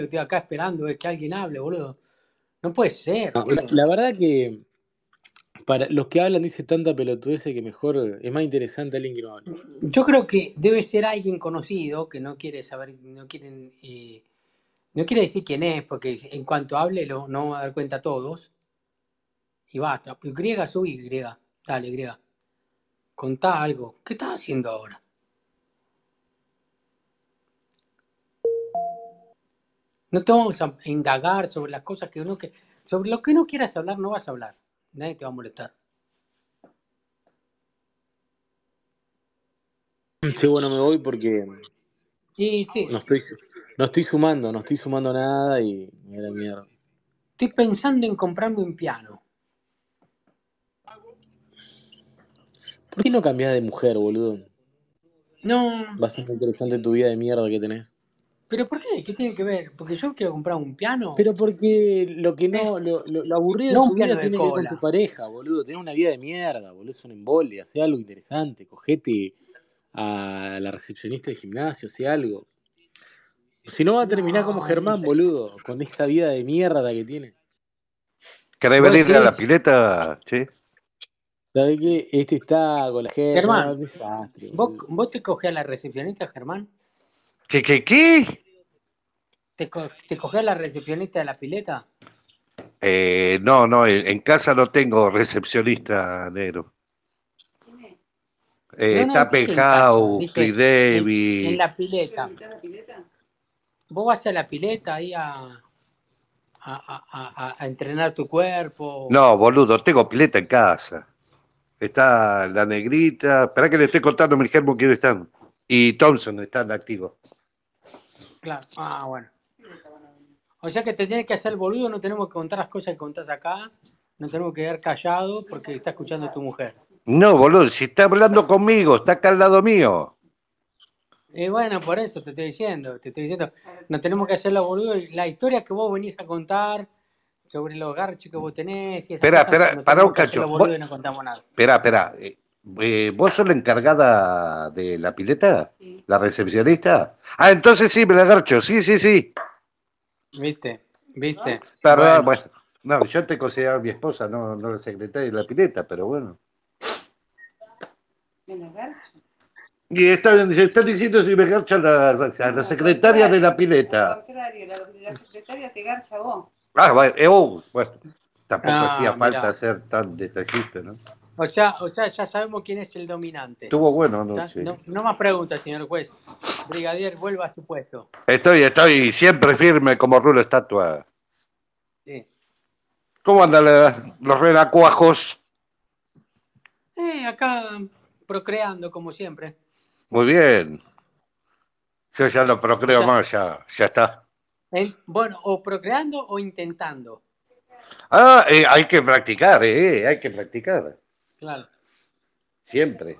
Estoy acá esperando que alguien hable, boludo. No puede ser, No, boludo. la verdad que para los que hablan dice tanta pelotudez que mejor es más interesante alguien que no hable. Yo creo que debe ser alguien conocido que no quiere saber, no quiere decir quién es, porque en cuanto hable no vamos a dar cuenta a todos. Y basta. Griega, subí, griega. Dale, griega. Contá algo. ¿Qué estás haciendo ahora? No te vamos a indagar sobre las cosas que sobre lo que no quieras hablar, no vas a hablar. Nadie te va a molestar. Che, bueno, me voy porque Y sí, no estoy, no estoy sumando nada y a la mierda. estoy pensando en comprarme un piano. ¿Por qué no cambiás de mujer, boludo? No, Bastante interesante tu vida de mierda que tenés. pero ¿por qué? ¿Qué tiene que ver? Porque yo quiero comprar un piano. Pero porque lo que Eh, no, lo aburrido de no un tu vida piano de tiene que ver con tu cola. pareja, boludo. Tenés una vida de mierda, boludo. Es un embole. Hacé algo interesante. Cogete a la recepcionista del gimnasio, hacé algo. Si no va a terminar como No. Germán, boludo, con esta vida de mierda que tiene. ¿Querés ¿Vos venir a la decís, pileta? Sí. ¿Sabe qué? Este está con la gente, no, Germán, un desastre, vos, boludo. vos te cogés a la recepcionista, Germán? ¿Qué? ¿Te cogés a la recepcionista de la pileta? No, en casa no tengo recepcionista, negro. No, no, Está dije en casa, Penthouse, Chris dije en Davis. la pileta. Vos vas a la pileta ahí a entrenar tu cuerpo. No, boludo, tengo pileta en casa. Está la negrita. Esperá que le estoy contando a mi germo quiénes están. Y Thompson están activos. Claro, bueno. O sea que te tienes que hacer el boludo, no tenemos que contar las cosas que contás acá, no tenemos que quedar callados porque está escuchando tu mujer. No, boludo, si está hablando conmigo, está acá al lado mío. Y bueno, por eso te estoy diciendo, no tenemos que hacer los boludos, y la historia que vos venís a contar sobre los garchos que vos tenés y esas cosas, no Pará un tenemos que hacer cacho. los boludos y no contamos nada. Espera. ¿Vos sos la encargada de la pileta? Sí. ¿La recepcionista? Ah, entonces sí, me la garcho. Sí. ¿Viste? ¿Viste? Perdón, Bueno, bueno. No, yo te consideraba mi esposa, no la secretaria de la pileta, pero bueno. ¿Me la garcho? Y se están diciendo si me garcha la secretaria de la pileta. Al contrario, la secretaria te garcha a vos. Ah, bueno, tampoco hacía falta mirá. ser tan detallista, ¿no? O sea, ya sabemos quién es el dominante. Estuvo bueno Ya, anoche. no más preguntas, señor juez. Brigadier, vuelva a su puesto. Estoy siempre firme como rulo estatua. Sí. ¿Cómo andan los renacuajos? Acá procreando, como siempre. Muy bien. Yo ya no O procreo sea, más, ya está. bueno, o procreando o intentando. Ah, hay que practicar, Claro. siempre.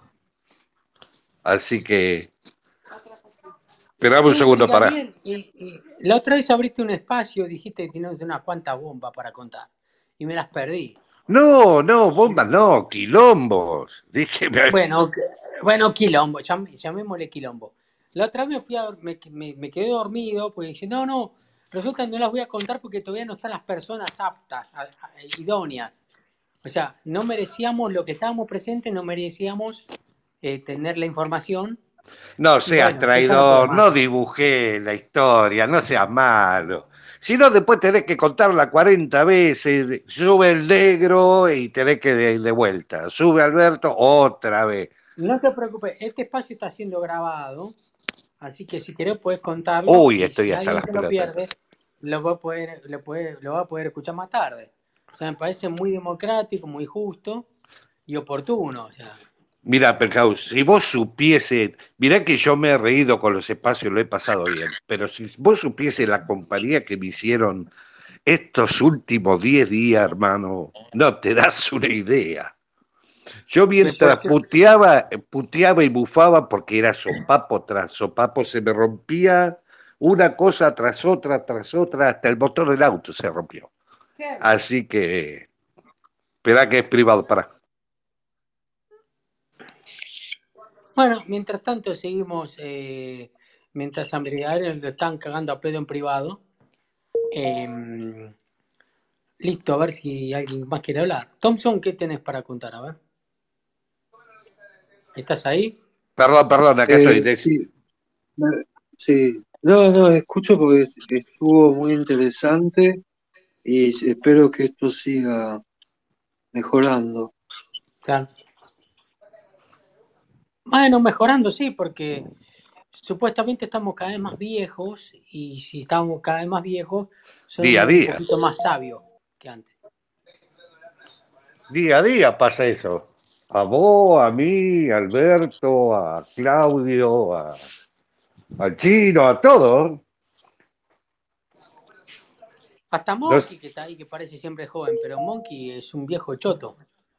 Así que, esperame un segundo para. Brigadier, la otra vez abriste un espacio, dijiste que tenías unas cuantas bombas para contar. Y me las perdí. No, bombas no, quilombos. Dije, Bueno, bueno, quilombo, llamémosle quilombo. La otra vez me quedé dormido, porque dije, no, resulta que no las voy a contar porque todavía no están las personas aptas, idóneas. O sea, no merecíamos, lo que estábamos presentes, no merecíamos tener la información. no Y seas bueno, yo ya no puedo traidor, más. no dibujé la historia, no seas malo. Si no, después tenés que contarla 40 veces. Sube el negro y tenés que de vuelta. Sube Alberto otra vez. No te preocupes, este espacio está siendo grabado, así que si querés puedes contarlo Uy, y estoy si hasta alguien las te lo pelotas. pierde, lo va a poder escuchar más tarde. O sea, me parece muy democrático, muy justo y oportuno. O sea, Mira, Percaus, si vos supiese, mirá que yo me he reído con los espacios, lo he pasado bien, pero si vos supiese la compañía que me hicieron estos últimos 10 días, hermano, no te das una idea. Yo después mientras que puteaba y bufaba porque era sopapo tras sopapo, se me rompía una cosa tras otra, hasta el motor del auto se rompió. Así que, espera que es privado, para. bueno, mientras tanto seguimos mientras a Brigadeiro lo están cagando a pedo en privado. Listo, a ver si alguien más quiere hablar. Thompson, ¿qué tenés para contar? A ver. ¿Estás ahí? Perdón, acá estoy. Sí, sí. No, escucho porque estuvo muy interesante y espero que esto siga mejorando. Claro. Bueno, mejorando, sí, porque supuestamente estamos cada vez más viejos y si estamos cada vez más viejos, Día a somos un día. poquito más sabios que antes. Día a día pasa eso. A vos, a mí, a Alberto, a Claudio, al Chino, a todos. Hasta Nos- Monkey, que está ahí, que parece siempre joven, pero Monkey es un viejo choto.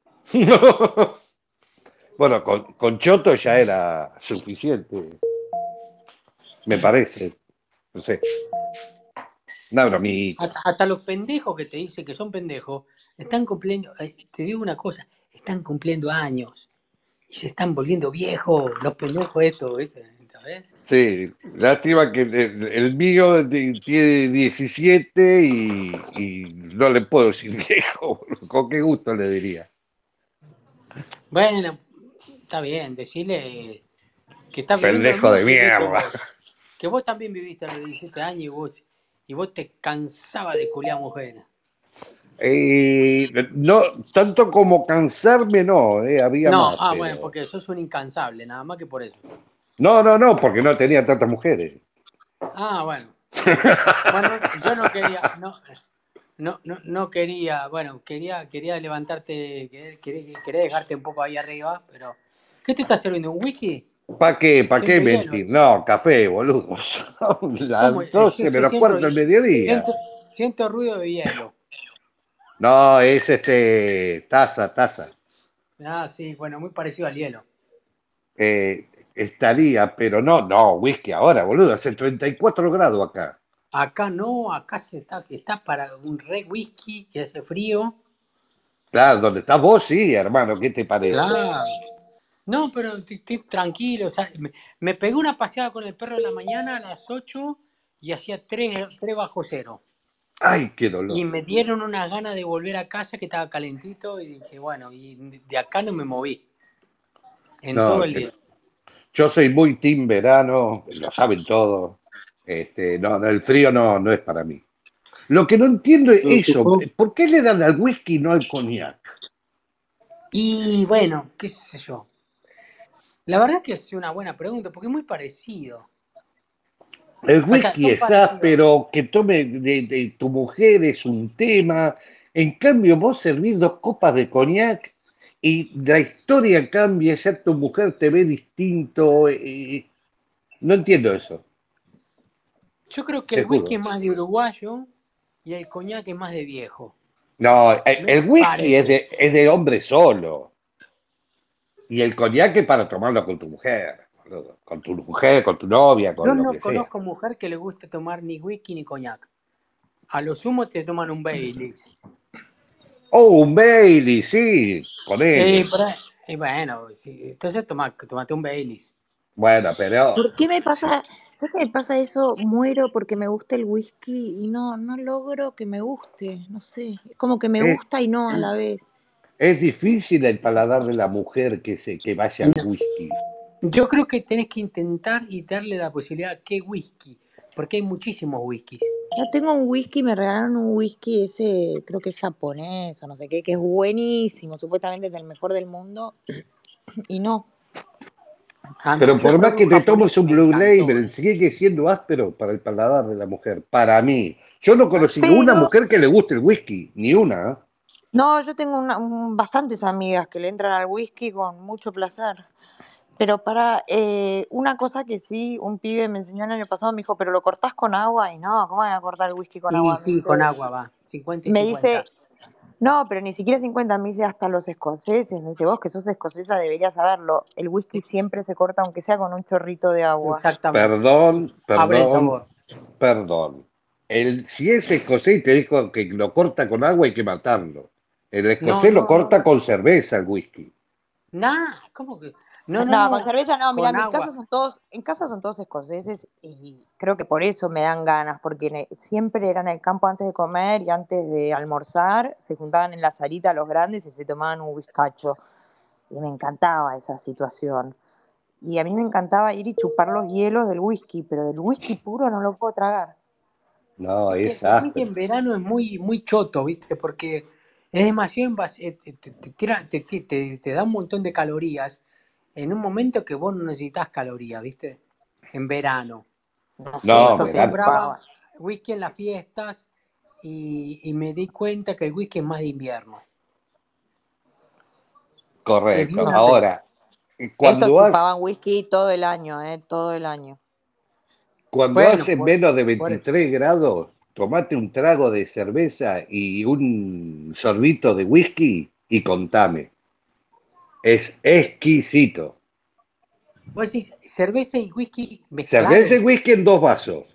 Bueno, con Choto ya era suficiente, me parece. No sé, una bromita. Hasta los pendejos que te dicen que son pendejos, están cumpliendo, te digo una cosa, están cumpliendo años y se están volviendo viejos, los pendejos estos, ¿viste? ¿Sabés? Sí, lástima que el mío tiene 17 y no le puedo decir viejo. Con qué gusto le diría. Bueno, está bien, decirle que estás viviendo lo Pendejo mismo de que viviste mierda. vos. Que vos también viviste a los 17 años y vos te cansabas de culiar mujeres. No, tanto como cansarme, no, había No, más, bueno, pero. porque sos un incansable, nada más que por eso. No, porque no tenía tantas mujeres. Bueno. Bueno, yo no quería, no quería, bueno, quería levantarte, quería dejarte un poco ahí arriba, pero ¿qué te está sirviendo? ¿Un whisky? ¿Para qué? ¿Para qué Siento hielo. mentir? No, café, boludo. Son ¿Cómo? las 12 menos cuarto del mediodía. Siento ruido de hielo. No, es taza. Sí, bueno, muy parecido al hielo. Estaría, pero no, whisky ahora, boludo. Hace 34 grados acá. Acá no, acá está para un re whisky que hace frío. Claro, donde estás vos, sí, hermano, ¿qué te parece? Claro. No, pero estoy tranquilo. O sea, me pegué una paseada con el perro en la mañana a las 8 y hacía 3 bajo cero. Ay, qué Y dolor. me dieron unas ganas de volver a casa que estaba calentito y dije, bueno, y de acá no me moví en todo No, el día. yo soy muy team verano, lo saben todos. No, el frío no es para mí. Lo que no entiendo es Pero eso, supongo, ¿por qué le dan al whisky y no al coñac? Y bueno, qué sé yo. La verdad que es una buena pregunta porque es muy parecido. El O sea, whisky son es parecidos. áspero, que tome de tu mujer es un tema. En cambio, vos servís 2 copas de coñac y la historia cambia, ya tu mujer te ve distinto. No entiendo eso, Yo creo que te el whisky juro. es más de uruguayo y el coñac es más de viejo. No, Me el whisky es parece. de hombre solo. Y el coñac es para tomarlo con tu mujer, boludo. Con tu mujer, con tu novia, Yo con lo no que sea. conozco mujer que le guste tomar ni whisky ni coñac. A lo sumo te toman un Baileys. Oh, un Bailey, sí, ponele. Por ahí- bueno, sí, entonces tomate un Baileys. Bueno, pero ¿Por qué me pasa? ¿Sabes qué me pasa eso? Muero porque me gusta el whisky y no logro que me guste, no sé. Es como que me es, gusta y no a la vez. es difícil el paladar de la mujer que vaya al whisky. Yo creo que tenés que intentar y darle la posibilidad a qué whisky, porque hay muchísimos whiskies. Yo tengo un whisky, me regalaron un whisky ese, creo que es japonés o no sé qué, que es buenísimo, supuestamente es el mejor del mundo y no. Pero Yo por más probé un que te japonés tomes que un me Blue encantó. Label, sigue siendo áspero para el paladar de la mujer. Para mí. Yo no Bueno, conocí una Pero, mujer que le guste el whisky, ni una. ¿Eh? no, yo tengo bastantes amigas que le entran al whisky con mucho placer. Pero para una cosa que sí, un pibe me enseñó el año pasado, me dijo, pero lo cortás con agua y no, ¿cómo van a cortar el whisky con y agua? sí, con agua va, 50 y Me 50. dice, no, pero ni siquiera 50, me dice hasta los escoceses, me dice, vos que sos escocesa deberías saberlo, el whisky siempre se corta aunque sea con un chorrito de agua. Exactamente. Perdón, Abre el perdón, sabor. perdón. Si es escocés y te dijo que lo corta con agua, hay que matarlo. El No, escocés lo no, no. corta con cerveza el whisky. Nah, ¿cómo que? No, no, No, con no, cerveza no, mira, con agua. en casa son todos escoceses y creo que por eso me dan ganas, porque siempre eran en el campo antes de comer y antes de almorzar, se juntaban en la salita los grandes y se tomaban un whiskacho. Y me encantaba esa situación. Y a mí me encantaba ir y chupar los hielos del whisky, pero del whisky puro no lo puedo tragar. No, Es que es el whisky áspero. en verano es muy, muy choto, ¿viste? Porque es demasiado te da un montón de calorías en un momento que vos no necesitas calorías, ¿viste? En verano. No sé, Yo No, esto se verano. acostumbraba chupaba. whisky en las fiestas y me di cuenta que el whisky es más de invierno. Es Correcto. bien No sé. áspero. Ahora, Estos cuando, chupaban whisky todo el año, todo el año. cuando Bueno, hace menos de por eso. 23 grados, tomate un trago de cerveza y un sorbito de whisky y contame. Es exquisito. Vos decís cerveza y whisky Cerveza y mezclados. whisky en 2 vasos.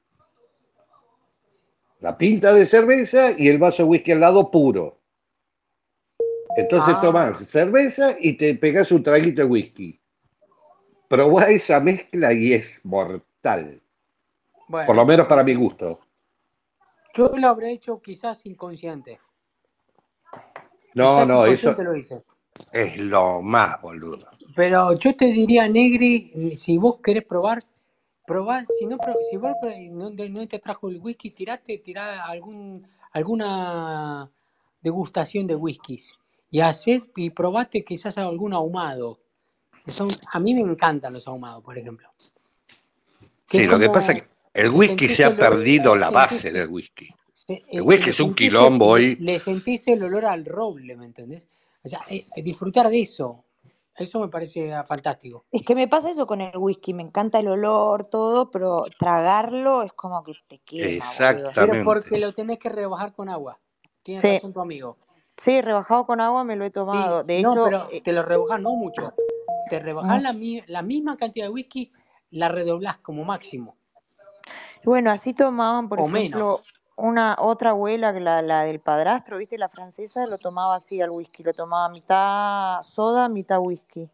La pinta de cerveza y el vaso de whisky al lado puro. Entonces tomás Ah, cerveza y te pegás un traguito de whisky. Probá esa mezcla y es mortal. Por lo bueno, menos para mi gusto. yo lo habré hecho quizás inconsciente. No, Quizás no, eso inconsciente lo hice. es lo más, boludo. Pero yo te diría, Negri, si vos querés probar, probá, si vos no te trajo el whisky, tirá alguna degustación de whiskies. Y probate quizás algún ahumado. A mí me encantan los ahumados, por ejemplo. Que es Sí, lo que pasa es como que el que whisky se ha perdido la base sentís, del whisky. El whisky le es un sentís, quilombo hoy. le sentís el olor al roble, ¿me entendés? O sea, disfrutar de eso me parece fantástico. Es que me pasa eso con el whisky, me encanta el olor, todo, pero tragarlo es como que te quema, boludo. Pero Exactamente. porque lo tenés que rebajar con agua. Tiene Sí, razón tu amigo. sí, rebajado con agua me lo he Sí, tomado. De no, hecho, pero te lo rebajás no mucho. Te rebajás mm, la misma cantidad de whisky, la redoblás como máximo. bueno, así tomaban, por O menos. ejemplo, una otra abuela, que la del padrastro, ¿viste? La francesa, lo tomaba así al whisky, lo tomaba mitad soda, mitad whisky.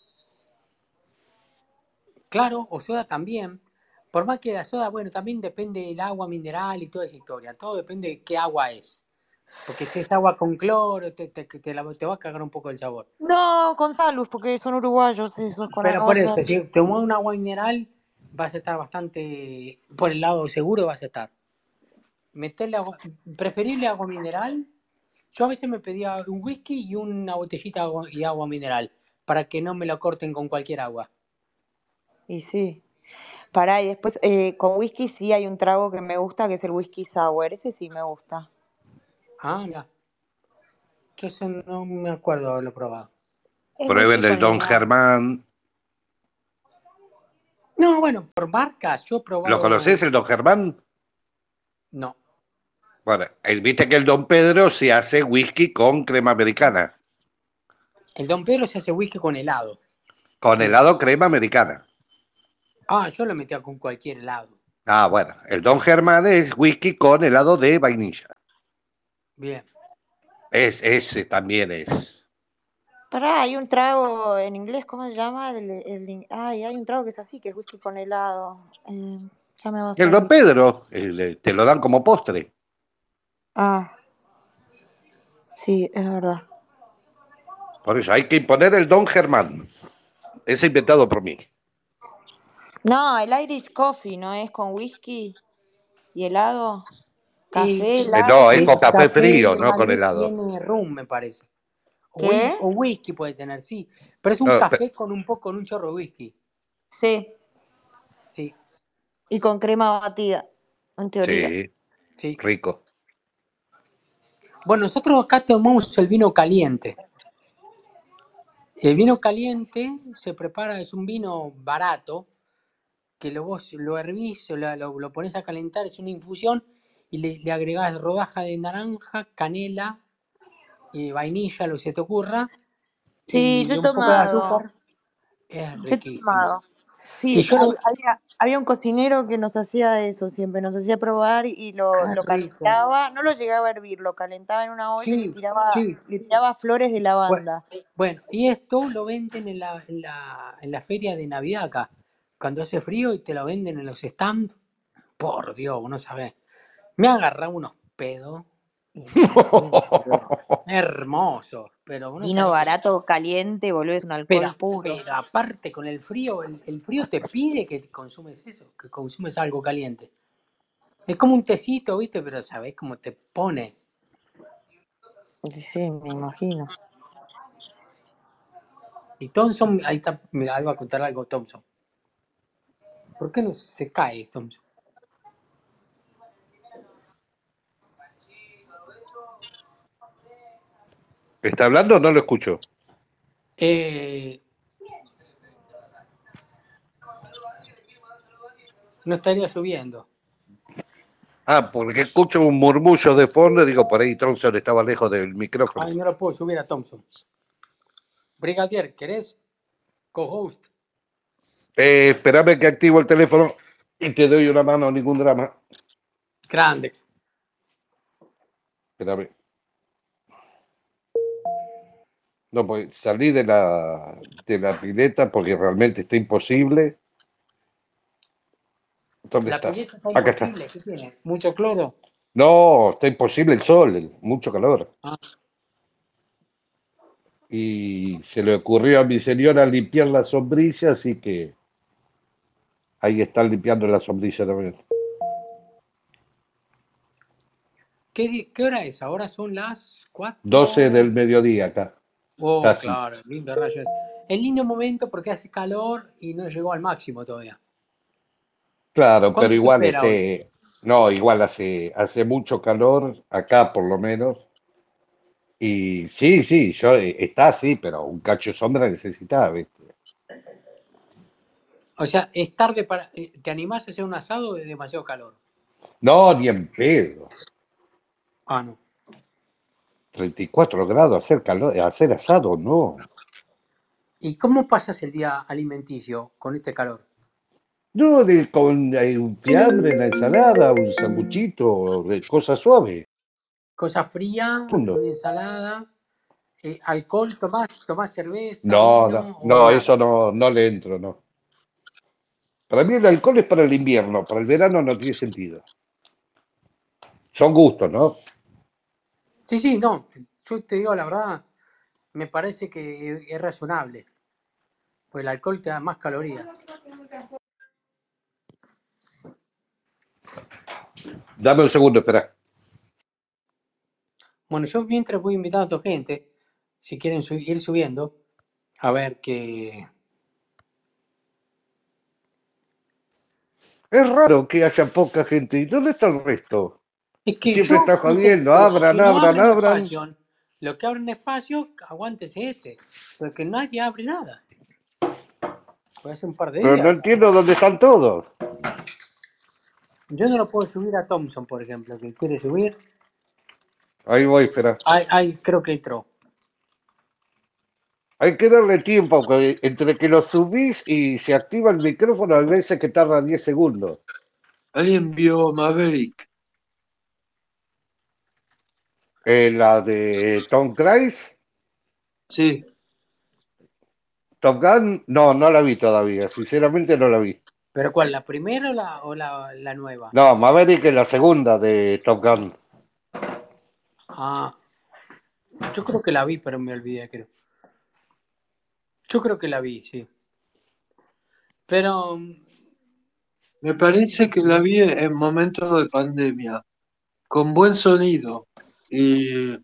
Claro, o soda también. Por más que la soda, bueno, también depende del agua mineral y toda esa historia. Todo depende de qué agua es. Porque si es agua con cloro, te va a cagar un poco el sabor. No, con salus, porque son uruguayos esos, Pero por o sea, eso, si tomás un agua mineral, vas a estar bastante, por el lado seguro vas a estar. Meterle agua, preferible agua mineral. Yo a veces me pedía un whisky y una botellita y agua mineral, para que no me lo corten con cualquier agua. y sí. Pará, y después con whisky sí hay un trago que me gusta, que es el whisky sour. Ese sí me gusta. Ah, mira, yo eso no me acuerdo haberlo probado. Es whisky Prueben el con Don limón. Germán. No, bueno, por marcas, yo he ¿Lo probado. conocés, el Don Germán? No. Bueno, viste que el Don Pedro se hace whisky con crema americana. El Don Pedro se hace whisky con helado. Con Sí. helado crema americana. Ah, yo lo metía con cualquier helado. Ah, bueno, el Don Germán es whisky con helado de vainilla. Bien. Ese también es. Pará, hay un trago en inglés, ¿cómo se llama? Ay, hay un trago que es así, que es whisky con helado. Ya me va a El Don salir. Pedro, te lo dan como postre. Ah, sí, es verdad. Por eso hay que imponer el Don Germán. Es inventado por mí. No, el Irish Coffee, ¿no es con whisky y helado? Y Café, helado, No, es ¿cómo con se el llama? café café frío, no tal con vez helado. tiene rum, me parece. ¿Qué? O whisky puede tener, sí. Pero es un No, café con un chorro de whisky. Sí, Sí, y con crema batida, en teoría. sí, sí. rico. Bueno, nosotros acá tomamos el vino caliente. El vino caliente se prepara, es un vino barato, que vos lo hervís, lo pones a calentar, es una infusión, y le agregás rodaja de naranja, canela, vainilla, lo que se te ocurra, Sí, yo y he un poco de tomado. azúcar. Es Yo he riquísimo. tomado. Y Sí, yo lo... había un cocinero que nos hacía eso siempre, nos hacía probar y ¡Qué lo rico! calentaba, no lo llegaba a hervir, lo calentaba en una olla y Sí, sí. le tiraba flores de lavanda. Bueno, y esto lo venden en la feria de Navidad acá. Cuando hace frío y te lo venden en los stands. Por Dios, vos no sabés. Me ha agarrado unos pedos increíbles. Hermosos, pero vos no Vino sabés. barato, caliente, boludo, es un Pero, alcohol puro. pero aparte con el frío, el frío te pide que consumes eso, que consumes algo caliente. Es como un tecito, ¿viste? Pero sabés cómo te pone. Sí, me imagino. Y Thompson, ahí está, mira, ahí va a contar algo Thompson. ¿Por qué no se cae Thompson? ¿Está hablando o no lo escucho? No estaría subiendo. Ah, porque escucho un murmullo de fondo y digo, por ahí Thompson estaba lejos del micrófono. Ay, no lo puedo subir a Thompson. Brigadier, ¿querés? Co-host. Espérame que activo el teléfono y te doy una mano, ningún drama. Grande. Espérame. No, pues salí de la pileta porque realmente está imposible. ¿Dónde La estás? pileta está Acá está. imposible. ¿Qué tiene? ¿Mucho cloro? No, está imposible el sol, mucho calor. Ah. Y se le ocurrió a mi señora limpiar la sombrilla, así que ahí están limpiando la sombrilla también. ¿Qué hora es? Ahora son las 4. 12 del mediodía acá. Oh, Casi. claro, lindo rayo. Es lindo momento porque hace calor y no llegó al máximo todavía. Claro, pero ¿Cuánto se igual espera hoy? no, igual hace mucho calor, acá por lo menos. Y sí, está así, pero un cacho de sombra necesitaba, ¿viste? O sea, es tarde para... ¿Te animás a hacer un asado de demasiado calor? No, ni en pedo. Ah, no. 34 grados, hacer calor, hacer asado, no. ¿Y cómo pasas el día alimenticio con este calor? No, con un fiambre, una ensalada, un sanguchito, cosas suaves. Cosa fría, una ensalada, alcohol, tomás cerveza, vino o No, nada. eso no le entro, no. Para mí el alcohol es para el invierno, para el verano no tiene sentido. Son gustos, ¿no? Sí, no, yo te digo la verdad, me parece que es razonable, pues el alcohol te da más calorías. Dame un segundo, espera. Bueno, yo mientras voy invitando a gente, si quieren ir subiendo, a ver qué... Es raro que haya poca gente. ¿Y dónde está el resto? Es que Siempre yo está dije, jodiendo, pero abran, si no abran, abren abran. espacio, lo que abren espacio, aguántese porque nadie abre nada. Fue hace un par de Pero no días. entiendo dónde están todos. Yo no lo puedo subir a Thompson, por ejemplo, que quiere subir. Ahí voy, espera. Ay, creo que entró. Hay que darle tiempo, porque entre que lo subís y se activa el micrófono, a veces que tarda 10 segundos. ¿Alguien vio Maverick? La de Tom Cruise, Sí, Top Gun, no la vi todavía, sinceramente no la vi. ¿Pero cuál? ¿La primera o la nueva? No, Maverick es la segunda de Top Gun. Ah, yo creo que la vi, pero me olvidé, creo. Yo creo que la vi, sí. Pero me parece que la vi en momentos de pandemia, con buen sonido. Y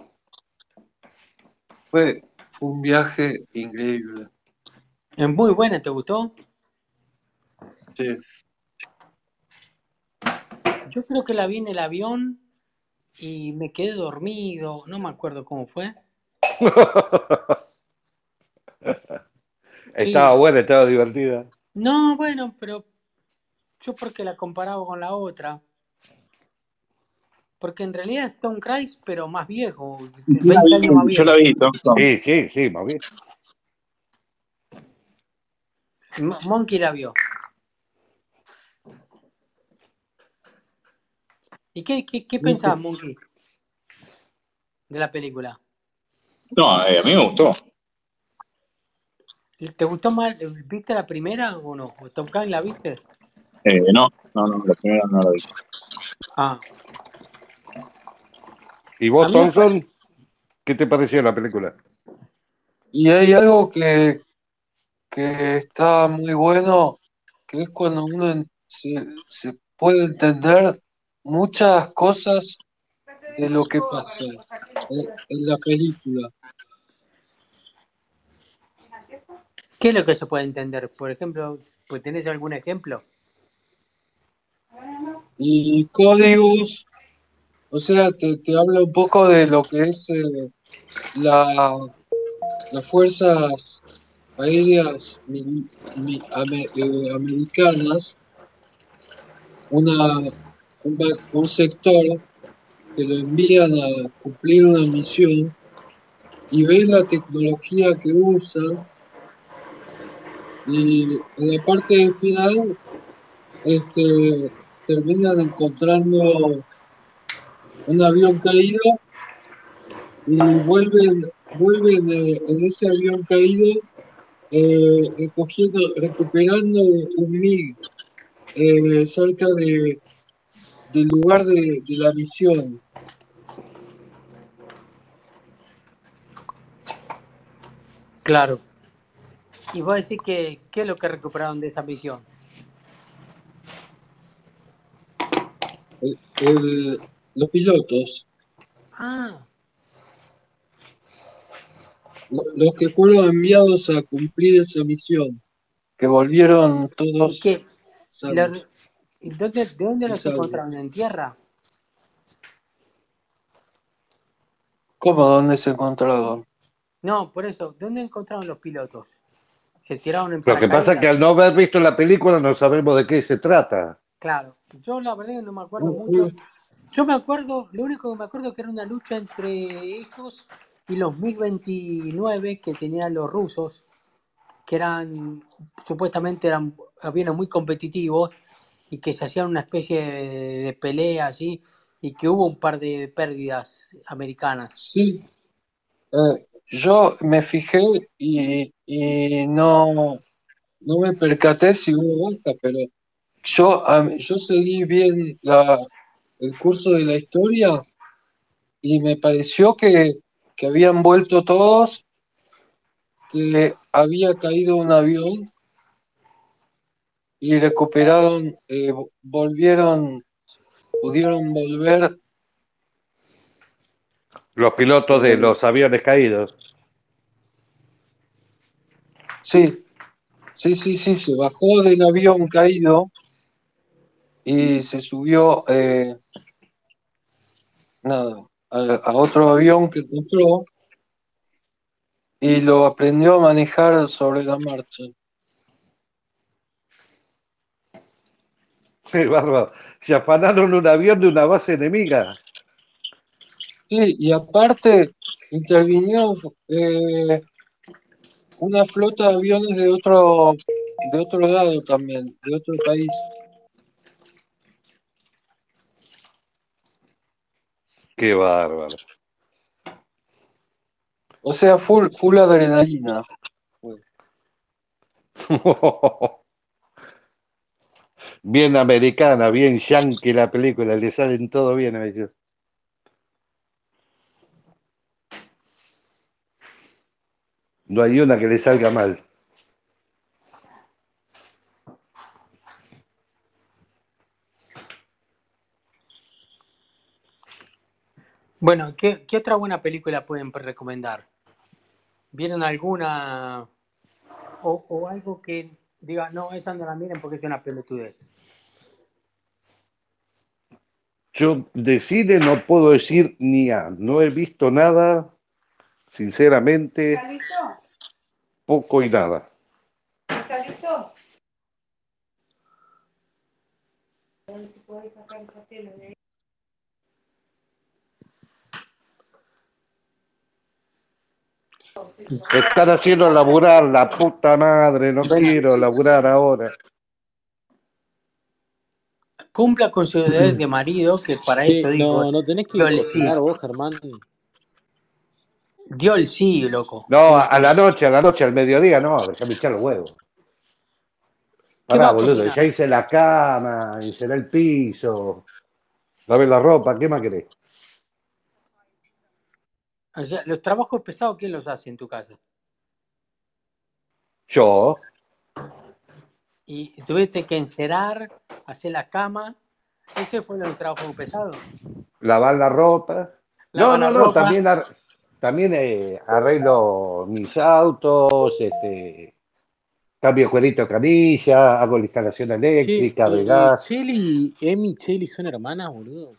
fue un viaje increíble. es muy buena, ¿te gustó? Sí. Yo creo que la vi en el avión y me quedé dormido, no me acuerdo cómo fue. Estaba Sí. buena, estaba divertida. No, bueno, pero yo porque la comparaba con la otra. Porque en realidad es Tom Cruise, pero más viejo, 20 años más Yo viejo. la vi, Tom. Sí, más bien. Monkey la vio. ¿Y qué pensás, Monkey, de la película? No, a mí me gustó. ¿Te gustó más? ¿Viste la primera o no? ¿O Top Gun la viste? No, la primera no la vi. Ah, ¿Y a vos, mí me pa- Thompson? ¿Qué te pareció la película? Y hay algo que está muy bueno, que es cuando se puede entender muchas cosas de lo que pasa en la película. ¿Qué es lo que se puede entender? Por ejemplo, pues ¿tenés algún ejemplo? Y códigos, o sea, te habla un poco de lo que es la, las fuerzas aéreas americanas, un sector que lo envían a cumplir una misión y ves la tecnología que usan y en la parte final terminan encontrando un avión caído y vuelven en ese avión caído recuperando un MiG cerca del lugar de la misión. Claro. Y vos decís que ¿qué es lo que recuperaron de esa misión? Los pilotos, Ah, los que fueron enviados a cumplir esa misión, que volvieron ¿y qué? todos sanos ¿Y de dónde y los salvos. encontraron? ¿En tierra? ¿Cómo? ¿Dónde se encontraron? No, por eso, ¿dónde encontraron los pilotos? ¿Se tiraron en Lo que pasa es que paracaídas? al no haber visto la película no sabemos de qué se trata. Claro, yo la verdad que no me acuerdo Un- mucho. un- Yo me acuerdo, lo único que me acuerdo que era una lucha entre ellos y los MiG-29 que tenían los rusos, que eran, supuestamente eran aviones muy competitivos y que se hacían una especie de pelea así y que hubo un par de pérdidas americanas. Sí, yo me fijé y no me percaté si hubo baja, pero yo seguí bien el curso de la historia y me pareció que habían vuelto todos, que había caído un avión y recuperaron, pudieron volver. Los pilotos de eh, los aviones caídos. sí, sí, se bajó del avión caído y se subió, nada, a otro avión que encontró y lo aprendió a manejar sobre la marcha. Qué bárbaro. Se afanaron un avión de una base enemiga. Sí, y aparte intervinieron una flota de aviones de otro lado también, de otro país. Qué bárbaro. O sea, full adrenalina. Fue. Bien americana, bien yankee la película, le salen todo bien a ellos. No hay una que le salga mal. Bueno, ¿qué otra buena película pueden recomendar? ¿Vieron alguna o algo que diga, no, esa no la miren porque es una pelotudez? Yo de cine no puedo decir ni a. No he visto nada, sinceramente, ¿Está listo? poco y nada. ¿Está listo? Puedes sacar el papel de ahí. Me están haciendo laburar la puta madre, no Bueno, quiero laburar ahora. cumpla con su deber de marido, que para eso Che, dijo, no tenés que dio el sí. cocinar vos, Germán. Dio el sí, loco. No, a la noche, al mediodía, no, déjame echar los huevos. ¿Qué va Pará, a boludo, cocinar? ya hice la cama, hice el piso, lavé la ropa, ¿qué más querés? O sea, los trabajos pesados, ¿quién los hace en tu casa? Yo, Y tuviste que encerar, hacer la cama. ¿Ese fue el trabajo pesado? lavar la ropa. Lavar la No, ropa. también arreglo mis autos, cambio cuerito de camilla, hago la instalación Che, eléctrica, de gas, Emi y Cheli son hermanas, boludo.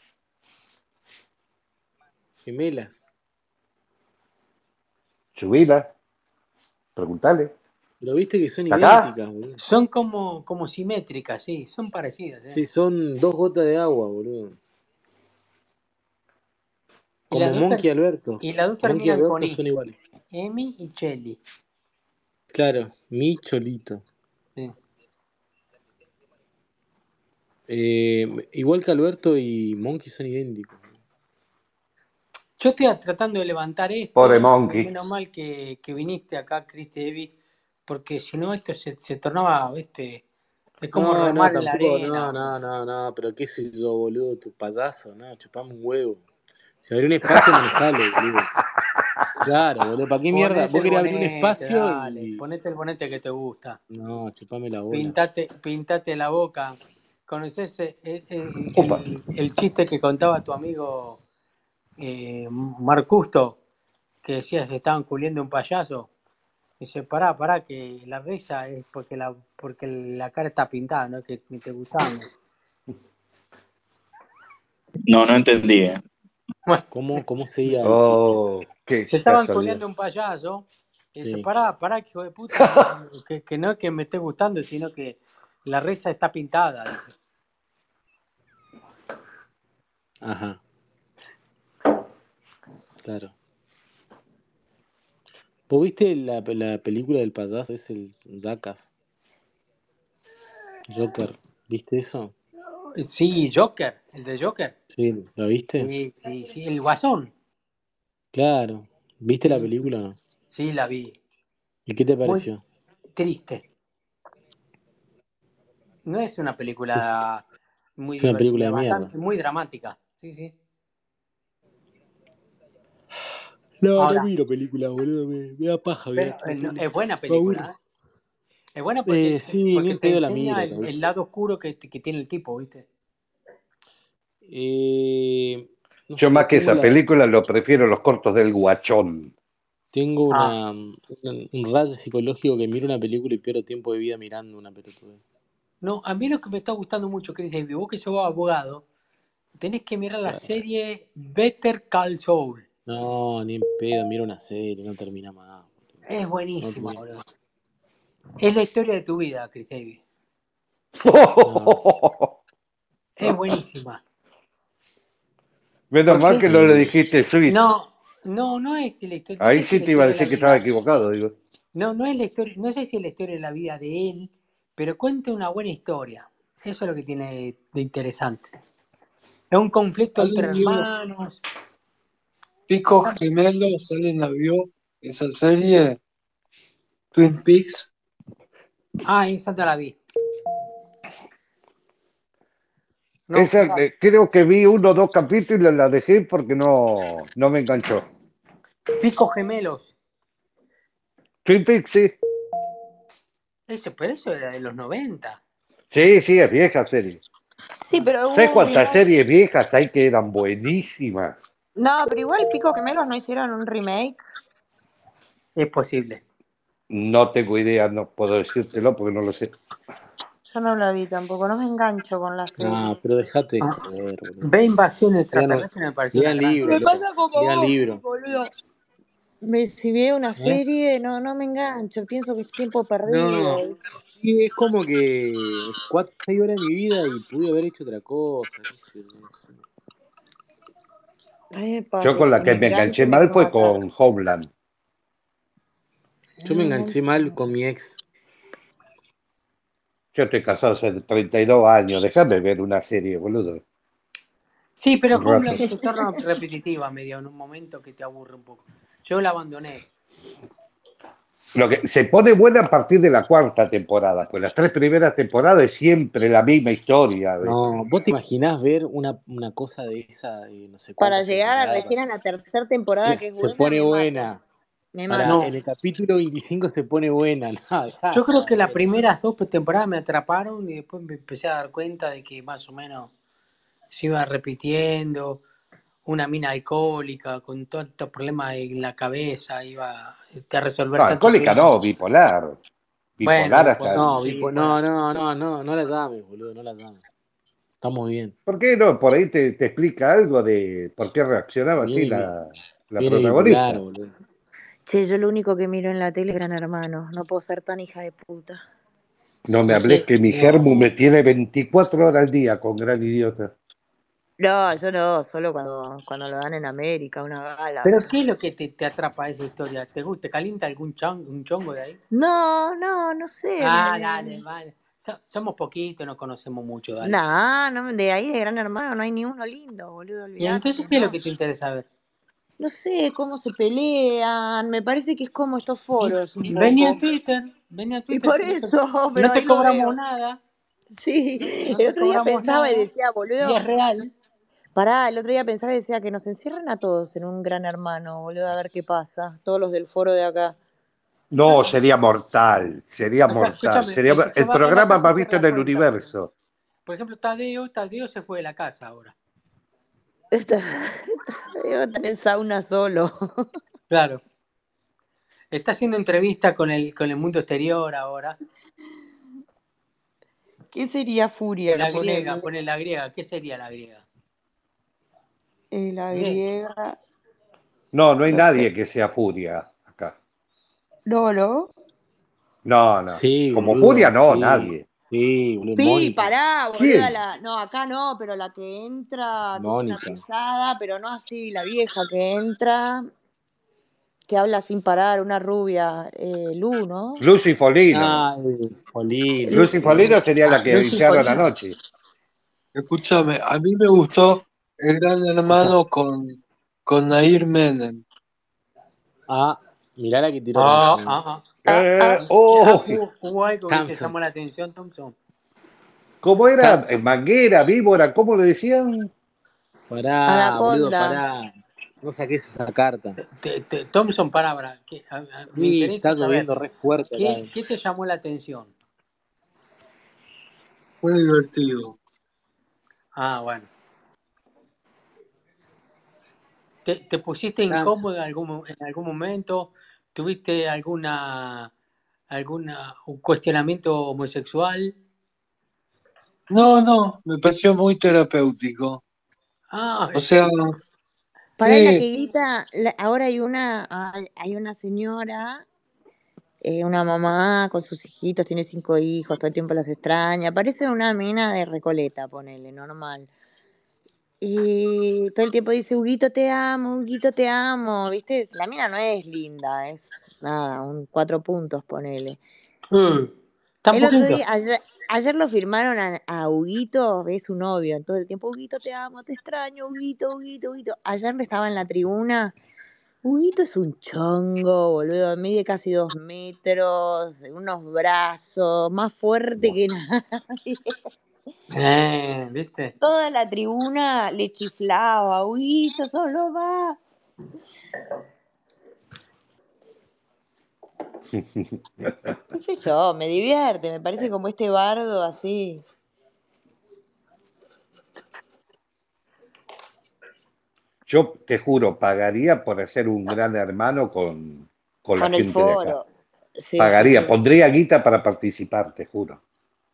Gemelas. subila, preguntale. Pero viste que son ¿Está acá? idénticas, boludo. Son como simétricas, sí, son parecidas. Sí, son 2 gotas de agua, boludo. Y las Como dos, Monkey y Alberto. y las dos Monkey y terminan con Alberto I. son iguales. Emi y Chelly. Claro, mi cholito. Sí. Igual que Alberto y Monkey son idénticos. Yo estoy tratando de levantar esto. Pobre Monkey. Menos mal que viniste acá, Chris Davis, porque si no esto se tornaba, es como No, remar en la tampoco, arena. no, pero qué sé yo, boludo, tu payaso, no, chupame un huevo. Si abrí un espacio, manejalo, boludo. Claro, boludo, ¿para qué mierda? Ponete Vos el querés abrir un bonete, espacio dale. y... Ponete el bonete que te gusta. No, chupame la bola. Pintate la boca. ¿Conocés Opa. el chiste que contaba tu amigo Marcusto? Que decía que estaban culiendo un payaso. Dice, pará, que la risa es porque la cara está pintada, ¿no? Que ni te gustamos. No entendí. Bueno, ¿Cómo sería el chiste? Oh, qué se estaban casualidad. culiando un payaso. Y dice, Sí. pará, hijo de puta, que no es que me esté gustando, sino que la risa está pintada, dice. Ajá. Claro. ¿Vos viste la película del payaso? Es el Jackass. Joker. ¿Viste eso? Sí, Joker, el de Joker. Sí, ¿lo viste? Sí, el Guasón. Claro. ¿Viste la película o no? Sí, la vi. ¿Y qué te Muy pareció? triste. No es una película muy Es una película divertida, de mierda. muy dramática. Sí. No Ahora, miro películas, boludo. Me da paja pero mirar la tele. es buena Me aburro. película, ¿eh? Es buena porque Sí, ni en te pedo la enseña miro. el lado oscuro que tiene el tipo, ¿viste? No Yo sé, más que esa película lo prefiero los cortos del Guachón. tengo un rayo psicológico que miro una película y pierdo tiempo de vida mirando una película. No, a mí lo que me está gustando mucho, Chris Davis, vos que sos abogado, tenés que mirar la serie Better Call Saul. No, ni en pedo, miro una serie, no termina más. Es buenísima, No boludo. Es la historia de tu vida, Chris Davis. No. Es buenísima. Menos mal que no le dijiste Switch. No es la historia. Ahí sí te iba a decir que estaba equivocado, digo. No es la historia, no sé si es la historia de la vida de él, pero cuenta una buena historia. Eso es lo que tiene de interesante. Es un conflicto entre hermanos. Picos Gemelos, ¿alguien la vio? Esa serie, Twin Peaks. Esa no la vi. No, Esa, creo que vi 1 o 2 capítulos y la dejé porque no me enganchó. Picos Gemelos. Twin Peaks, sí. Pero eso era de los 90. Sí, es vieja serie. Sí, pero ¿Sabes hubo un cuántas remake. series viejas hay que eran buenísimas? No, pero igual Pico Gemelos no hicieron un remake. Es posible. No tengo idea, no puedo decírtelo porque no lo sé. Yo no la vi tampoco, no me engancho con la serie. Ah, pero dejate de joder, boludo. Ve Invasión Extraterrestre, me pareció una Lean gran libros, Me serie. pasa como lean vos, libros. boludo. Si veo una serie, no me engancho, pienso que es tiempo perdido. No, sí, es como que 6 horas de mi vida y pude haber hecho otra cosa, qué sé yo, no sé. A mí me pasa, Yo con la si que me me enganché engancho me mal pongo fue atrás. con Homeland. Yo me enganché mal con mi ex. Yo estoy casado hace 32 años, déjame ver una serie, boludo. Sí, pero Un Home rato. se torna repetitiva medio en un momento que te aburre un poco. Yo la abandoné. Lo que se pone buena a partir de la cuarta temporada, pues las 3 primeras temporadas es siempre la misma historia. No, ¿vos te imaginás ver una cosa de esa de no sé Para cuántas llegar a temporadas? recién a la tercera temporada que es Se buena, pone me mato. buena. Me Para, mato. No, en el capítulo 25 se pone buena. No, dejá yo creo que las joder. primeras 2 temporadas me atraparon y después me empecé a dar cuenta de que más o menos se iba repitiendo. Una mina alcohólica con tantos problemas en la cabeza iba a resolver No, tantos alcohólica no, problemas. bipolar. Bueno, Bipolar hasta. No, sí, no, bueno. no la llames, boludo, no la llames. Estamos bien. ¿Por qué no? Por ahí te explica algo de por qué reaccionaba así Viene, la viene bipolar, protagonista. boludo. Che, yo lo único que miro en la tele es Gran Hermano. No puedo ser tan hija de puta. No me ¿Por hables qué? que mi germu me tiene 24 horas al día con Gran Idiota. No, yo no, solo cuando lo dan en América, una gala. ¿Pero qué es lo que te atrapa de esa historia? ¿Te gusta? ¿Te calienta algún un chongo de ahí? No sé. Ah, dale, vale. Somos poquitos, no conocemos mucho, dale. Nah, no, de ahí de Gran Hermano no hay ni uno lindo, boludo, ¿Y entonces olvídate, qué es lo ¿no? que te interesa ver? No sé cómo se pelean, me parece que es como estos Y foros un vení a poco. Twitter, vení a Y Twitter, por que eso, no pero te ahí lo cobramos veo. nada, Sí, no el te otro día cobramos pensaba y nada, decía, y boludo, es real. pará, el otro día pensaba y decía que nos encierren a todos en un Gran Hermano, boludo, a ver qué pasa. Todos los del foro de acá. No, sería mortal, sería Acá, mortal. escúchame, Sería el que se el va de la programa casa más cierra visto en la el cuenta. universo. Por ejemplo, Tadeo se fue de la casa ahora. Está, está en el sauna solo. Claro. Está haciendo entrevista con el mundo exterior ahora. ¿Qué sería Furia? La griega, Ponele. pone la griega. ¿Qué sería la griega? La Griega. griega, No, no hay no sé. nadie que sea Furia acá. No, ¿no? No, no. Sí, Como Furia, boludo, no, sí. nadie. Sí, boludo, Sí, Mónica. pará, boluda, ¿Quién? no, acá no, pero la que entra, que es una Mónica. pesada, pero no así, la vieja que entra, que habla sin parar, una rubia, Lu, ¿no? Lucy Folino. Ah, Polino, Lu- Lucy Folino sería la que Lucy avisaron Folino. anoche. Escúchame, a mí me gustó el Gran Escucha. Hermano con Nair Menem. Ah, mirá la que tiró Ah, Thompson. ah, ah. Ah, ah, Oh, Hubo algo que te Thompson. llamó la atención, Thompson. ¿cómo era? Thompson. Manguera, víbora, ¿cómo le decían? Pará, boludo, Anaconda. pará. No saques esa carta. Thompson, palabra. Me Sí, interesa está saber lloviendo re fuerte acá. qué te llamó la atención. Fue divertido. Ah, bueno. ¿Te pusiste Thompson. incómodo en algún momento? ¿Tuviste un cuestionamiento homosexual? No, me pareció muy terapéutico. Ah, O sea, Pará, la sí, que grita, ahora hay una señora, una mamá con sus hijitos, tiene 5 hijos, todo el tiempo los extraña, parece una mina de Recoleta, ponele, normal. Y todo el tiempo dice, Huguito te amo, ¿viste? La mina no es linda, es nada, un 4 puntos, ponele. tan El otro poquito. día, ayer lo firmaron a Huguito, es su novio, todo el tiempo, Huguito te amo, te extraño, Huguito. Ayer le estaba en la tribuna, Huguito es un chongo, boludo, mide casi 2 metros, unos brazos, más fuerte que nadie. ¿Viste? Toda la tribuna le chiflaba, Huguito, solo va. Qué sé yo, me divierte, me parece como este bardo así. Yo te juro, pagaría por hacer un Gran Hermano con la Con el gente de acá. foro. Sí. Pagaría, pondría guita para participar, te juro.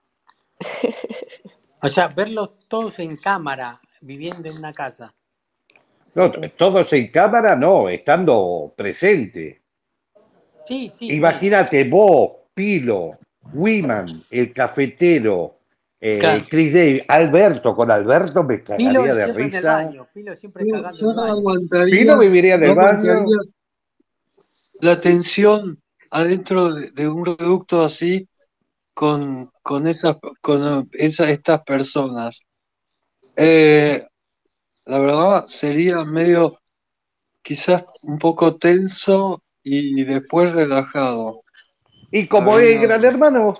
O sea, verlos todos en cámara, viviendo en una casa. No, Sí. todos en cámara, no, estando presente. Sí, bueno. Imagínate vos, Pilo, Wiman, el cafetero, Claro. Chris Davis, Alberto, con Alberto me Pilo cagaría de siempre en el risa. baño. Pilo siempre cagando yo en el no baño. aguantaría, Pilo viviría en no el baño. aguantaría la tensión adentro de un reducto así estas personas. Eh, la verdad sería medio, quizás un poco tenso y después relajado. Y como es Habría, Gran Hermano,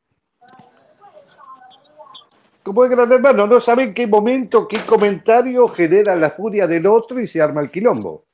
como es Gran Hermano, no sabe en qué momento, qué comentario genera la furia del otro y se arma el quilombo.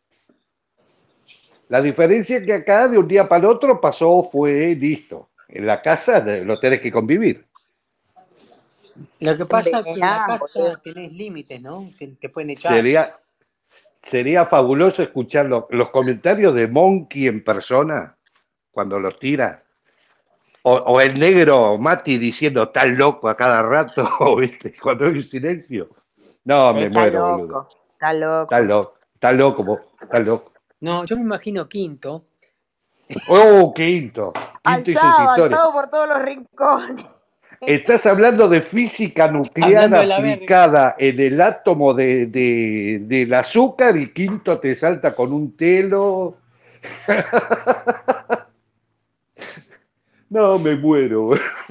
La diferencia es que acá de un día para el otro pasó, fue listo. En la casa lo tenés que convivir. Lo que En pasa es que en la Beñán, boludo. casa tenés límites, ¿no? Te pueden echar. Sería fabuloso escuchar los comentarios de Monkey en persona cuando los tira. O el negro Mati diciendo tan loco a cada rato, ¿viste? Cuando hay silencio. No, me Está muero, boludo. loco, está loco. Está loco, vos, está loco. No, yo me imagino Quinto. Oh, Quinto. Quinto y sus Alzado, historias. alzado por todos los rincones. Estás hablando de física nuclear Hablando de la verga. aplicada en el átomo del azúcar y Quinto te salta con un telo. No, me muero.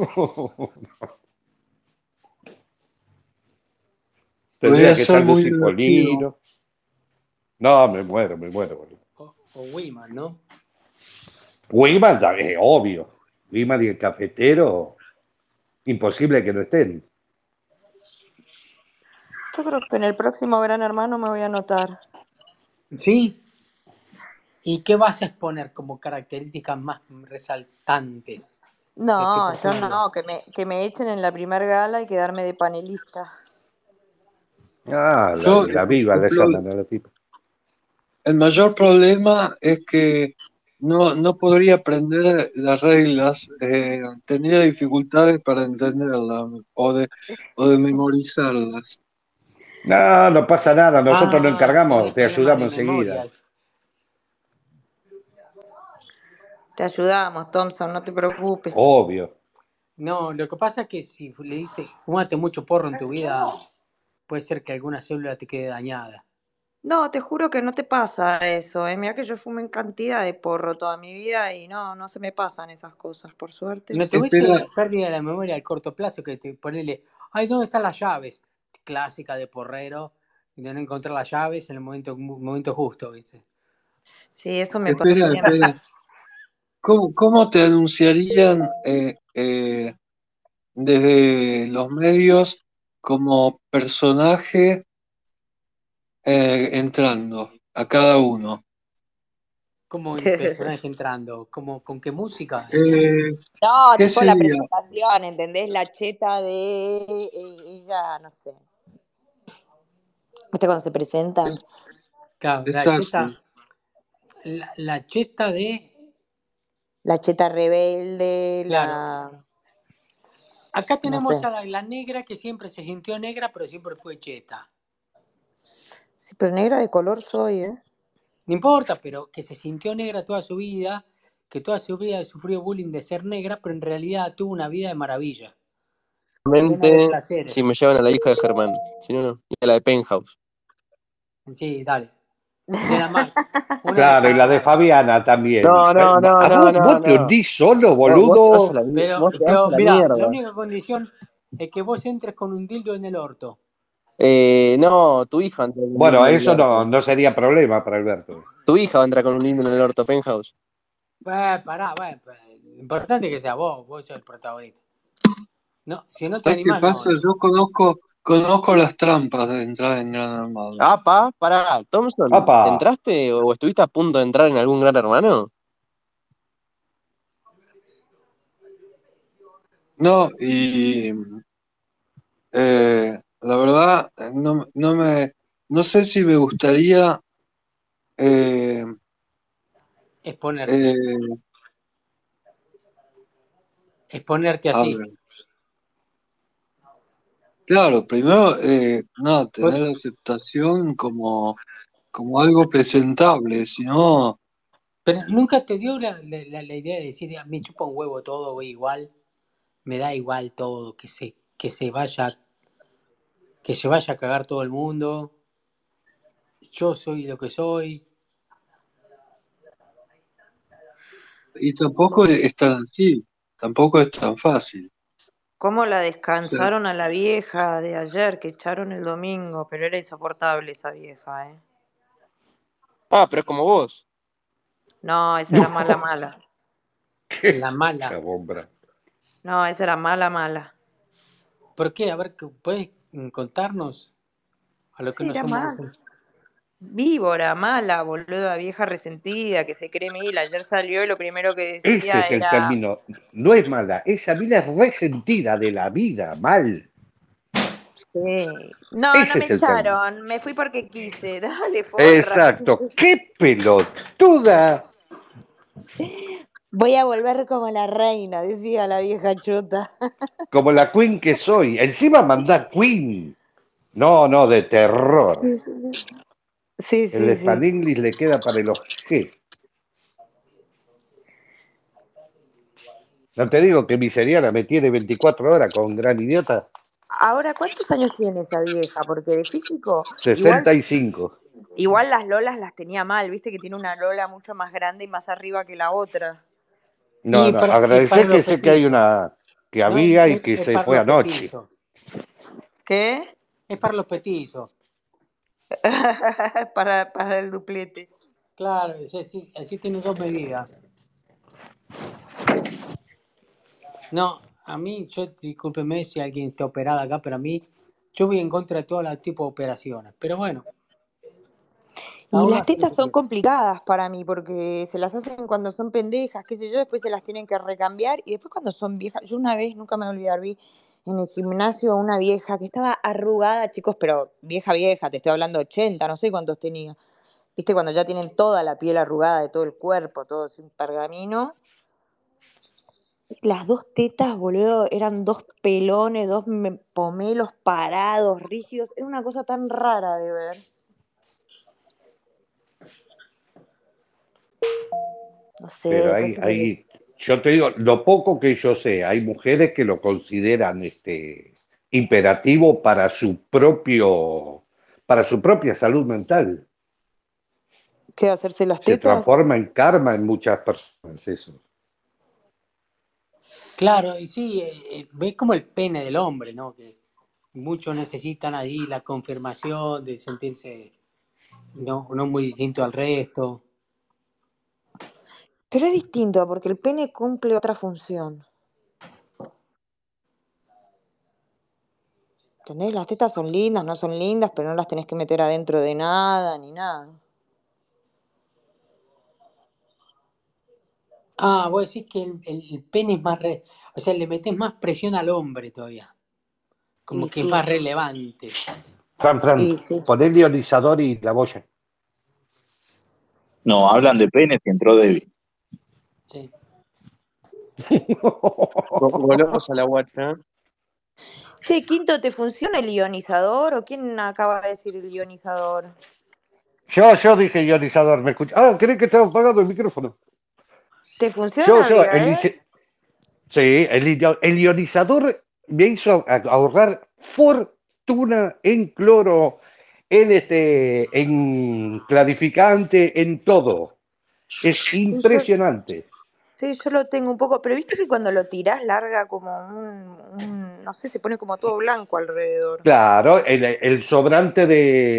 Tendría podría que ser estar muy Lucy divertido. Polino. No, me muero, boludo. O Wiman, ¿no? Wiman, es obvio. Wiman y el cafetero, imposible que no estén. Yo creo que en el próximo Gran Hermano me voy a anotar. Sí. ¿Y qué vas a exponer como características más resaltantes de tu No, yo personalidad? no, que me echen en la primer gala y quedarme de panelista. Ah, Yo, la viva la llaman a la tipa. el mayor problema es que no podría aprender las reglas, tendría dificultades para entenderlas o de memorizarlas. No, no pasa nada, nosotros nos Ah, tenés encargamos, te problemas de ayudamos enseguida. memoria. Te ayudamos, Thompson, no te preocupes. Obvio. No, lo que pasa es que si le diste, fumaste mucho porro en tu vida, puede ser que alguna célula te quede dañada. No, te juro que no te pasa eso, ¿eh? Mirá que yo fumé en cantidad de porro toda mi vida y no se me pasan esas cosas, por suerte. ¿No tuviste Espera, pérdida de la memoria a corto plazo que te ponele, ay, ¿dónde están las llaves? Clásica de porrero, y de no encontrar las llaves en el momento justo, ¿viste? Sí, eso me pasa siempre. espera. ¿Cómo te anunciarían desde los medios como personaje entrando a cada uno? Como un personaje entrando, como con qué música. Eh, No, ¿Qué tipo la sería? presentación, ¿entendés? La cheta de ella, no sé. ¿Viste cuando se presentan? Claro, Exacto. la cheta de, La cheta rebelde, claro, acá no tenemos sé. a la negra que siempre se sintió negra, pero siempre fue cheta. Sí, pero negra de color soy, ¿eh? No importa, pero que se sintió negra toda su vida, que toda su vida sufrió bullying de ser negra, pero en realidad tuvo una vida de maravilla, llena de Si placeres. me llevan a la hija de Germán, si no, no. Y a la de Penthouse. Sí, dale. De la mar, una de Claro, y la cada de lado. Fabiana también. No, no, no, ¿A no, vos, no, vos te no. hundís solo, Vos te vas a boludo? la Mira, la mierda. única condición es que vos entres con un dildo en el orto. No, tu hija va a entrar con un Bueno, lindo en el eso orto. no sería problema para Alberto. Tu hija va a entrar con un lindo en el orto, Penthouse. Pará, lo importante es que sea vos sos el protagonista. No, si no te ¿Sabes qué animás, no. pasa? Yo conozco las trampas de entrar en Gran Hermano. Pará, Thompson, Papá, ¿entraste o estuviste a punto de entrar en algún gran hermano? No, y la verdad, no sé si me gustaría, eh, Exponerte. eh, Exponerte a así. ver, claro, primero, no, Pues, tener la aceptación como algo presentable, si no, pero nunca te dio la idea de decir, me chupa un huevo todo, voy igual, me da igual todo, que se vaya a cagar todo el mundo, yo soy lo que soy. Y tampoco es tan así, tampoco es tan fácil. ¿Cómo la O sea, descansaron a la vieja de ayer que echaron el domingo? Pero era insoportable esa vieja, ¿eh? Ah, pero es como vos. No, esa era mala, No, mala. La qué mala. chabombra. No, esa era mala, mala. ¿Por qué? A ver, ¿puedes contarnos a lo que Sí, no era somos mala. Víbora, mala, boluda, vieja resentida, que se cree mil. Ayer salió y lo primero que Ese decía es el era... término. No es mala, esa mina es resentida de la vida, mal. Sí. No, no Ese me es el término. echaron, me fui porque quise. Dale, forra. Exacto. ¡Qué pelotuda! Voy a volver como la reina, decía la vieja chota. Como la Queen que soy. Encima manda Queen. No, no, de terror. Sí, sí, sí. Sí, El sí, sí. Spanglish le queda para el ojete. No te digo que mi seriana me tiene 24 horas con gran idiota. Ahora, ¿cuántos años tiene esa vieja? Porque de físico, igual, 65. igual las lolas las tenía mal, viste que tiene una lola mucho más grande y más arriba que la otra. No, no, y para agradecer los que sé que hay petizos. una que No, había y que es se para fue los anoche. petizos. ¿Qué? Es para los petizos. Para el duplete. Claro, así tiene dos medidas. No, a mí, discúlpeme si alguien está operado acá, pero a mí, yo voy en contra de todos los tipos de operaciones. Pero bueno, cada Y uno las hace lo tetas que son quiere. complicadas para mí porque se las hacen cuando son pendejas, qué sé yo, después se las tienen que recambiar y después cuando son viejas. Yo una vez, nunca me voy a olvidar, vi en el gimnasio a una vieja que estaba arrugada, chicos, pero vieja, vieja, te estoy hablando 80, no sé cuántos tenía. Viste, cuando ya tienen toda la piel arrugada de todo el cuerpo, todo es un pergamino. Las dos tetas, boludo, eran dos pelones, dos pomelos parados, rígidos. Era una cosa tan rara de ver. No Pero sé, parece que yo te digo, lo poco que yo sé, hay mujeres que lo consideran imperativo para su propia salud mental. ¿qué hacerse las Se tetas? transforma en karma en muchas personas eso. Claro, y sí, ves como el pene del hombre, ¿no? Que muchos necesitan ahí la confirmación de sentirse no muy distinto al resto. Pero es distinto porque el pene cumple otra función. ¿Entendés? Las tetas son lindas, no son lindas, pero no las tenés que meter adentro de nada ni nada. Ah, vos decís que el pene es más... O sea, le metés más presión al hombre todavía. Y Como que es sí, más relevante. Fran, y sí. poné el ionizador y la boya. No, hablan de penes y entró Debbie. Sí. Golosa la guacha. Che, Quinto, ¿te funciona el ionizador o quién acaba de decir el ionizador? Yo dije ionizador, ¿me escucha? Ah, ¿crees que estaba apagado el micrófono? ¿Te funciona, Yo, Abigail? sí, el ionizador me hizo ahorrar fortuna en cloro, en clarificante, en todo. Es Sí, yo, impresionante. sí, yo lo tengo un poco, pero viste que cuando lo tirás larga como no sé, se pone como todo blanco alrededor. Claro, el sobrante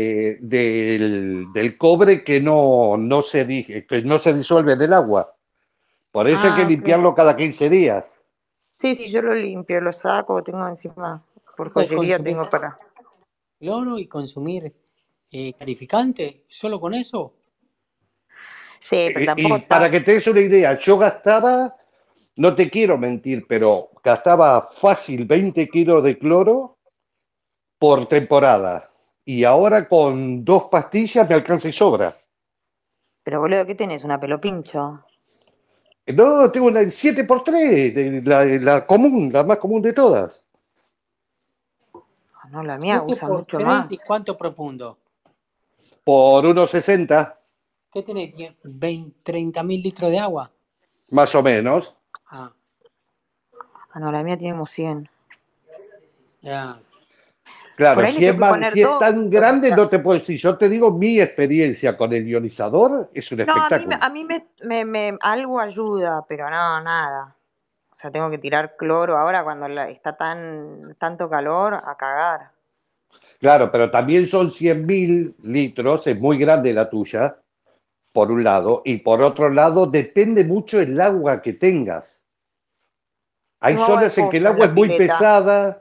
del cobre que que no se disuelve en el agua. Por eso hay que Ah, ok. limpiarlo cada 15 días. Sí, sí, yo lo limpio, lo saco, tengo encima, por Puedes joyería consumir tengo para... cloro y consumir clarificante. ¿Solo con eso? Sí, pero tampoco Y para tan... que te des una idea, yo gastaba, no te quiero mentir, pero gastaba fácil 20 kilos de cloro por temporada. Y ahora con 2 pastillas me alcanza y sobra. Pero boludo, ¿qué tenés? ¿Una pelo pincho? No, tengo una 7x3, la común, la más común de todas. Ah, no, la mía 7 usa por mucho 3 y más. cuánto profundo. Por unos 60, ¿Qué tenés? 30.000 litros de agua. más o menos. Ah, Ah, no, la mía tiene como 100. ya. Claro, Por ahí le tengo que poner si es dos tan grande, no te puedo decir. Yo te digo, mi experiencia con el ionizador es un No, espectáculo. a mí algo ayuda, pero no, nada. O sea, tengo que tirar cloro ahora cuando está tanto calor a cagar. Claro, pero también son 100.000 litros, es muy grande la tuya, por un lado, y por otro lado, depende mucho el agua que tengas. Hay Tengo agua de zonas en que el pozo en agua es la muy pileta. pesada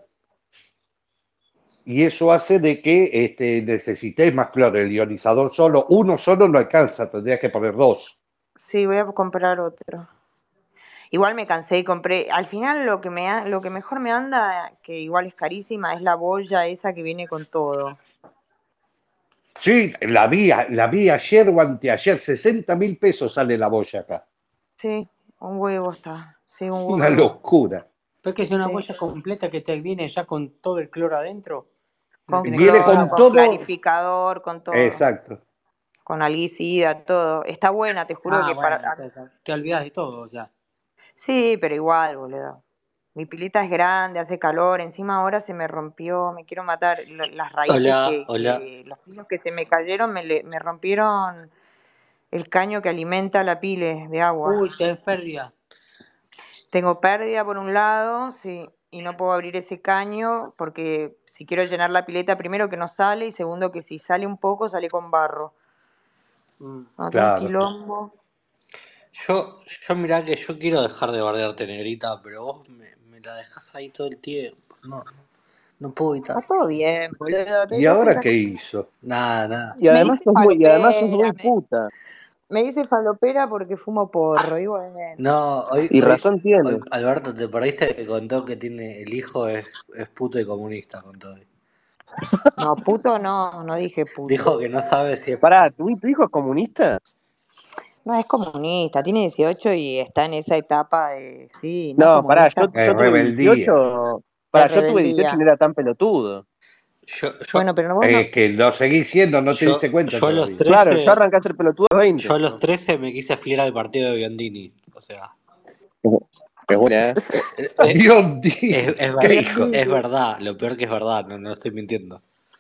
y eso hace de que necesites más cloro. El ionizador solo, uno solo no alcanza, tendrías que poner dos. Sí, voy a comprar otro. Igual me cansé y compré. Al final lo que mejor me anda, que igual es carísima, es la boya esa que viene con todo. Sí, la vi ayer o anteayer, 60.000 pesos sale la boya acá. Sí, un huevo está. Sí, un Una huevo. locura. Pero es que es una Sí. boya completa que te viene ya con todo el cloro adentro. No Con tenés que Viene hacer cloro, con nada. con todo, clarificador, con todo. exacto. Con algicida, todo. Está buena, te juro Ah, que bueno, entonces te olvidas de todo ya. Sí, pero igual, boludo. Mi pileta es grande, hace calor, encima ahora se me rompió, me quiero matar. Las raíces Hola, hola. los pinos que se me cayeron me rompieron el caño que alimenta la pile de agua. Uy, tenés pérdida. Tengo pérdida por un lado, sí, y no puedo abrir ese caño porque si quiero llenar la pileta, primero que no sale y segundo que si sale un poco, sale con barro. No, todo un Claro. quilombo. Yo mirá que yo quiero dejar de bardearte, negrita, pero vos me la dejás ahí todo el tiempo. No puedo evitar. Está todo bien, boludo. ¿Y Vos ahora pensás qué que hizo? Nada. Y me además dice sos muy falopera, puta. me dice falopera porque fumo porro, y bueno. No, Y razón tiene. hoy Alberto, te perdiste que contó que tiene el hijo es puto y comunista con todo. No, puto no, no dije puto. Dijo que no sabe si es. Pará, ¿tu hijo es comunista? No, es comunista, tiene 18 y está en esa etapa de, sí, no No, pará, comunista, yo tuve Rebeldía. 18. de Pará, yo tuve 18 y no rebeldía. era tan pelotudo. Yo, yo, Bueno, pero vos no. Que lo seguís siendo, no te diste cuenta yo a los todavía. Claro, yo 13, arranqué a ser pelotudo a los yo 20. a los 13 me quise afiliar al partido de Biondini. O sea, Es buena, ¿eh? eh, Biondi, ¿qué hijo? es verdad, lo peor que es verdad, no estoy mintiendo.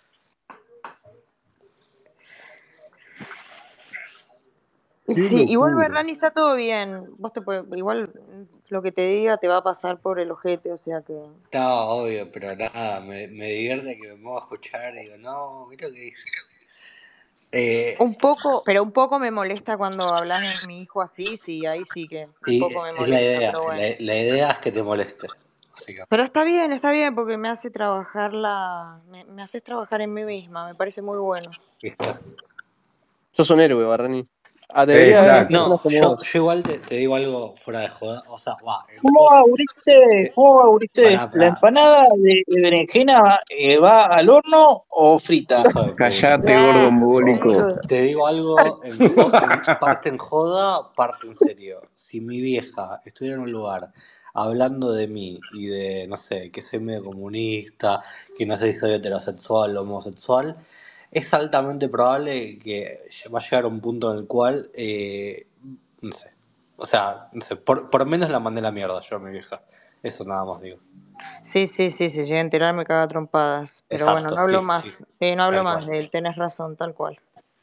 Qué Sí, igual locura. Berlani está todo bien. Igual lo que te diga te va a pasar por el ojete, o sea que. No, obvio, pero nada, me divierte que me ponga a escuchar y digo, no, mira lo que dice. Un poco, pero un poco me molesta cuando hablas de mi hijo así, sí, ahí sí que un Y poco me es la molesta, idea, pero bueno. la idea es que te moleste, básicamente. Pero está bien, porque me hace trabajar me haces trabajar en mí misma, me parece muy bueno. ¿Viste? Sos un héroe, Barrani. Ah, debería haber más Exacto. personas No, como yo vos. igual te digo algo fuera de joda, o sea, en ¿Cómo va, Ulises? te- ¿Cómo va, Ulises? ¿La pará, empanada de berenjena va al horno o frita? hijo de puta. Callate, gordo Hijo mogólico. de- Te digo algo parte en joda, parte en serio. Si mi vieja estuviera en un lugar hablando de mí y de, no sé, que soy medio comunista, que no sé si soy heterosexual o homosexual, es altamente probable que va a llegar a un punto en el cual, no sé, o sea, no sé, por lo menos la mandé a la mierda yo a mi vieja. Eso nada más digo. Sí, si llega a enterar me caga a trompadas. Pero bueno, Exacto, no hablo sí, más. sí, Sí, no hablo tal más cual. de él, tenés razón, tal cual.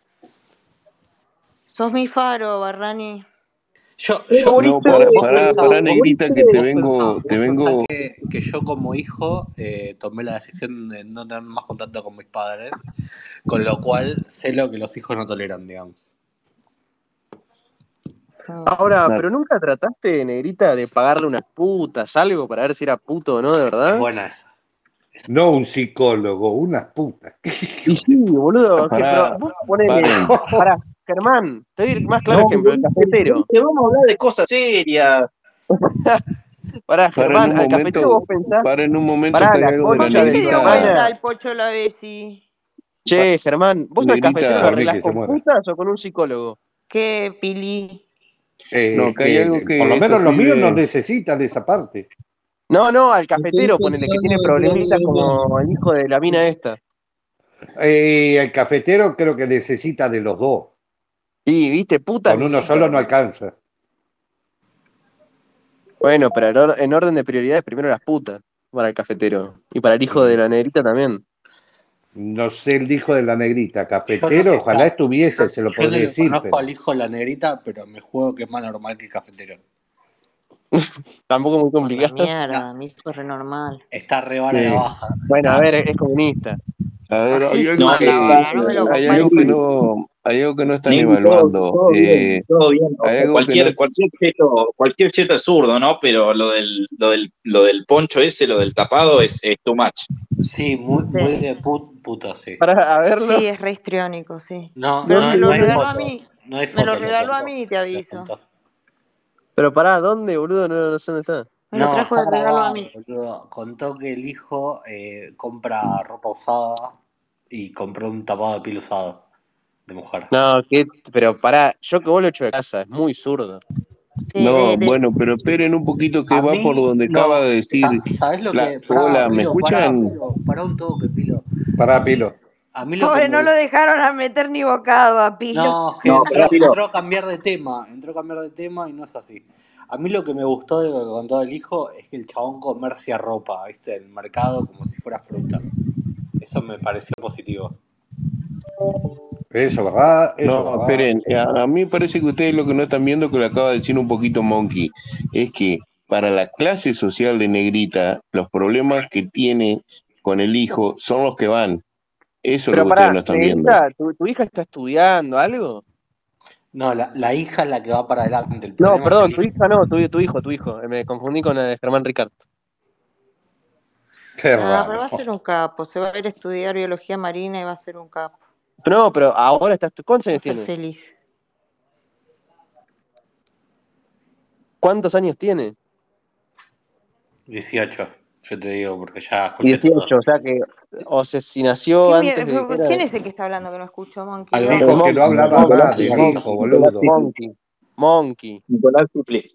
Sos mi faro, Barrani. No, Vos pensá, negrita, que te vos pensá que yo como hijo tomé la decisión de no tener más contacto con mis padres, con lo cual sé lo que los hijos no toleran, digamos. Ahora, Claro. ¿pero nunca trataste, negrita, de pagarle unas putas, algo, para ver si era puto o no, de Es verdad? buena esa. No un psicólogo, unas putas. Y sí, boludo, pero Pará, vos ponele. paren. Pará, Germán, te doy el más claro No, ejemplo, el cafetero. Ulises, vamos a hablar de cosas serias. Pará, Paren Germán, un al cafetero momento, vos pensás, paren un momento pará, que hay la algo de la ¿Por concha qué de se tu dio negrita. vuelta hermana. el pocho la Bessi? Che, Germán, ¿vos al cafetero lo Negrita, Dormí arreglás que se con muera. putas o con un psicólogo? ¿Qué, Pili? no, que hay algo Por lo que menos estos los míos no pibes. necesitan esa parte. No, al Estoy cafetero, ponele, que pensando tiene en problemitas Diego. como el hijo de la mina esta. El cafetero creo que necesita de los dos. Y, viste, putas Con uno necesita. solo no alcanza. Bueno, pero en orden de prioridades, primero las putas para el cafetero. Y para el hijo de Mm. la negrita también. No sé el hijo de la negrita, Yo no cafetero, sé, ojalá estuviese, se lo yo no podría lo decir, conozco pero al hijo de la negrita, pero me juego que es más normal que el cafetero. Tampoco muy Por la complicado. No, mierda, mi hijo es re normal. está re vara la Sí. baja. Bueno, a Está, ver, es comunista. A ver, hay algo No, Bajísima la que, vara, no me lo hay comparen algo que con... no, hay algo que no están Negri, todo, evaluando. todo bien, todo bien. O Hay sea, algo que no, cualquier cheto es zurdo, ¿no? Pero lo del poncho ese, lo del tapado es too much. sí, muy Sí, de puto, sí. Para a verlo. sí, es re histriónico, sí. No, Pero no, me no lo hay regaló a foto. mí. No hay Me lo foto, lo regaló a contó. mí y te Lo aviso. contó. Pero pará, ¿dónde, boludo? No sé dónde está. Me lo No, trajo está de regalo a grabado, mí. boludo. Contó que el hijo compra ropa usada y compró un tapado de piel usado de mujer. No, pero pará, yo que vos lo echo de casa, es muy zurdo. Sí, no, bueno, pero esperen un poquito que A va por mí, donde acaba no. de decir. ¿Sabés lo que? Hola, ¿me Pilo, escuchan? pará un toque, Pilo. para Pilo. A mí lo que pobre, me no lo dejaron a meter ni bocado a Pilo. No, que No, pará, Pilo. entró a cambiar de tema, y no es así. A mí lo que me gustó de lo que contó el hijo es que el chabón comercia ropa, ¿viste? En el mercado como si fuera fruta. Eso me pareció positivo. Eso, ¿verdad? Eso, No, ¿verdad? esperen, a mí me parece que ustedes lo que no están viendo, que lo acaba de decir un poquito Monkey, es que para la clase social de Negrita, los problemas que tiene con el hijo son los que van. Eso es lo Pero que ustedes pará, no están viendo. Negrita, ¿tu hija está estudiando algo? No, la hija es la que va para adelante. El No, problema es el perdón, tu hijo. hija no, tu hijo. Me confundí con la de Germán Ricard. Qué Ah, pero va raro. a ser un capo. Se va a ir a estudiar biología marina y va a ser un capo. No, pero ahora ¿cuántos Va a años ser tiene? feliz. ¿Cuántos años tiene? 18, yo te digo, porque ya escuché 18, todo. o sea que, o sea, si nació antes de que era ¿Quién es el que está hablando que no escucho, Monkey? Dijo Alberto, que no Monkey, hablaba Nicolás más Monkey, del Cipli. hijo, Monkey, Nicolás boludo. Cipli. Monkey, Monkey. Nicolás Cipli.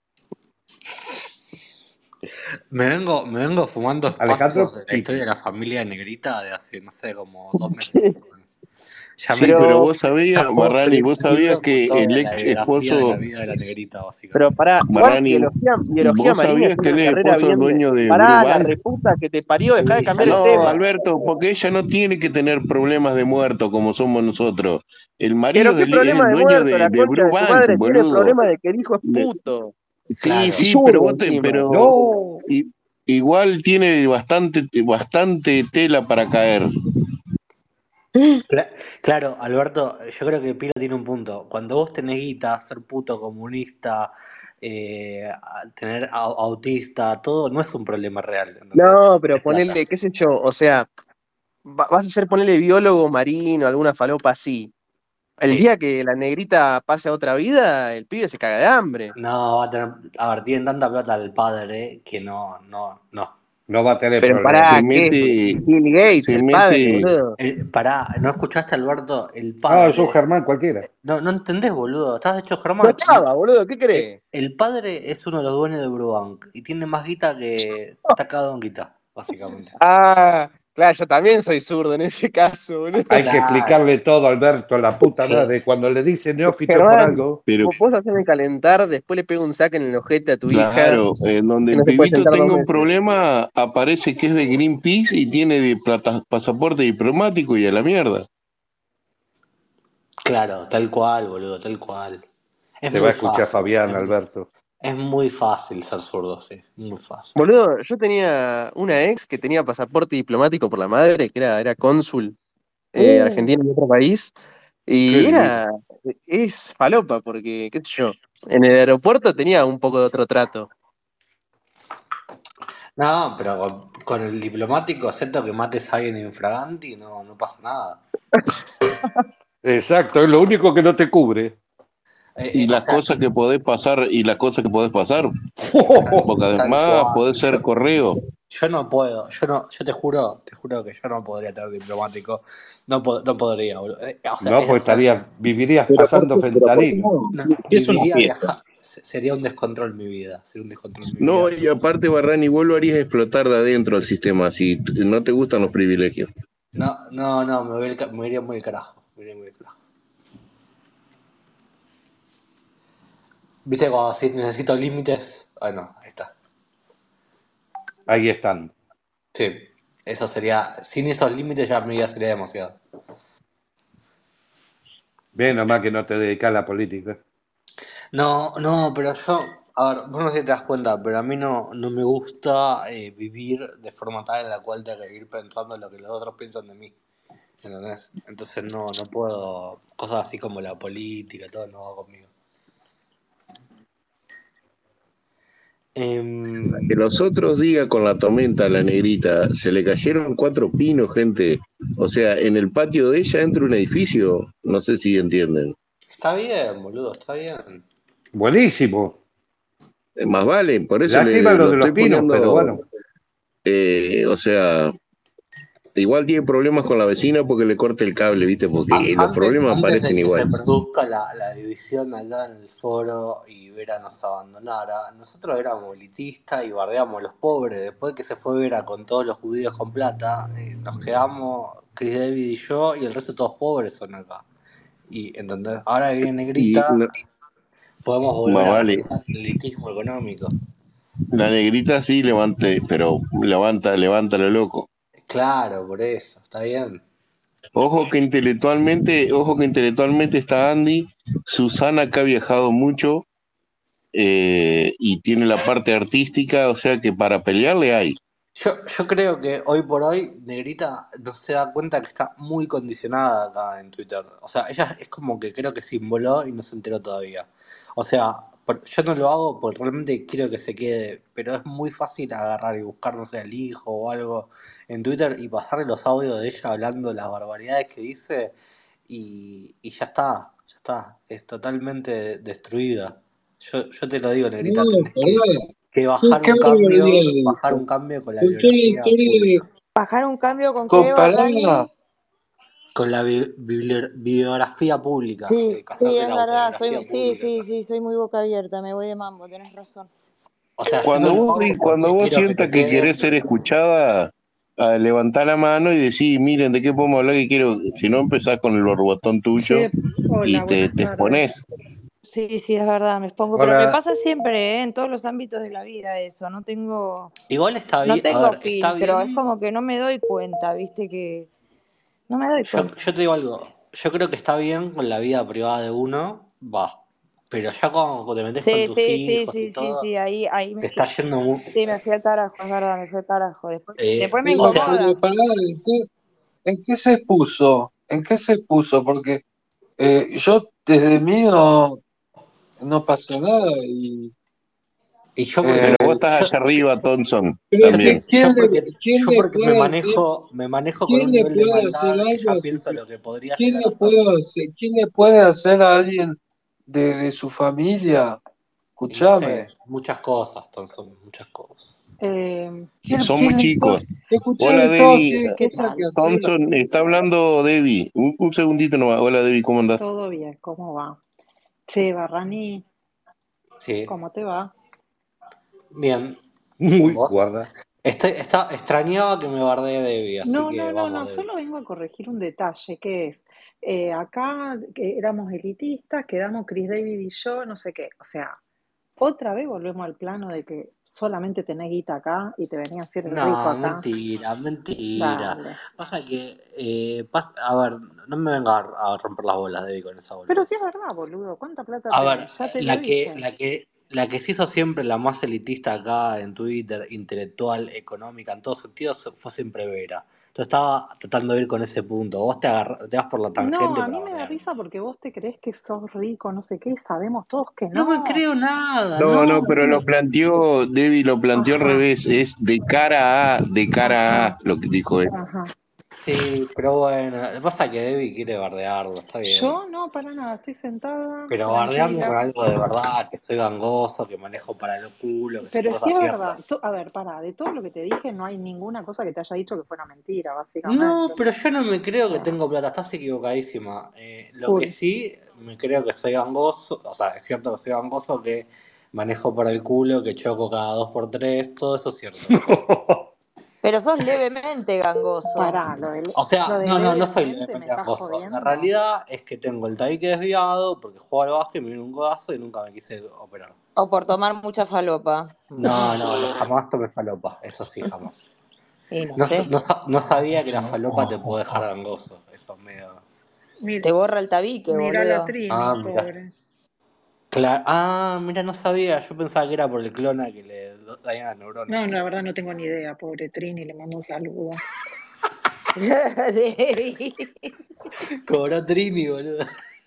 me vengo fumando Alejandro espacios de la historia Pipli. de la familia negrita de hace, no sé, como 2 meses más o menos. Ya Sí, me, pero Pero, vos sabías, ya puedo Barrani, escribir vos un sabías libro con que toda el la ex biografía de la esposo, vida de la negrita, pero básicamente. igual Barrani, biología vos marina es sabías que una el ex carrera esposo es bien. dueño de Pará, la Brubank. reputa que te parió, dejá de Sí, ya cambiar lo el sé. No, tema. Alberto, porque ella no tiene que tener problemas de muerto como somos nosotros. El Pero marido qué es problema el de dueño muerto, la de concha de tu Brubank, madre tiene boludo. problema de que el hijo es De- puto. sí, Claro. Y sí, pero zurdo encima. No. igual tiene bastante tela para caer. Claro, Alberto, yo creo que Pilo tiene un punto. Cuando vos tenés guita, ser puto comunista, tener autista, todo no es un problema real, ¿entendés? No, pero Es plata. ponele, qué sé yo, o sea, vas a ser ponerle biólogo marino, alguna falopa así. El Sí. día que la negrita pase a otra vida, el pibe se caga de hambre. No, va a tener. A ver, tienen tanta plata el padre que no. No va a tener Pero problema. Se pará, ¿qué es? mete, Bill Gates, se el padre, mete, boludo. Pará, ¿no escuchaste, Alberto? El No, es un padre. Germán cualquiera. No entendés, boludo. Estás hecho No Germán. estaba, boludo, ¿qué crees? El padre es uno de los dueños de Brubank y tiene más guita que. Está cagado en guita, básicamente. Ah, claro, yo también soy zurdo en ese caso, boludo. Hay que Claro. explicarle todo, Alberto, la puta Que, madre. Cuando le dice neófito es por Germán, algo. pero vos hacerme calentar, después le pego un saque en el ojete a tu hija, claro, donde que el no se puede pibito sentar dos tenga un meses. problema, aparece que es de Greenpeace y tiene de pasaporte diplomático y a la mierda. claro, tal cual, boludo, tal cual. Es Te va a muy escuchar fácil. Fabián, Alberto. Es muy fácil ser zurdo, sí. Muy fácil. Boludo, yo tenía una ex que tenía pasaporte diplomático por la madre, que era cónsul argentino en otro país, Qué y lindo. es falopa, porque, qué sé yo, en el aeropuerto tenía un poco de otro trato. No, pero con el diplomático, excepto que mates a alguien infraganti, no pasa nada. Exacto, es lo único que no te cubre. Y O las sea, cosas que podés pasar, porque tal además cual. podés ser correo. Yo no puedo, yo te juro que yo no podría tener diplomático. No podría, boludo. O sea, No, pues vivirías pasando Pero ¿por qué fentanilo. no? no, ¿Qué es una viviría fiesta? viajar. Sería un descontrol en mi vida. Sería un descontrol en mi vida. No, y aparte, Barrani, vos lo harías explotar de adentro al sistema si no te gustan los privilegios. No, me iría muy al carajo. Me iría muy al carajo. ¿Viste cuando si necesito límites? Bueno, ahí está. Ahí están. Sí. Eso sería, sin esos límites ya mi vida sería demasiado. Bien, nomás que no te dedicas a la política. No, no, pero yo, a ver, vos no sé si te das cuenta, pero a mí no me gusta vivir de forma tal en la cual tenga que vivir pensando en lo que los otros piensan de mí, ¿entendés? Entonces no puedo, cosas así como la política, todo no va conmigo. Que los otros días con la tormenta a la negrita se le cayeron 4 pinos, gente. O sea, en el patio de ella entra un edificio. No sé si entienden. Está bien, boludo, está bien. Buenísimo. Más vale, por eso Lástima lo lo de los estoy pinos, pero poniendo. bueno. O sea, igual tiene problemas con la vecina porque le corta el cable, ¿viste? Porque los problemas Antes de aparecen que se igual. produzca la división allá en el foro y Vera nos abandonara, nosotros éramos elitistas y bardeamos a los pobres. Después que se fue Vera con todos los judíos con plata, nos quedamos Chris David y yo, y el resto todos pobres son acá. Y ¿entendés? Ahora que viene Y Negrita, podemos más volver a vale, reflejar el elitismo económico. la negrita sí levante, pero levanta lo loco. Claro, por eso, está bien. Ojo que intelectualmente está Andy. Susana que ha viajado mucho y tiene la parte artística, o sea que para pelearle hay. Yo creo que hoy por hoy Negrita no se da cuenta que está muy condicionada acá en Twitter. O sea, ella es como que creo que se involó y no se enteró todavía. O sea, yo no lo hago porque realmente quiero que se quede, pero es muy fácil agarrar y buscar, no sé, al hijo o algo en Twitter y pasarle los audios de ella hablando las barbaridades que dice y ya está, ya está. Es totalmente destruida. Yo te lo digo, Negrita, No, tenés pará. que ¿Qué barbaridad bajar dijo? un cambio con la Escuchá la bibliografía historia pública. ¿Bajar un cambio con qué, Pará. Barrani? Con la bibliografía pública, Sí, sí, casarte es la verdad. autobiografía pública. Sí, soy muy boca abierta, me voy de mambo, tenés razón. O sea, yo no lo hago Cuando porque vos quiero que te sientas que querés ser quedes. escuchada, levantá la mano y decís, miren, ¿de qué podemos hablar? Que quiero, si no empezás con el borbotón tuyo Che, hola, y buenas te tardes. exponés. Sí, sí, es verdad, me expongo, pero me Ahora, pasa siempre, en todos los ámbitos de la vida eso, Igual está no bien, a tengo ver, está filtro, es bien. como que no me doy cuenta, viste que no me doy cuenta. Yo te digo algo, yo creo que está bien con la vida privada de uno, va. Pero ya cuando te metes con Sí, tus sí, sí, hijos y sí, sí, todo, sí, ahí te me está fui. yendo muy. Sí, me fui al carajo, es verdad, me fui al carajo. Después me O Pero, sea, incomoda. pará, ¿en qué se puso? ¿En qué se puso? Porque yo desde mí no pasó nada y y yo eh, Pero porque. vos estás Yo, allá arriba, Thompson, pero yo, también. ¿quién yo le porque puede hacer, me manejo con quién un le nivel de puede hacer maldad que algo ya a su pienso lo que podría quién llegar a le ser. quién le puede hacer a alguien de su familia? Y no sé, Escúchame. muchas cosas, Thompson, muchas cosas. Son ¿Quién muy le puede? chicos. Hola, Escúchame, todos Debbie. tienen cosas que hacer. Thompson, está hablando Debbie. Un segundito nomás. Hola, Debbie, ¿cómo andás? Todo bien, ¿cómo va? Che, Barrani, Sí, ¿cómo te va? bien. muy ¿Vos? guarda. Extrañaba que me bardee Debbie, así que No, vamos, Debbie. solo vengo a corregir un detalle, que es, acá que éramos elitistas, quedamos Chris David y yo, no sé qué, o sea, otra vez volvemos al plano de que solamente tenés guita acá y te venías a ser el rico No, acá. mentira, mentira. Dale. Pasa que, a ver, no me venga a romper las bolas, Debbie, con esa Pero sí es boludez. verdad, boludo, ¿cuánta plata A ver, tenés? Ya te lo dije. la que se hizo siempre la más elitista acá en Twitter, intelectual, económica, en todos sentidos, fue siempre Vera. Entonces estaba tratando de ir con ese punto. Vos te vas por la No, tangente a para mí me da bardearme. risa porque vos te crees que sos rico, no sé qué, y sabemos todos que No me no. creo nada, No, no. pero Debbie lo planteó al Ajá, revés. Es de cara a ajá, lo que dijo él. ajá. Sí, pero bueno, pasa que Debbie quiere bardearlo, está bien. Yo no, para nada, estoy sentada, Pero bardearme con tranquila. algo de verdad, que soy gangoso, que manejo para el culo, que son Pero sí cosas es verdad. ciertas. A ver, pará, de todo lo que te dije no hay ninguna cosa que te haya dicho que fuera mentira, No, básicamente. pero yo no me O creo que sea, tengo plata, estás equivocadísima. Lo que cool. sí, me creo que soy gangoso, o sea, es cierto que soy gangoso, que manejo para el culo, que choco cada dos por tres, todo eso es cierto. Pero sos levemente gangoso. Pará, O lo sea, de no soy levemente me levemente estás gangoso. La jodiendo. realidad es que tengo el tabique desviado porque juego al básquet, me vino un codazo y nunca me quise operar. O por tomar mucha falopa. No, jamás tomé falopa, eso sí, jamás. Y no No, sé, no sabía que la falopa te puede dejar gangoso. Eso es medio. Mir- te borra el tabique, Mira la boludo. Trini, Mira. pobre. Mira, no sabía. Yo pensaba que era por el clona que le dañan las No, neuronas. la verdad no tengo ni idea, pobre Trini, le mando un saludo. Cobró Trini, boludo.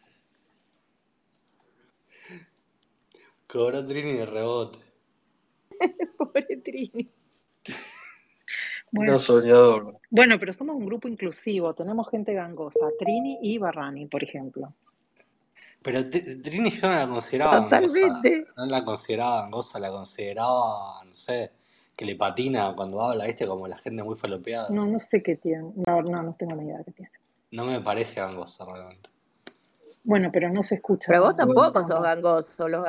Cobró Trini de rebote. Pobre Trini. Bueno, Puro soñador. bueno, pero somos un grupo inclusivo, tenemos gente gangosa, Trini y Barrani, por ejemplo. Pero Trini yo no la consideraba gangosa. Totalmente. No la consideraba gangosa, la consideraba, no sé, que le patina cuando habla, ¿viste? Como la gente muy falopeada. No sé qué tiene, no tengo ni idea qué tiene. No me parece gangosa realmente. Bueno, pero no se escucha Pero vos tampoco con sos voz. gangoso. Yo,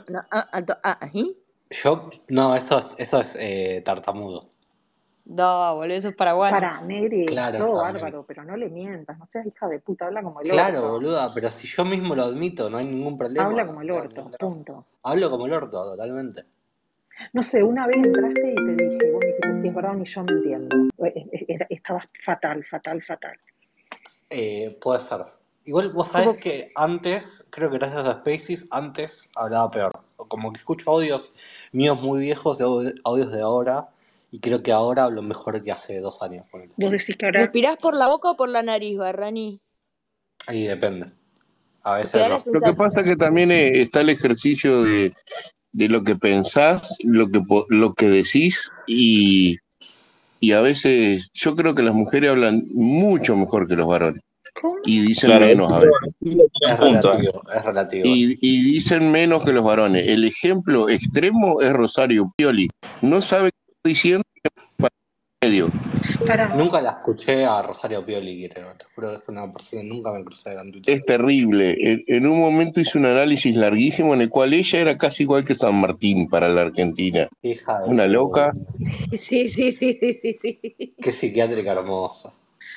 no, eso es tartamudo. No, boludo, eso es paraguayo. Para, Negri, Claro, todo también. bárbaro, pero no le mientas, no seas hija de puta, habla como el Claro, orto. boluda, pero si yo mismo lo admito, no hay ningún problema. Habla No como el tengo orto, ningún drama. punto. Hablo como el orto, totalmente. No sé, una vez entraste y te dije, vos me dijiste, sí, es verdad, ni yo me entiendo. Estabas fatal. Puede ser. Igual vos sabés que antes, creo que gracias a Spaces, antes hablaba peor. Como que escucho audios míos muy viejos, audios de ahora, y creo que ahora hablo mejor que hace 2 años. Ponele. Vos decís que ahora... ¿Respirás por la boca o por la nariz, Barrani? Ahí depende. A Te veces da la no. Lo que pasa sensación. que también está el ejercicio de lo que pensás, lo que decís y a veces yo creo que las mujeres hablan mucho mejor que los varones ¿Cómo? y dicen Claro, menos a veces. Es punto. relativo, es relativo. Y dicen menos que los varones. El ejemplo extremo es Rosario Pioli. No sabe qué está diciendo para medio. Pará, Nunca la escuché a Rosario Pioli, creo. Te juro que es una persona que nunca me crucé en Twitter. Es terrible. En un momento hice un análisis larguísimo en el cual ella era casi igual que San Martín para la Argentina. Hija de Una loca. Sí. Qué psiquiátrica hermosa.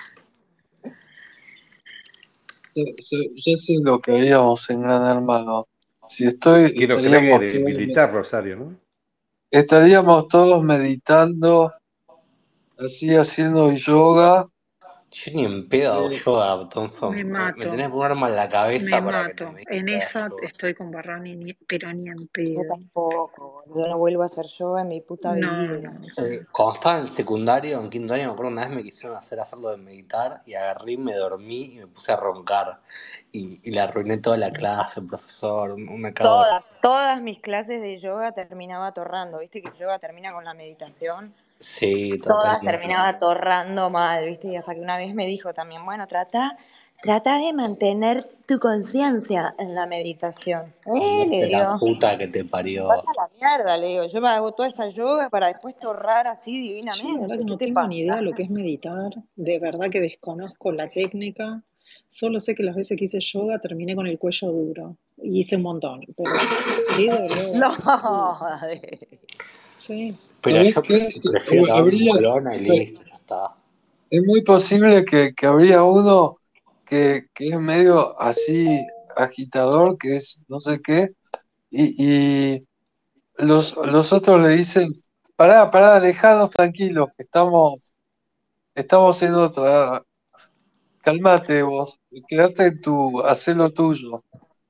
Yo sé lo que haríamos en Gran Hermano. Si Quiero estaríamos creer, militar Rosario, ¿no? todos meditando, así haciendo yoga. Yo ni en pedo hago yoga, Thompson. me Me mato, tenés que poner mal la cabeza me para que te mato. me En digas esa yoga. estoy con Barrani, pero ni en Yo pedo. tampoco, boludo. No vuelvo a hacer yoga en mi puta No. vida. Cuando estaba en el secundario, en quinto año, me acuerdo una vez me quisieron hacerlo de meditar y agarré, me dormí y me puse a roncar. Y le arruiné toda la clase, profesor, una cabra. Todas mis clases de yoga terminaba atorrando. ¿Viste que el yoga termina con la meditación? Sí, Todas totalmente. terminaba atorrando mal, ¿viste? Y hasta que una vez me dijo también, bueno, trata de mantener tu conciencia en la meditación. Le Andate la digo, puta que te parió. vete a la mierda, le digo, yo me hago toda esa yoga para después torrar así Yo la verdad divinamente. que ¿Qué no te tengo ni idea pasa? lo que es meditar, de verdad que desconozco la técnica, solo sé que las veces que hice yoga terminé con el cuello duro, y hice un montón, pero qué dolor, No, puta. Sí. Pero ¿Sabés yo qué? prefiero tomar Habría, Muclona y listo, ya está. es muy posible que habría uno que es medio así agitador, que es no sé qué, y los otros le dicen, pará, dejanos tranquilos, que estamos en otra, calmate vos, quédate hacé lo tuyo.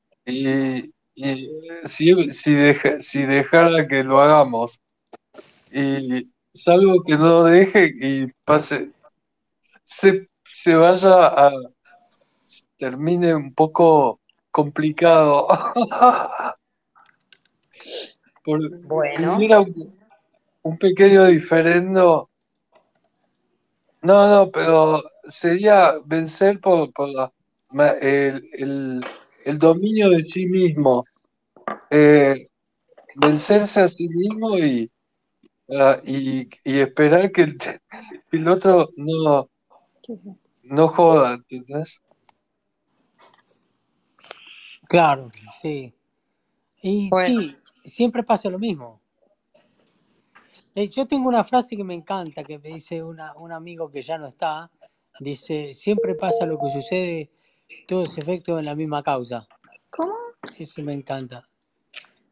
Y si dejara que lo hagamos, y salvo que no deje y se vaya termine un poco complicado. bueno, Hubiera un pequeño diferendo. No, pero sería vencer el dominio de sí mismo. Vencerse a sí mismo y esperar que el otro no joda, ¿entendés? Claro, sí. Y bueno. sí, siempre pasa lo mismo. Yo tengo una frase que me encanta, que me dice un amigo que ya no está, dice, siempre pasa lo que sucede, todo es efecto en la misma causa. ¿Cómo? Eso me encanta.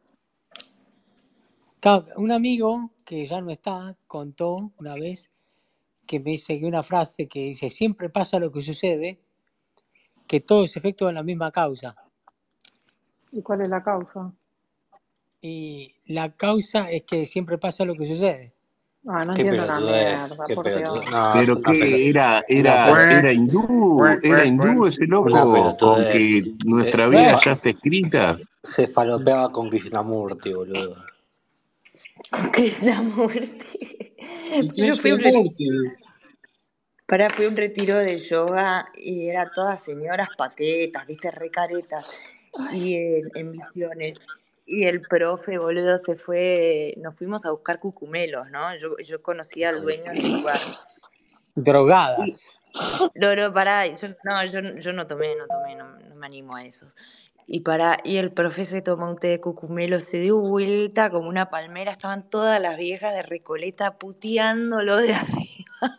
Claro, un amigo que ya no está contó una vez que me dice que una frase que dice, siempre pasa lo que sucede, que todo es efecto de la misma causa. ¿Y cuál es la causa? Y la causa es que siempre pasa lo que sucede. Ah, no Qué entiendo una pelotudez, mierda, qué por pelotudez. Dios. No, es Pero una pelotudez. que era, Una era, pelotudez. era hindú ese Una loco, con pelotudez. que Se, nuestra se, vida Bueno, fa- ya está escrita. se falopeaba con Krishnamurti, boludo. Con Krishnamurti. Y Yo fui a un Krishnamurti, fui a un retiro de yoga y eran todas señoras paquetas, viste, re caretas, y en Misiones. Y el profe, boludo, se fue, nos fuimos a buscar cucumelos, ¿no? Yo conocí al Hijo de dueño del lugar. Y drogadas. no, pará, yo no tomé, no me animo a esos. Y el profe se tomó un té de cucumelo, se dio vuelta como una palmera, estaban todas las viejas de Recoleta puteándolo de arriba.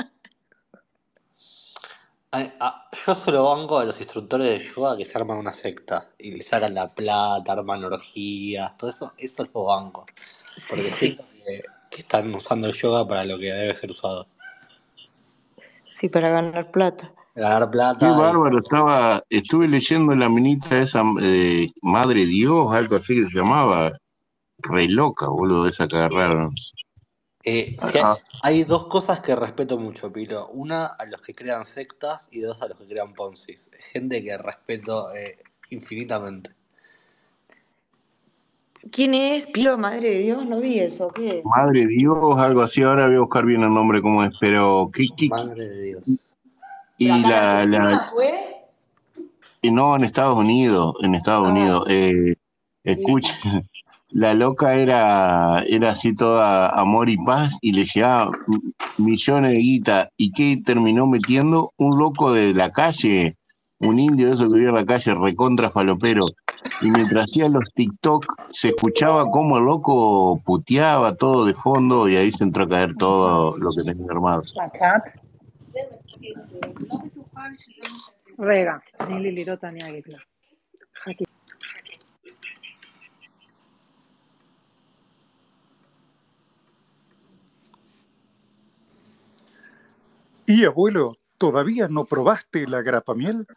Yo solo banco a los instructores de yoga que se arman una secta y le sacan la plata, arman orgías, todo eso, eso lo banco. Porque Sí, siento que están usando el yoga para lo que debe ser usado. sí, para ganar plata. Ganar Qué plata y... bárbaro, estuve leyendo la minita esa, Madre Dios, algo así que se llamaba, re loca, boludo, esa que agarraron. Si hay dos cosas que respeto mucho, Pilo. Una, a los que crean sectas y dos, a los que crean poncis. Gente que respeto infinitamente. ¿Quién es? Pío, madre de Dios, no vi eso, ¿qué? Madre Dios, algo así, ahora voy a buscar bien el nombre cómo es, pero Madre de Dios. ¿Pero y acá en Argentina fue? y no, en Estados Unidos, Ah, escucha, la loca era así toda amor y paz y le llevaba millones de guita. ¿Y qué terminó metiendo? Un loco de la calle, un indio de eso que vivía en la calle, recontra falopero. Y mientras hacía los TikTok, se escuchaba cómo el loco puteaba todo de fondo y ahí se entró a caer todo lo que tenía armado. WhatsApp. Rega, ni Lilirota ni Águila. Aquí. Y abuelo, ¿todavía no probaste la grapamiel?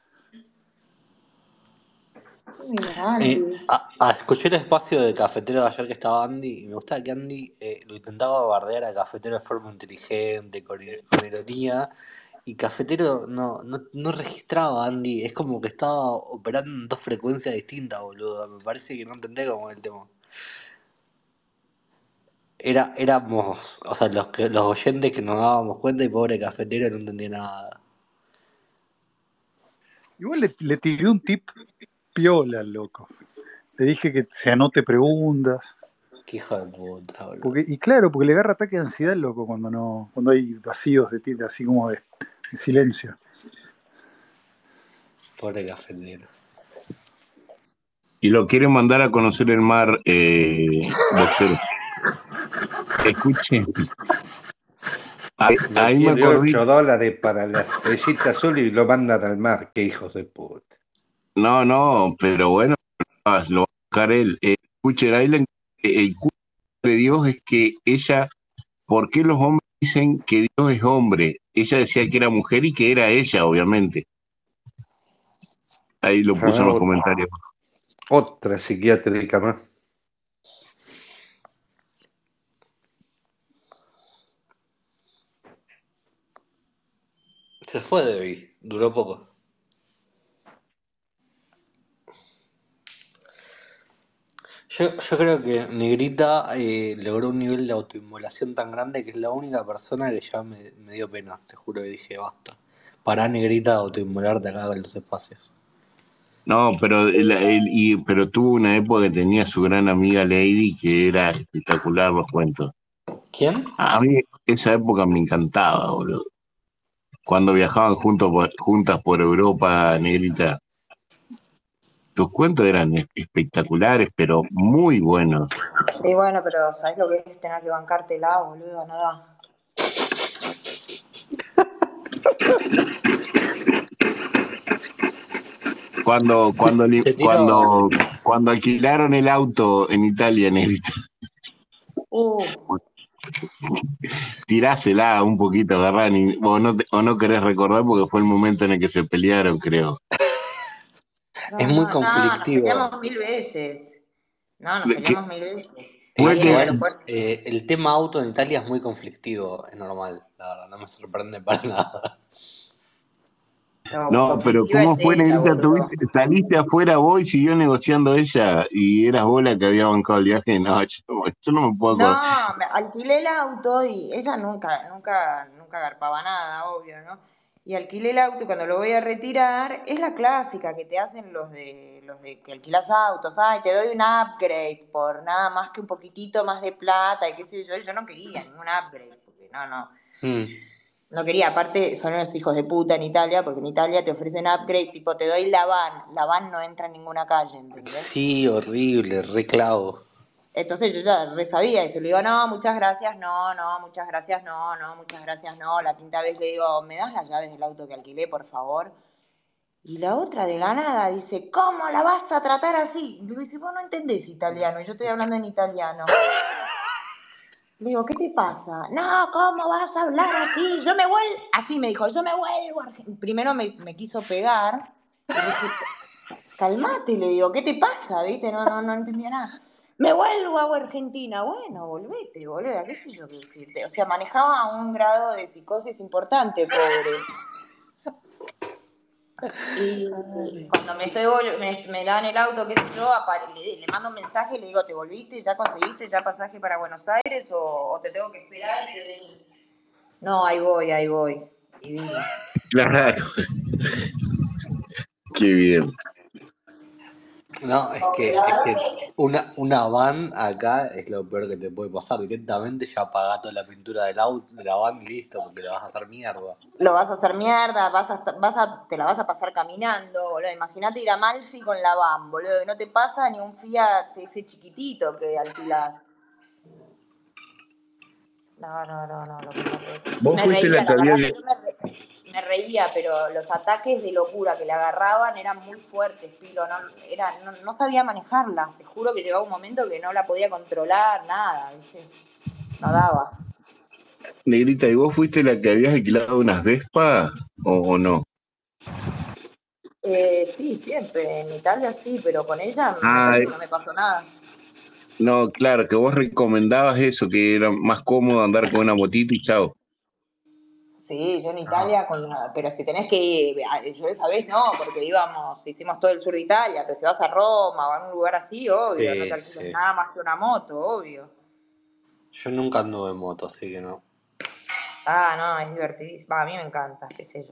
mira, Andy. Escuché el espacio de Cafetero de ayer que estaba Andy y me gusta que Andy lo intentaba bardear a Cafetero de forma inteligente, con ironía, y Cafetero no registraba a Andy, es como que estaba operando en dos frecuencias distintas, boludo. Me parece que no entendía cómo el tema. Éramos, o sea, los oyentes que nos dábamos cuenta y pobre Cafetero no entendía nada. Igual le tiré un tip piola al loco. Le dije que se anote preguntas. Qué hijo de puta, boludo. Porque le agarra ataque de ansiedad al loco cuando hay vacíos de tinta, así como de silencio. Pobre Cafetero. Y lo quiere mandar a conocer el mar boxero. Escuchen. No Ahí me tiene acordé. $8 para la estrellita azul y lo mandan al mar. Qué hijos de puta. No, pero bueno, lo va a buscar él. Escuchen, ahí el culto de Dios es que ella, ¿por qué los hombres dicen que Dios es hombre? Ella decía que era mujer y que era ella, obviamente. Ahí lo puso en los comentarios. Otra psiquiátrica más. Se fue Debbie, duró poco. Yo creo que Negrita logró un nivel de autoinmolación tan grande que es la única persona que ya me dio pena, te juro que dije basta. Pará, Negrita, de autoinmolarte acá en los espacios. No, pero tuvo una época que tenía su gran amiga Lady, que era espectacular los cuentos. ¿Quién? A mí esa época me encantaba, boludo. Cuando viajaban juntas por Europa, Negrita. Tus cuentos eran espectaculares, pero muy buenos. Y bueno, pero ¿sabés lo que es tener que bancártela, boludo? No da. Te tiro. Cuando alquilaron el auto en Italia, Negrita. tirásela un poquito, agarrá, o no querés recordar porque fue el momento en el que se pelearon, creo. No, Es muy no, no, nos conflictivo. peleamos 1000 veces. No, nos ¿De qué? peleamos 1000 veces. Fue Ahí en el que, Igual, aeropuerto. el tema auto en Italia es muy conflictivo, es normal, la verdad, no me sorprende para nada. no, pero Conflictiva ¿cómo es fue, ella, Negrita? boludo. Saliste afuera vos y siguió negociando ella y eras vos la que había bancado el viaje. No, yo no me puedo acordar. No, alquilé el auto y ella nunca garpaba nada, obvio, ¿no? Y alquilé el auto y cuando lo voy a retirar, es la clásica que te hacen los de que alquilas autos. Ay, te doy un upgrade por nada más que un poquitito más de plata y qué sé yo. Y yo no quería ningún upgrade, porque no. Mm. No quería, aparte son unos hijos de puta en Italia, porque en Italia te ofrecen upgrade, tipo te doy la van no entra en ninguna calle, ¿entendés? Sí, horrible, re clavo. Entonces yo ya re sabía y se le digo, no, muchas gracias, no, muchas gracias, no, muchas gracias, no. La quinta vez le digo, ¿me das las llaves del auto que alquilé, por favor? Y la otra de la nada dice, ¿cómo la vas a tratar así? Y le dice, vos no entendés italiano, y yo estoy hablando en italiano. Le digo, ¿qué te pasa? No, ¿cómo vas a hablar así? Yo me vuelvo, así me dijo, yo me vuelvo a Primero me quiso pegar, y le dije, calmate, le digo, ¿qué te pasa? ¿Viste? No entendía nada. Me vuelvo a Argentina. Bueno, volvete, boludo, qué sé yo qué decirte. O sea, manejaba a un grado de psicosis importante, pobre. Y cuando me dan el auto, qué sé yo, le mando un mensaje y le digo, ¿te volviste? ¿Ya conseguiste ya pasaje para Buenos Aires? ¿O te tengo que esperar? No, ahí voy. Y vino. Claro, qué bien. No, es que una van acá es lo peor que te puede pasar. Directamente ya pagás toda la pintura del auto, de la van y listo, porque la vas a hacer mierda. Lo vas a hacer mierda, te la vas a pasar caminando, boludo. Imagínate ir a Malfi con la van, boludo, y no te pasa ni un Fiat ese chiquitito que alquilás. No, lo que Vos me fuiste reía, la que la había... verdad que yo me reía, pero los ataques de locura que le agarraban eran muy fuertes, Pilo, no sabía manejarla, te juro que llegaba un momento que no la podía controlar, nada, ¿viste? No daba. Negrita, ¿y vos fuiste la que habías alquilado unas Vespa o no? Sí, siempre, en Italia sí, pero con ella me Ah, parece que no me pasó nada. no, claro, que vos recomendabas eso, que era más cómodo andar con una motito y chao. Sí, yo en No. Italia, pero si tenés que ir, yo esa vez no, porque hicimos todo el sur de Italia, pero si vas a Roma o a un lugar así, obvio, no te Sí, alquiles sí. nada más que una moto, obvio. Yo nunca anduve en moto, así que no. Ah, no, es divertidísimo. A mí me encanta, qué sé yo.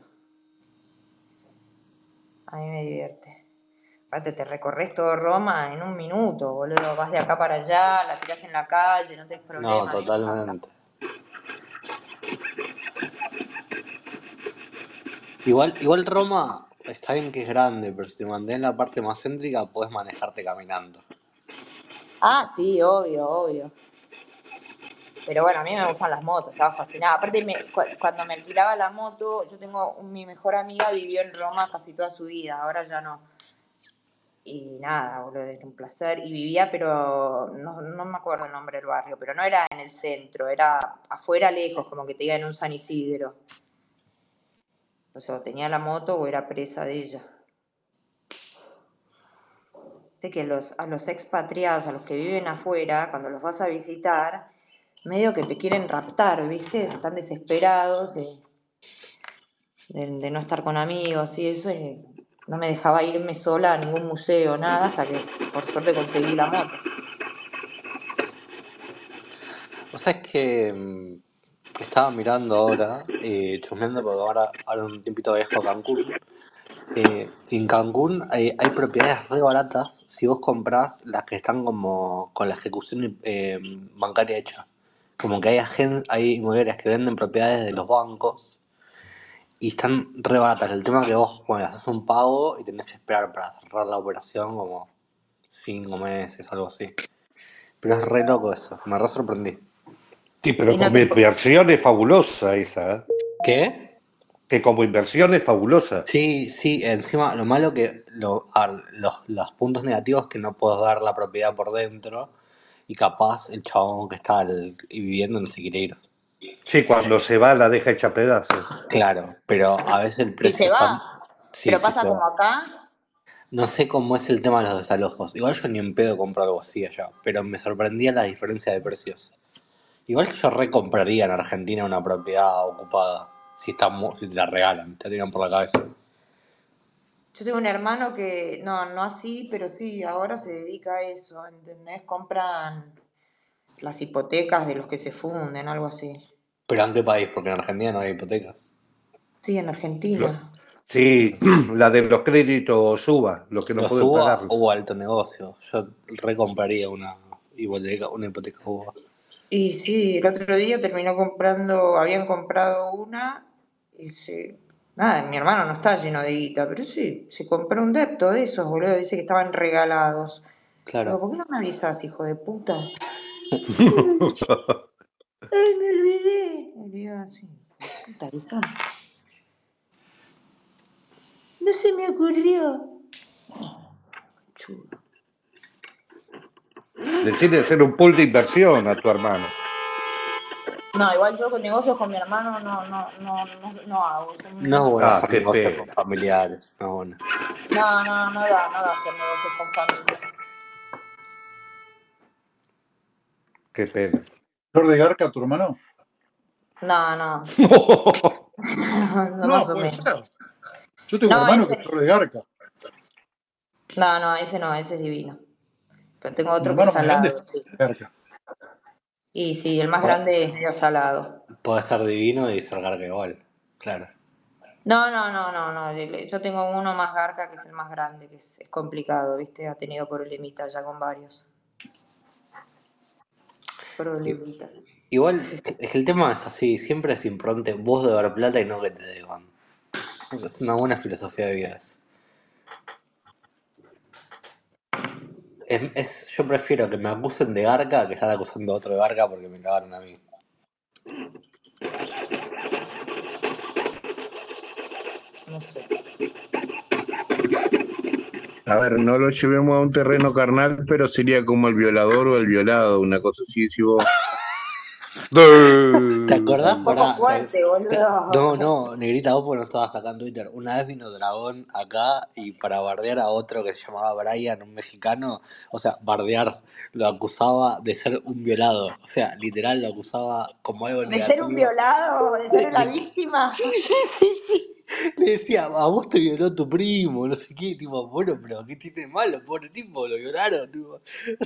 A mí me divierte. Aparte, te recorres todo Roma en un minuto, boludo. Vas de acá para allá, la tirás en la calle, no tenés No, problema, a mí me encanta. totalmente. Igual Roma está bien que es grande, pero si te mantienes en la parte más céntrica, podés manejarte caminando. Ah, sí, obvio. Pero bueno, a mí me gustan las motos, estaba fascinada. Aparte, cuando me alquilaba la moto, mi mejor amiga vivió en Roma casi toda su vida, ahora ya no. Y nada, boludo, es un placer. Y vivía, pero no me acuerdo el nombre del barrio, pero no era en el centro, era afuera lejos, como que te iba en un San Isidro. O sea, o tenía la moto o era presa de ella. Viste que a los expatriados, a los que viven afuera, cuando los vas a visitar, medio que te quieren raptar, ¿viste? Están desesperados de no estar con amigos y eso, y no me dejaba irme sola a ningún museo, nada, hasta que por suerte conseguí la moto. O sea, es que estaba mirando ahora, chusmeando, porque ahora un tiempito viajo a Cancún. Y en Cancún hay propiedades re baratas si vos comprás las que están como con la ejecución bancaria hecha. Como que hay inmobiliarias que venden propiedades de los bancos y están re baratas. El tema es que vos, bueno, haces un pago y tenés que esperar para cerrar la operación como 5 meses, algo así. Pero es re loco eso, me re sorprendí. Sí, pero Y no como te... inversión es fabulosa esa, ¿eh? ¿Qué? Que como inversión es fabulosa. Sí, sí, encima lo malo que los puntos negativos es que no puedes ver la propiedad por dentro y capaz el chabón que está viviendo no se quiere ir. Sí, cuando se va la deja hecha pedazos. Claro, pero a veces el Si precio se está... va, Sí, pero sí pasa se como va. acá. No sé cómo es el tema de los desalojos. Igual yo ni en pedo compro algo así allá, pero me sorprendía la diferencia de precios. Igual yo recompraría en Argentina una propiedad ocupada, si te la regalan, te tiran por la cabeza. Yo tengo un hermano que, no así, pero sí, ahora se dedica a eso, ¿entendés? Compran las hipotecas de los que se funden, algo así. ¿Pero en qué país? Porque en Argentina no hay hipotecas. Sí, en Argentina. Sí, la de los créditos suba, los que no Los pueden UBA pagarlo. hubo alto negocio. Yo recompraría una hipoteca UBA. Y sí, el otro día habían comprado una y nada, mi hermano no está lleno de guita, pero sí, se compró un depto de esos, boludo, dice que estaban regalados. Digo, Claro. ¿por qué no me avisas, hijo de puta? ¡Ay, me olvidé! Y digo, sí, puta que son. No se me ocurrió. Chulo. Decide hacer un pool de inversión a tu hermano. No, igual yo con negocios con mi hermano no hago. No es bueno hacer Qué negocios con pena, familiares. No es bueno. No da hacer negocios con familia. qué pena. ¿Flor de Garca, tu hermano? No, No, más o puede menos. ser. Yo tengo un No, hermano que es Flor de Garca. ese es divino. Pero tengo Mi otro que es hermano más grande es salado, sí. Flor de Garca. Y sí, el más Puede, grande es medio salado. puede ser divino y ser garca igual. Claro. No. Yo tengo uno más garca que es el más grande, que es complicado, ¿viste? Ha tenido problemitas ya con varios. I- Problemitas. Igual, es que el tema es así, siempre es importante vos deber plata y no que te deban. Es una buena filosofía de vida eso. Yo prefiero que me acusen de garca que estar acusando a otro de garca porque me cagaron a mí. No sé. A ver, no lo llevemos a un terreno carnal, pero sería como el violador o el violado, una cosa así, si vos... ¿Te acordás? Un poco Pará. fuerte, boludo. No, Negrita, vos porque no estabas acá en Twitter. Una vez vino Dragón acá y para bardear a otro que se llamaba Brian, un mexicano, o sea, bardear, lo acusaba de ser un violado. O sea, literal lo acusaba como algo De ser un negativo. violado, de De, ser la de que- víctima. sí. Le decía, a vos te violó tu primo, no sé qué, tipo, bueno, pero ¿qué tiene de malo? Pobre tipo, lo violaron, tipo.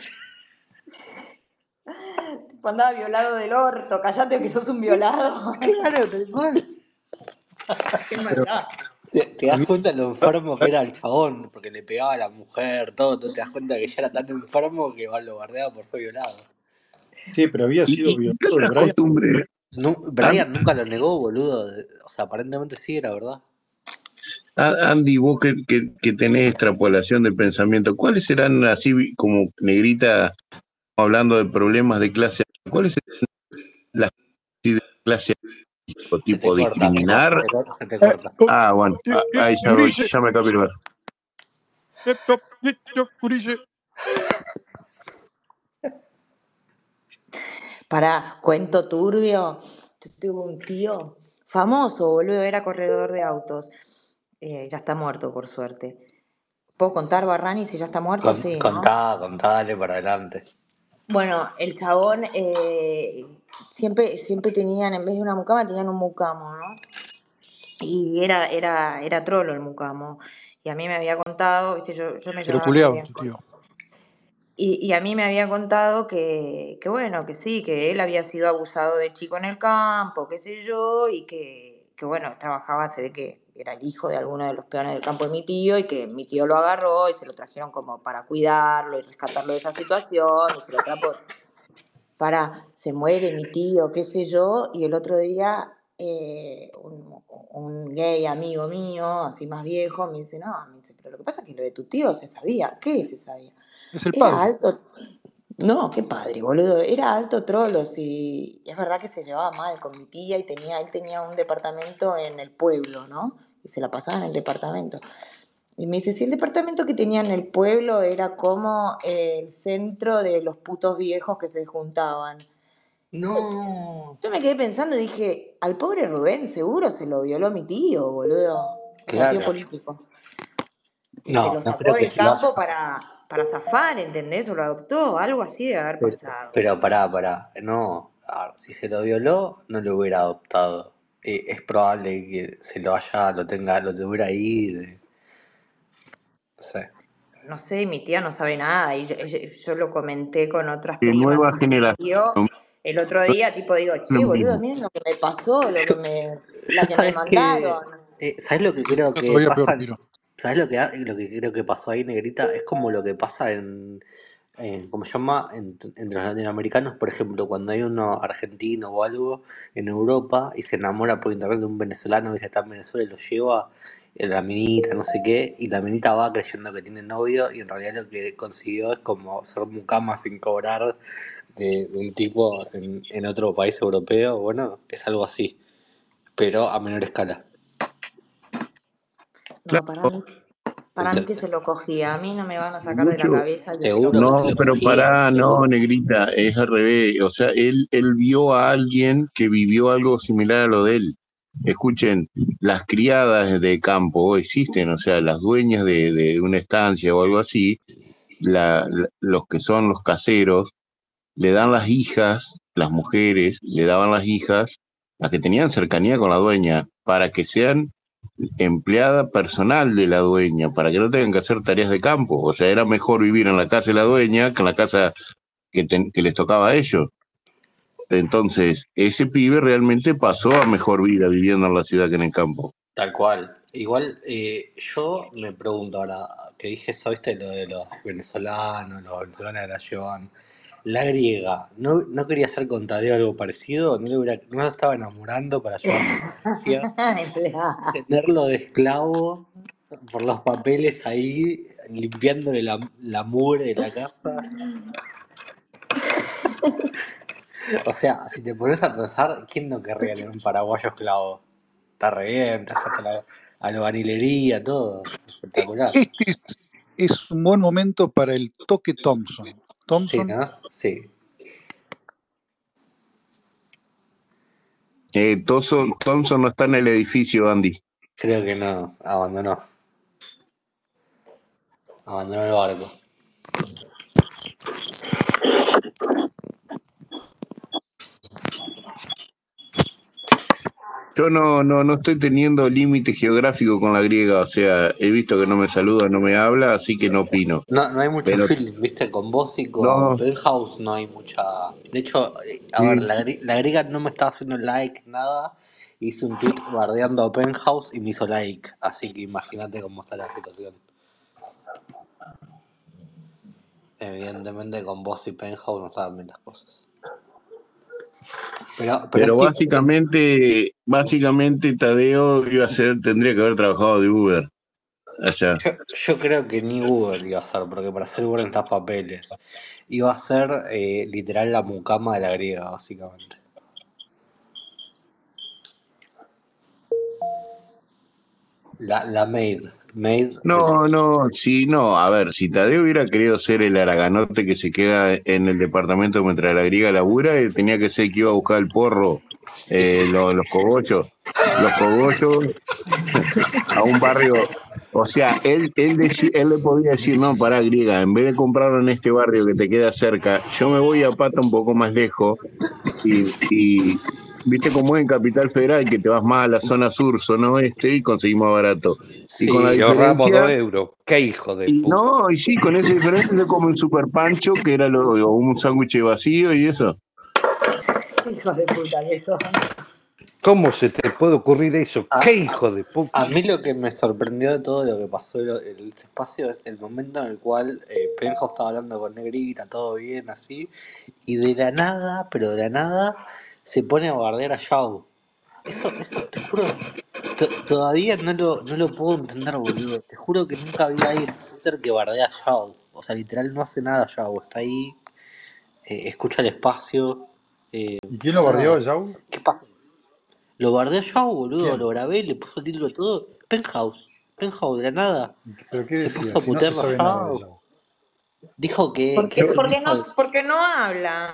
Tipo, andaba violado del orto, callate que sos un violado. Claro, tal cual. Qué Pero maldad. Te das había, cuenta lo enfermo que era el chabón, porque le pegaba a la mujer, todo, te das cuenta que ya era tan enfermo que lo bardeaba por ser violado. sí, pero había sido ¿Y qué violado de otras Brian. costumbres? No, Brian nunca lo negó, boludo. O sea, aparentemente sí era verdad. Andy, vos que tenés extrapolación del pensamiento, ¿cuáles serán así como Negrita, hablando de problemas de clase, cuáles serán las de clase o Se te tipo corta, amigo, discriminar? se te corta. Ah, bueno, ahí Gurice, ya me capí el lugar. Gurice. Pará, cuento turbio. Yo tuve un tío famoso, boludo, era corredor de autos. Ya está muerto, por suerte. ¿Puedo contar, Barrani, si ya está muerto? Sí, ¿no? Contale para adelante. Bueno, el chabón siempre tenían, en vez de una mucama, tenían un mucamo, ¿no? Y era trolo el mucamo. Y a mí me había contado, viste, yo me Se lo llevaba re culeaba bien tu con él. tío. Y a mí me había contado que bueno, que sí, que él había sido abusado de chico en el campo, qué sé yo, y que bueno, trabajaba, se ve que era el hijo de alguno de los peones del campo de mi tío, y que mi tío lo agarró y se lo trajeron como para cuidarlo y rescatarlo de esa situación, y se lo trajo se muere mi tío, qué sé yo, y el otro día un gay amigo mío, así más viejo, me dice, no, me dice, pero lo que pasa es que lo de tu tío se sabía. ¿Qué se sabía? Es el Era padre. alto, no, qué padre, boludo, era alto trolos y es verdad que se llevaba mal con mi tía y él tenía un departamento en el pueblo, ¿no? Y se la pasaba en el departamento. Y me dice, si el departamento que tenía en el pueblo era como el centro de los putos viejos que se juntaban. No, Yo me quedé pensando y dije, al pobre Rubén seguro se lo violó mi tío, boludo. O sea, tío claro. político. Y se No, lo no sacó creo que del se lo campo haya. para zafar, ¿entendés? O lo adoptó, algo así de haber Pero, pasado. pero pará. No, a ver, si se lo violó, no lo hubiera adoptado. Es probable que se lo haya, lo tuviera ahí, no sé. No sé, mi tía no sabe nada y yo lo comenté con otras De primas nueva y mi generación, tío el otro día, tipo, digo, lo che, boludo, mismo. miren lo que me pasó, Yo, la yo que me sabes que, mandaron. ¿sabes lo que creo Está que todavía peor, pasa? Piro. ¿Sabes lo que creo que pasó ahí, Negrita? Es como lo que pasa ¿cómo se llama? Entre los latinoamericanos, por ejemplo, cuando hay uno argentino o algo en Europa y se enamora por internet de un venezolano y se está en Venezuela y lo lleva, la minita, no sé qué, y la minita va creyendo que tiene novio y en realidad lo que consiguió es como ser mucama sin cobrar de un tipo en otro país europeo. Bueno, es algo así, pero a menor escala. No, para mí que ¿Entendés? se lo cogía, a mí no me van a sacar de la Mucho. cabeza que se lo Seguro que se No, lo cogía. pero cogía, pará, no, seguro. Negrita, es al revés. O sea, él vio a alguien que vivió algo similar a lo de él. Escuchen, las criadas de campo existen, o sea, las dueñas de una estancia o algo así, los que son los caseros, le dan las hijas, las mujeres, le daban las hijas, las que tenían cercanía con la dueña, para que sean empleada personal de la dueña, para que no tengan que hacer tareas de campo. O sea, era mejor vivir en la casa de la dueña que en la casa que les tocaba a ellos. Entonces, ese pibe realmente pasó a mejor vida viviendo en la ciudad que en el campo. Tal cual. Igual, yo me pregunto ahora, que dije eso, viste, lo de los venezolanos que la llevan. La griega, ¿no quería hacer con Tadeo algo parecido? ¿No lo estaba enamorando para llevarlo a Francia? Empleada. Tenerlo de esclavo por los papeles ahí, limpiándole la mugre de la casa. O sea, si te pones a pensar, ¿quién no querría tener un paraguayo esclavo? Está re bien, te hace hasta la albañilería, todo. Espectacular. Este es un buen momento para el toque Thompson. Sí, Thompson, ¿no? Sí. Thompson no está en el edificio, Andy. Creo que no, abandonó el barco. Yo no estoy teniendo límite geográfico con la griega, o sea, he visto que no me saluda, no me habla, así que no opino. No hay mucho Pero feeling, ¿viste? Con vos y con no, Penthouse no hay mucha. De hecho, a ver, sí. la griega no me estaba haciendo like, nada. Hice un tweet bardeando a Penthouse y me hizo like. Así que imagínate cómo está la situación. Evidentemente con vos y Penthouse no estaban bien las cosas. Pero Pero estoy. básicamente Tadeo tendría que haber trabajado de Uber allá. Yo creo que ni Uber iba a ser, porque para hacer Uber necesitas papeles. Iba a ser literal la mucama de la griega, básicamente. La maid. Maid de la. Sí, no, a ver, si Tadeo hubiera querido ser el araganote que se queda en el departamento mientras la griega labura, tenía que ser que iba a buscar el porro, Y sí. los cogollos a un barrio. O sea, él le podía decir, no, pará, griega, en vez de comprarlo en este barrio que te queda cerca, yo me voy a Pata un poco más lejos y viste cómo es en Capital Federal, que te vas más a la zona sur, zona oeste y conseguimos más barato. Y con la Sí, Y ahorramos diferencia, 2 euros. ¡Qué hijo de y puta! no, y sí, con esa diferencia se come un super pancho, que era o un sándwich vacío y eso. Hijos de puta que son. ¿Cómo se te puede ocurrir eso? A, ¡Qué hijo de puta! a mí lo que me sorprendió de todo lo que pasó en el espacio es el momento en el cual Penjo estaba hablando con Negrita, todo bien, así, y de la nada, pero de la nada, se pone a bardear a Yao. Eso te juro, todavía no lo puedo entender, boludo. Te juro que nunca vi a alguien en Twitter que bardea a Yao. O sea, literal no hace nada Yao, está ahí, escucha el espacio, ¿y quién lo bardeó nada. a Yao? ¿Qué pasa? Lo bardeó Yao, boludo, ¿Quién? lo grabé, le puso el título todo. Penthouse, de la nada. ¿Pero qué Se decía? puso a Si no se putearlo a sabe nada de Yao. Yao. Dijo que Porque, es el porque no, hijo de. porque no habla.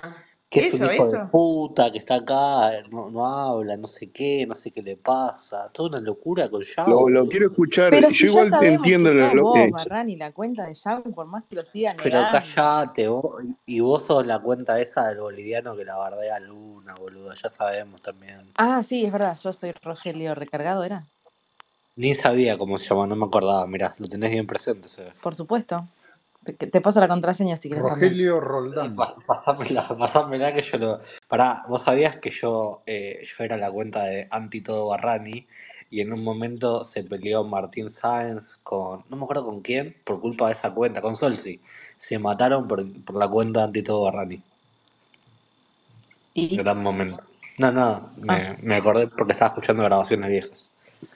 que es un hijo de Eso. puta, que está acá, no habla, no sé qué le pasa. Toda una locura con Yao, Lo quiero boludo. escuchar. Pero Yo si ya igual te sabemos que entiendo sos lo que vos, es. Barrani, la cuenta de Yao, por más que lo siga Pero negando. callate, vos, y vos sos la cuenta esa del boliviano que la bardea a Luna, boludo, ya sabemos también. Ah, sí, es verdad, yo soy Rogelio Recargado, ¿era? Ni sabía cómo se llama, no me acordaba, mirá, lo tenés bien presente, se ve. Por supuesto. Te paso la contraseña si querés también. Rogelio Roldán. Pasámela que yo lo. Pará, vos sabías que yo era la cuenta de Anti Todo Barrani y en un momento se peleó Martín Sáenz con. No me acuerdo con quién, por culpa de esa cuenta, con Solsi. Se mataron por la cuenta de Anti Todo Barrani. ¿Y? Gran momento. No, no, Ah, me acordé porque estaba escuchando grabaciones viejas.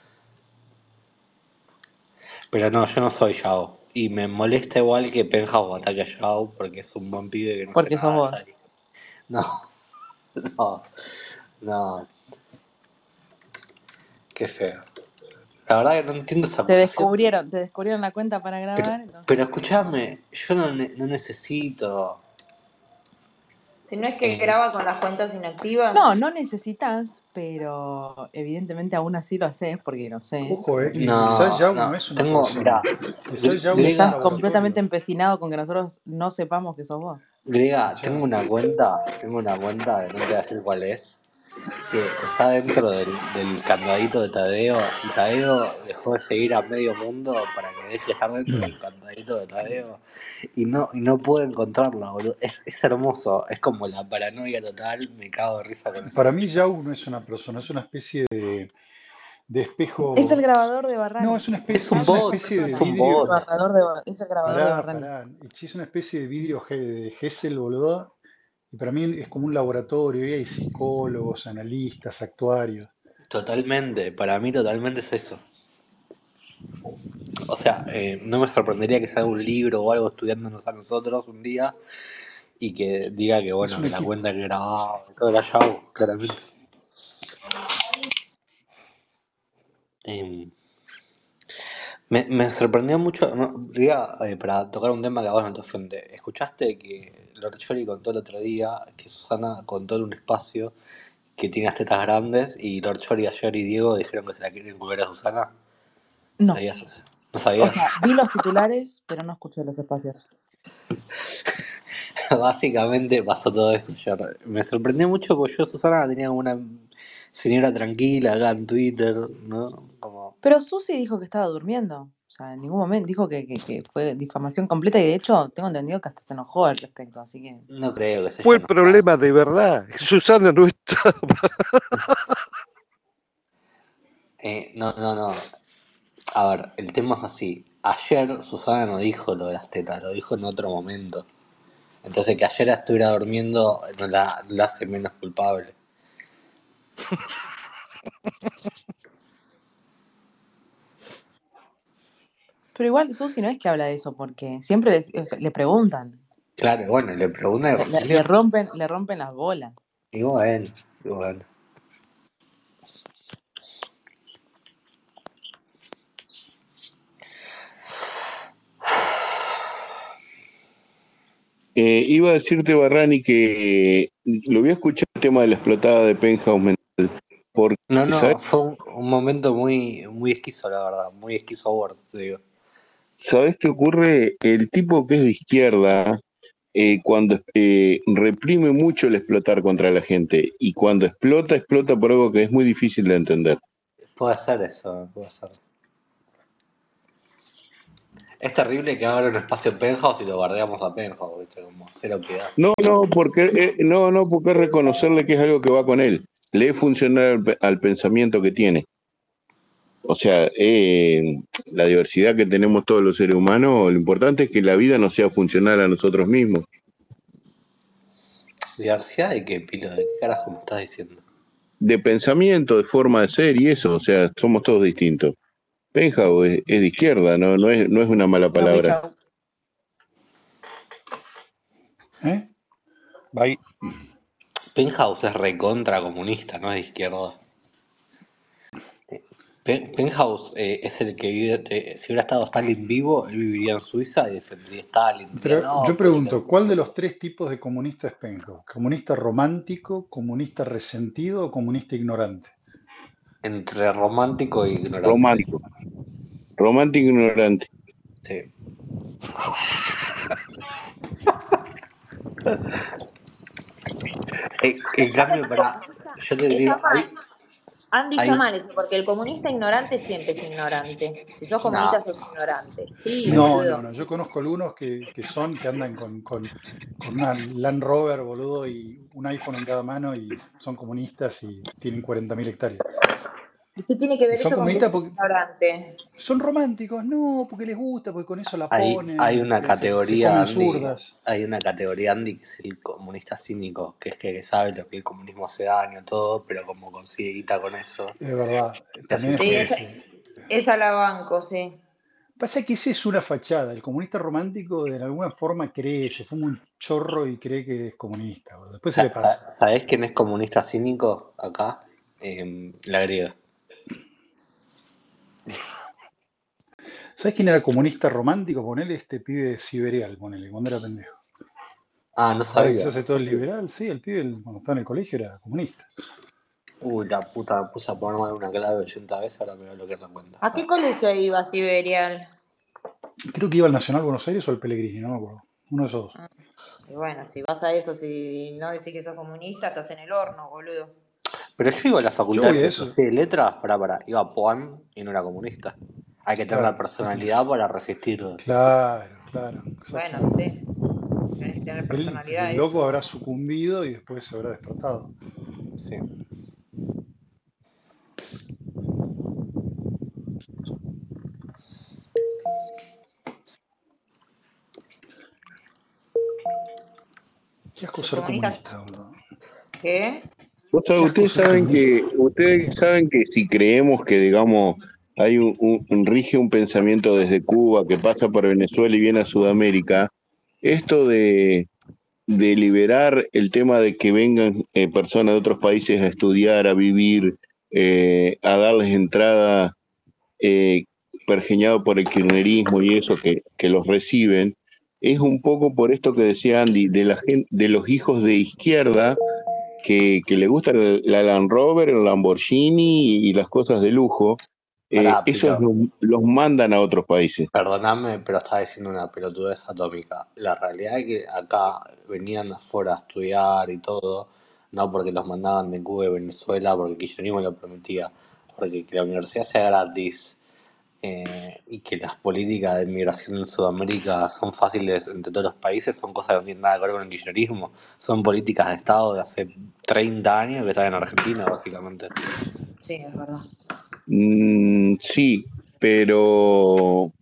Pero no, yo no soy Yao. Y me molesta igual que Penthouse ataque a Yao porque es un buen pibe que no hace porque sos nada, está vos. ahí. No, no, no, qué feo. La verdad que no entiendo esa acusación. Te descubrieron la cuenta para grabar, Pero entonces. escúchame, yo no necesito. Si no es que eh, graba con las cuentas inactivas. No, no necesitas, pero evidentemente aún así lo haces porque no sé. Ojo, que quizás no, Yao no no. es una Tengo, mirá, persona. Quizás Yao Y es un estás Grega, completamente laboratorio. empecinado con que nosotros no sepamos que sos vos. Grega, Escuchá, tengo una cuenta, que no te voy a decir cuál es, que está dentro del candadito de Tadeo, y Tadeo dejó de seguir a medio mundo para que deje de estar dentro del candadito de Tadeo, y no puedo encontrarla, boludo. Es hermoso, es como la paranoia total, me cago de risa con eso. para mí Yao no es una persona, es una especie de Es el espejo. grabador de No, Barrani. Es un es una Yao no es bot, especie de es persona, un es el vidrio. bot. grabador es el grabador de Barrani. Pará. Es una especie de vidrio de Gesell, boludo. Y para mí es como un laboratorio. Y hay psicólogos, analistas, actuarios. Totalmente, para mí totalmente es eso. O sea, no me sorprendería que salga un libro o algo estudiándonos a nosotros un día y que diga que Es bueno, un que la equipo. cuenta que grababa y todo era Yao, claramente. Em, me sorprendió mucho, no, Riga, para tocar un tema que a vos no te ofende. ¿Escuchaste que Lord Chori contó el otro día que Susana contó en un espacio que tiene las tetas grandes y Lord Chori ayer y Diego dijeron que se la quieren comer a Susana? No. ¿Sabías eso? ¿No O sabías? sea, vi los titulares, pero no escuché los espacios. Básicamente pasó todo eso ayer. Me sorprendió mucho porque yo Susana la tenía como una señora tranquila acá en Twitter, ¿no? Como, Pero Susi dijo que estaba durmiendo. O sea, en ningún momento dijo que fue difamación completa y de hecho tengo entendido que hasta se enojó al respecto, así que... no creo que se Fue haya el enojado. problema de verdad. Susana no está. No. A ver, el tema es así. Ayer Susana no dijo lo de las tetas, lo dijo en otro momento. Entonces que ayer estuviera durmiendo no la hace menos culpable. Pero igual Susi no es que habla de eso, porque siempre o sea, le preguntan, Claro, bueno, le pregunté a Rogelio le rompen las bolas. y bueno. Iba a decirte, Barrani, que lo voy a escuchar el tema de la explotada de Penthouse Mental, porque, ¿sabes? No, fue un momento muy esquizo, la verdad, muy esquizo Awards, te digo. ¿Sabes qué ocurre? El tipo que es de izquierda, cuando reprime mucho el explotar contra la gente, y cuando explota por algo que es muy difícil de entender. Puede ser eso, puede ser. Es terrible que abra un espacio Penthouse y lo guardeamos a Penthouse, ¿viste? Como cero piedad. Porque es reconocerle que es algo que va con él. Le funciona al pensamiento que tiene. O sea, la diversidad que tenemos todos los seres humanos, lo importante es que la vida no sea funcional a nosotros mismos. ¿Diversidad de qué, Pilo? ¿De qué carajo me estás diciendo? De pensamiento, de forma de ser y eso, o sea, somos todos distintos. Penthouse es de izquierda, no es una mala No fui palabra. chau. Bye. Penthouse es recontra comunista, no es de izquierda. Penthouse es el que vive, si hubiera estado Stalin vivo, él viviría en Suiza y defendería a Stalin. Diría, Pero yo no, porque pregunto, ¿cuál de los tres tipos de comunista es Penco? ¿Comunista romántico, comunista resentido o comunista ignorante? entre romántico e ignorante. Romántico. Romántico ignorante. Sí. En Pasa cambio, que el para, comunista yo te está digo, mal. Han dicho hay, mal eso, porque el comunista ignorante siempre es ignorante. Si sos no, comunista, sos ignorante. Sí, men- No, no, boludo. no. Yo conozco algunos que andan con una Land Rover, boludo, y un iPhone en cada mano y son comunistas y tienen 40.000 hectáreas. ¿Y qué tiene que Y ver son eso con que comunistas sos porque ignorante? son románticos, no, porque les gusta, porque con eso la hay ponen, una se categoría, comen Andy, zurdas. hay una categoría, Andy, que es el comunista cínico, que es que sabe lo que el comunismo hace daño, todo, pero como consigue guita con eso, Es verdad, se hace también el Sí, está comunista. ese. esa la banco, sí. Pasa que ese es una fachada. El comunista romántico de alguna forma cree, se fuma un chorro y cree que es comunista, boludo. Después se le pasa. ¿Sabés quién es comunista cínico acá? La griega. ¿Sabes quién era comunista romántico? Ponele este pibe de Siberial, ponele, cuando era pendejo. Ah, no Ahora que sabía. se hace todo el liberal, sí, el pibe cuando estaba en el colegio era comunista. Uy, la puta, me puse a ponerme una clave 80 veces, ahora me voy a bloquear la cuenta. ¿A qué colegio iba Siberial? Creo que iba al Nacional Buenos Aires o al Pellegrini, no me acuerdo. Uno de esos dos. Ah, y bueno, si vas a eso, si no decís que sos comunista, estás en el horno, boludo. Pero yo iba a la Yo facultad de voy a eso. filosofía y letras, iba a Puan y no era comunista. Hay que tener la Claro, yo personalidad para resistir. claro, Bueno, exactamente. sí, tenés que tener personalidad El eso. loco habrá sucumbido y después se habrá despertado. Sí. Qué asco Los ser comunistas, comunista, boludo. ¿qué? Qué asco ser comunista. Ustedes saben que si creemos que, digamos, hay rige un pensamiento desde Cuba que pasa por Venezuela y viene a Sudamérica, esto de liberar el tema de que vengan personas de otros países a estudiar, a vivir, a darles entrada, eh, pergeñado por el kirchnerismo y eso que los reciben, es un poco por esto que decía Andy, de los hijos de izquierda que le gusta la Land Rover, el Lamborghini y las cosas de lujo, Pará, esos Pito. los mandan a otros países. Perdóname, pero estaba diciendo una pelotudez atómica. La realidad es que acá venían afuera a estudiar y todo, no porque los mandaban de Cuba y Venezuela, porque el kirchnerismo lo prometía, porque que la universidad sea gratis y que las políticas de migración en Sudamérica son fáciles entre todos los países, son cosas que no tienen nada que ver con el kirchnerismo. Son políticas de Estado de hace 30 años que están en Argentina, básicamente. Sí, es verdad. Sí, pero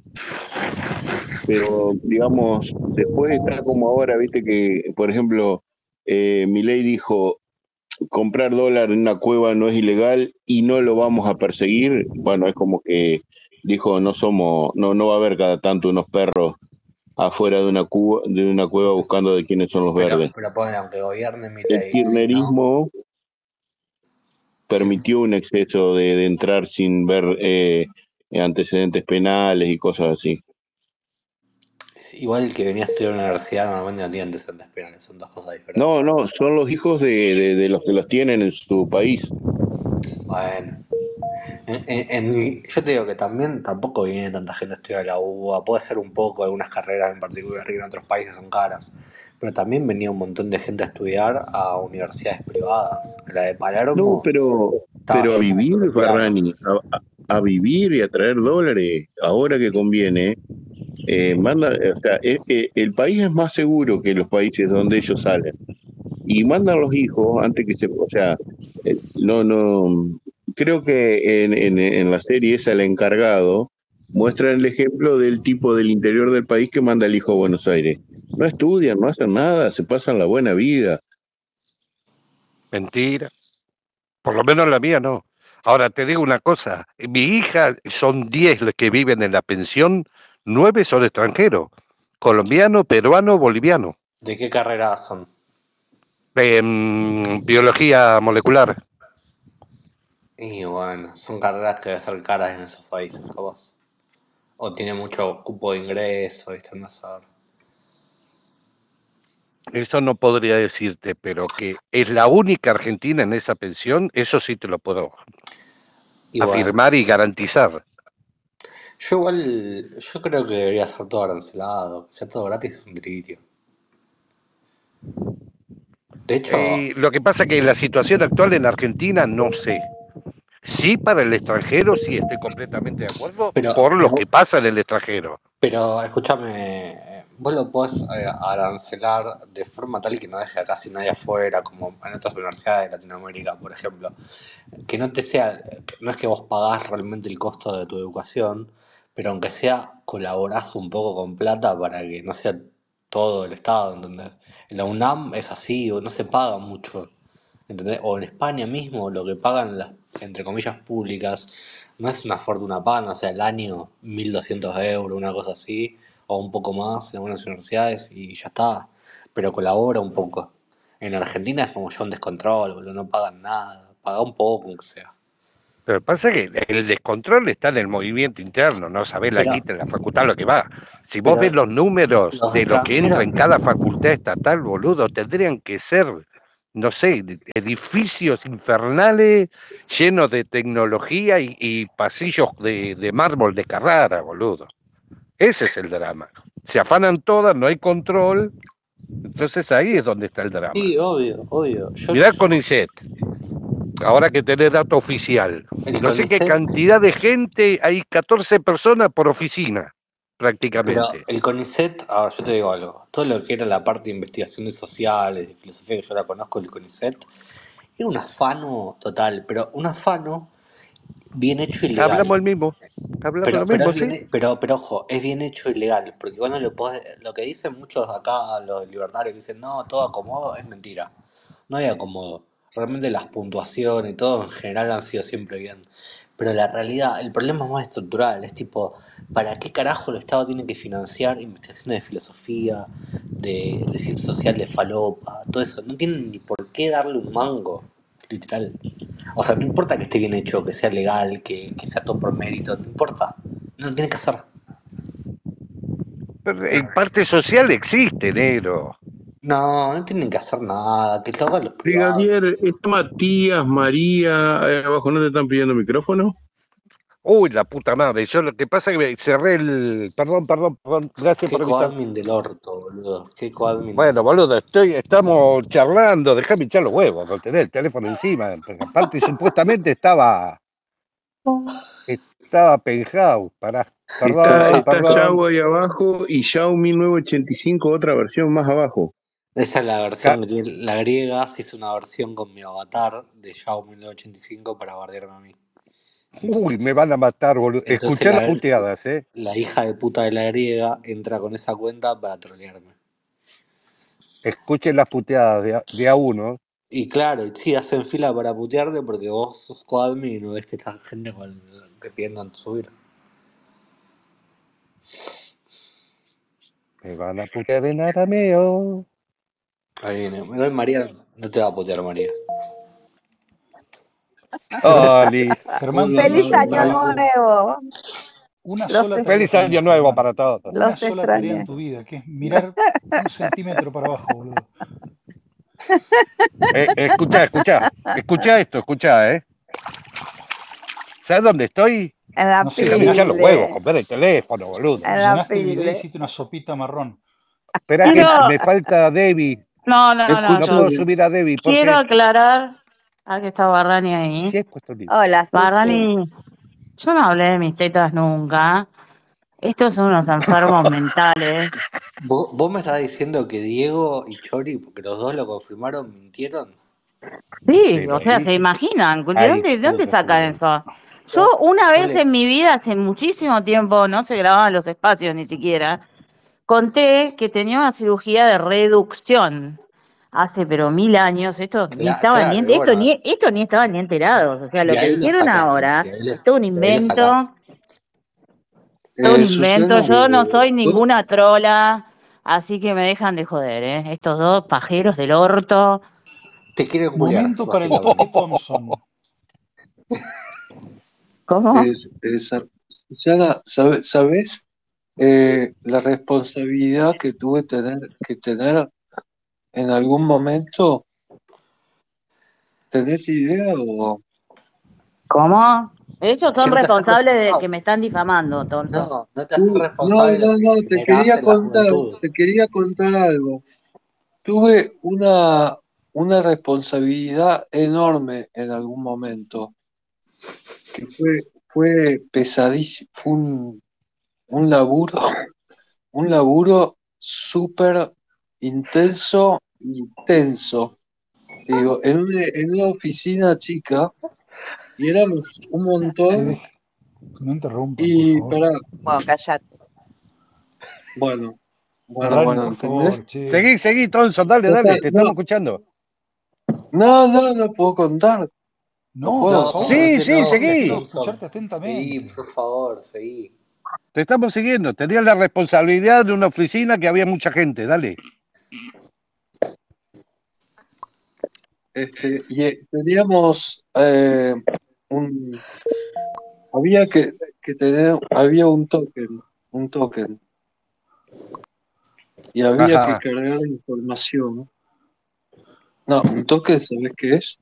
digamos, después está como ahora, viste que, por ejemplo, Milei dijo, comprar dólar en una cueva no es ilegal y no lo vamos a perseguir. Bueno, es como que dijo, no va a haber cada tanto unos perros afuera de una cueva buscando de quiénes son los verdes. Pero pone, aunque gobierne El Milei, si no, kirchnerismo sí. permitió un exceso de entrar sin ver antecedentes penales y cosas así. Igual el que venía a estudiar en la universidad normalmente no tiene antecedentes penales, son dos cosas diferentes. No, son los hijos de los que los tienen en su país. Bueno, yo te digo que también tampoco viene tanta gente a estudiar a la UBA, puede ser un poco, algunas carreras en particular que en otros países son caras, pero también venía un montón de gente a estudiar a universidades privadas. La de No, Palermo estaba pero a llena de vivir, Farrani, colombianos. a vivir y a traer dólares, ahora que conviene, o sea, el país es más seguro que los países donde ellos salen. Y mandan los hijos antes que o sea, no, creo que en la serie esa, el encargado, muestra el ejemplo del tipo del interior del país que manda el hijo a Buenos Aires. No estudian, no hacen nada, se pasan la buena vida. Mentira. Por lo menos la mía no. Ahora te digo una cosa, mi hija son 10 los que viven en la pensión, 9 son extranjeros, colombiano, peruano, boliviano. ¿De qué carrera son? Biología molecular. Y bueno, son carreras que deben ser caras en esos países, capaz. O tiene mucho cupo de ingreso, ¿viste? No saber. Eso no podría decirte, pero que es la única argentina en esa pensión, eso sí te lo puedo Y bueno, afirmar y garantizar. yo creo que debería ser todo arancelado, que sea todo gratis es un delirio. De hecho, Lo que pasa que en la situación actual en Argentina, no sé. Sí, para el extranjero, sí estoy completamente de acuerdo pero, por lo que pero, pasa en el extranjero. pero escúchame, vos lo podés arancelar de forma tal que no deje a casi nadie afuera, como en otras universidades de Latinoamérica, por ejemplo. Que no te sea, no es que vos pagás realmente el costo de tu educación, pero aunque sea, colaborás un poco con plata para que no sea todo el Estado, ¿entendés? En la UNAM es así, o no se paga mucho, ¿entendés? O en España mismo, lo que pagan las, entre comillas, públicas, no es una fortuna pagan, o sea, el año 1.200 euros, una cosa así, o un poco más en algunas universidades, y ya está, pero colabora un poco. En Argentina es como ya un descontrol, boludo, no pagan nada, paga un poco, aunque sea. Lo que pasa es que el descontrol está en el movimiento interno, no sabés la Pero, guita en la facultad lo que va. Si vos ves pero los números los de lo que entra extranjeros, en cada facultad estatal, boludo, tendrían que ser, no sé, edificios infernales llenos de tecnología y pasillos de mármol de Carrara, boludo. Ese es el drama. Se afanan todas, no hay control, entonces ahí es donde está el drama. sí, obvio, obvio. Mirá CONICET, ahora que tenés dato oficial. El No sé qué CONICET, cantidad de gente, hay 14 personas por oficina, pero prácticamente. el CONICET, ahora yo te digo algo, todo lo que era la parte de investigaciones sociales, de filosofía que yo la conozco, el CONICET, era un afano total, pero un afano bien hecho y Hablamos legal. el mismo, hablamos lo Pero mismo, es ¿sí? bien, pero ojo, es bien hecho y legal, porque cuando lo que dicen muchos acá, los libertarios, que dicen, no, todo acomodo, es mentira. No hay acomodo. Realmente las puntuaciones y todo en general han sido siempre bien. Pero la realidad, el problema es más estructural, es tipo, ¿para qué carajo el Estado tiene que financiar investigaciones de filosofía, de ciencias sociales, falopa, todo eso? No tienen ni por qué darle un mango, literal. O sea, no importa que esté bien hecho, que sea legal, que sea todo por mérito, no importa. No lo tiene que hacer. Pero en parte social existe, negro. No, no tienen que hacer nada, que lo hagan los privados. Brigadier, está Matías, María, ahí abajo, ¿no te están pidiendo micrófono? Uy, la puta madre. Yo lo que pasa es que cerré el. Perdón. Gracias Qué por avisar. coadmin del orto, boludo. Qué coadmin del Bueno, orto. boludo, estamos charlando, dejame echar los huevos, con tener el teléfono encima, porque aparte supuestamente estaba penjado, Está Co- perdón. Yao ahí abajo y Xiaomi 985, otra versión más abajo. Esa es la versión Ca- que tiene la griega. Se hizo una versión con mi avatar de Yao 1985 para bardearme a mí. Uy, me van a matar, boludo. Entonces Escuchá las puteadas, ¿eh? la hija de puta de la griega entra con esa cuenta para trolearme. Escuchen las puteadas de a uno. Y claro, y sí, hacen fila para putearte porque vos sos coadmin y no ves que esta gente que piendan subir. Me van a putear en arameo. Ahí viene. Igual María no te va a putear, María. Germán, Oh, Liz. Germán, Hola, tenés ¡Feliz hola, un año hola. trabajo, nuevo! una Los, sola ex- tarea Feliz año tenés, nuevo Germán. para todos. Una los sola tarea en extrañé. tu vida, que es mirar 1 centímetro para abajo, boludo. Escuchá esto, ¿eh? ¿Sabes dónde estoy? En la No sé, Déjame echar los huevos, pile. con ver el teléfono, boludo. En la llenaste el bidet y pile. hiciste una sopita marrón. Esperá que Quiero, me falta Debbie. no, No yo puedo subir a Debbie, ¿por quiero qué? aclarar, que está Barrani Y ahí. si he puesto el libro. Hola, Susi. Barrani, yo no hablé de mis tetas nunca. Estos son unos enfermos mentales. ¿Vos me estás diciendo que Diego y Chori, porque los dos lo confirmaron, mintieron? Sí, Te o lo sea, ¿se dije. imaginan? Ahí, De dónde puso sacan tu. eso? Yo una Yo vez le. en mi vida, hace muchísimo tiempo, no se grababan los espacios ni siquiera, conté que tenía una cirugía de reducción. Hace pero 1000 años, Claro, y bueno, esto ni estaban ni enterados. O sea, lo de que ahí lo dijeron sacaste, ahora es todo un de ahí lo sacaste. invento, todo un invento. Susana, Yo no soy ¿vos, ninguna trola, así que me dejan de joder, ¿eh? Estos dos pajeros del orto. Te quieren culiar, Momento para el toque básicamente. Thompson. ¿Cómo? Susana, ¿sabes la responsabilidad que tuve que tener en algún momento? ¿Tenés idea o...? ¿Cómo? Ellos Que son no te haces responsables de que responsable. me están difamando, Tonso. No te haces No, responsable de lo que te generaste en la juventud. quería contar algo. Tuve una responsabilidad enorme en algún momento, que fue pesadísimo, fue un laburo, un laburo súper intenso y tenso. Digo, en una oficina chica, y éramos un montón, Che, no interrumpan, por y favor. pará, Bueno, callate. bueno, Rani, por ¿entendés? favor, che. Seguí, Tonso, dale, Ya está, te estamos escuchando. no puedo contar, no No, por puedo. No, favor, Sí, que no, quiero seguí. escucharte Thompson. atentamente. Seguí, por favor, seguí. Te estamos siguiendo. Tenías la responsabilidad de una oficina que había mucha gente, dale. Teníamos había que tener, había un token, y había que Ajá. cargar información. No, un token, ¿sabés qué es?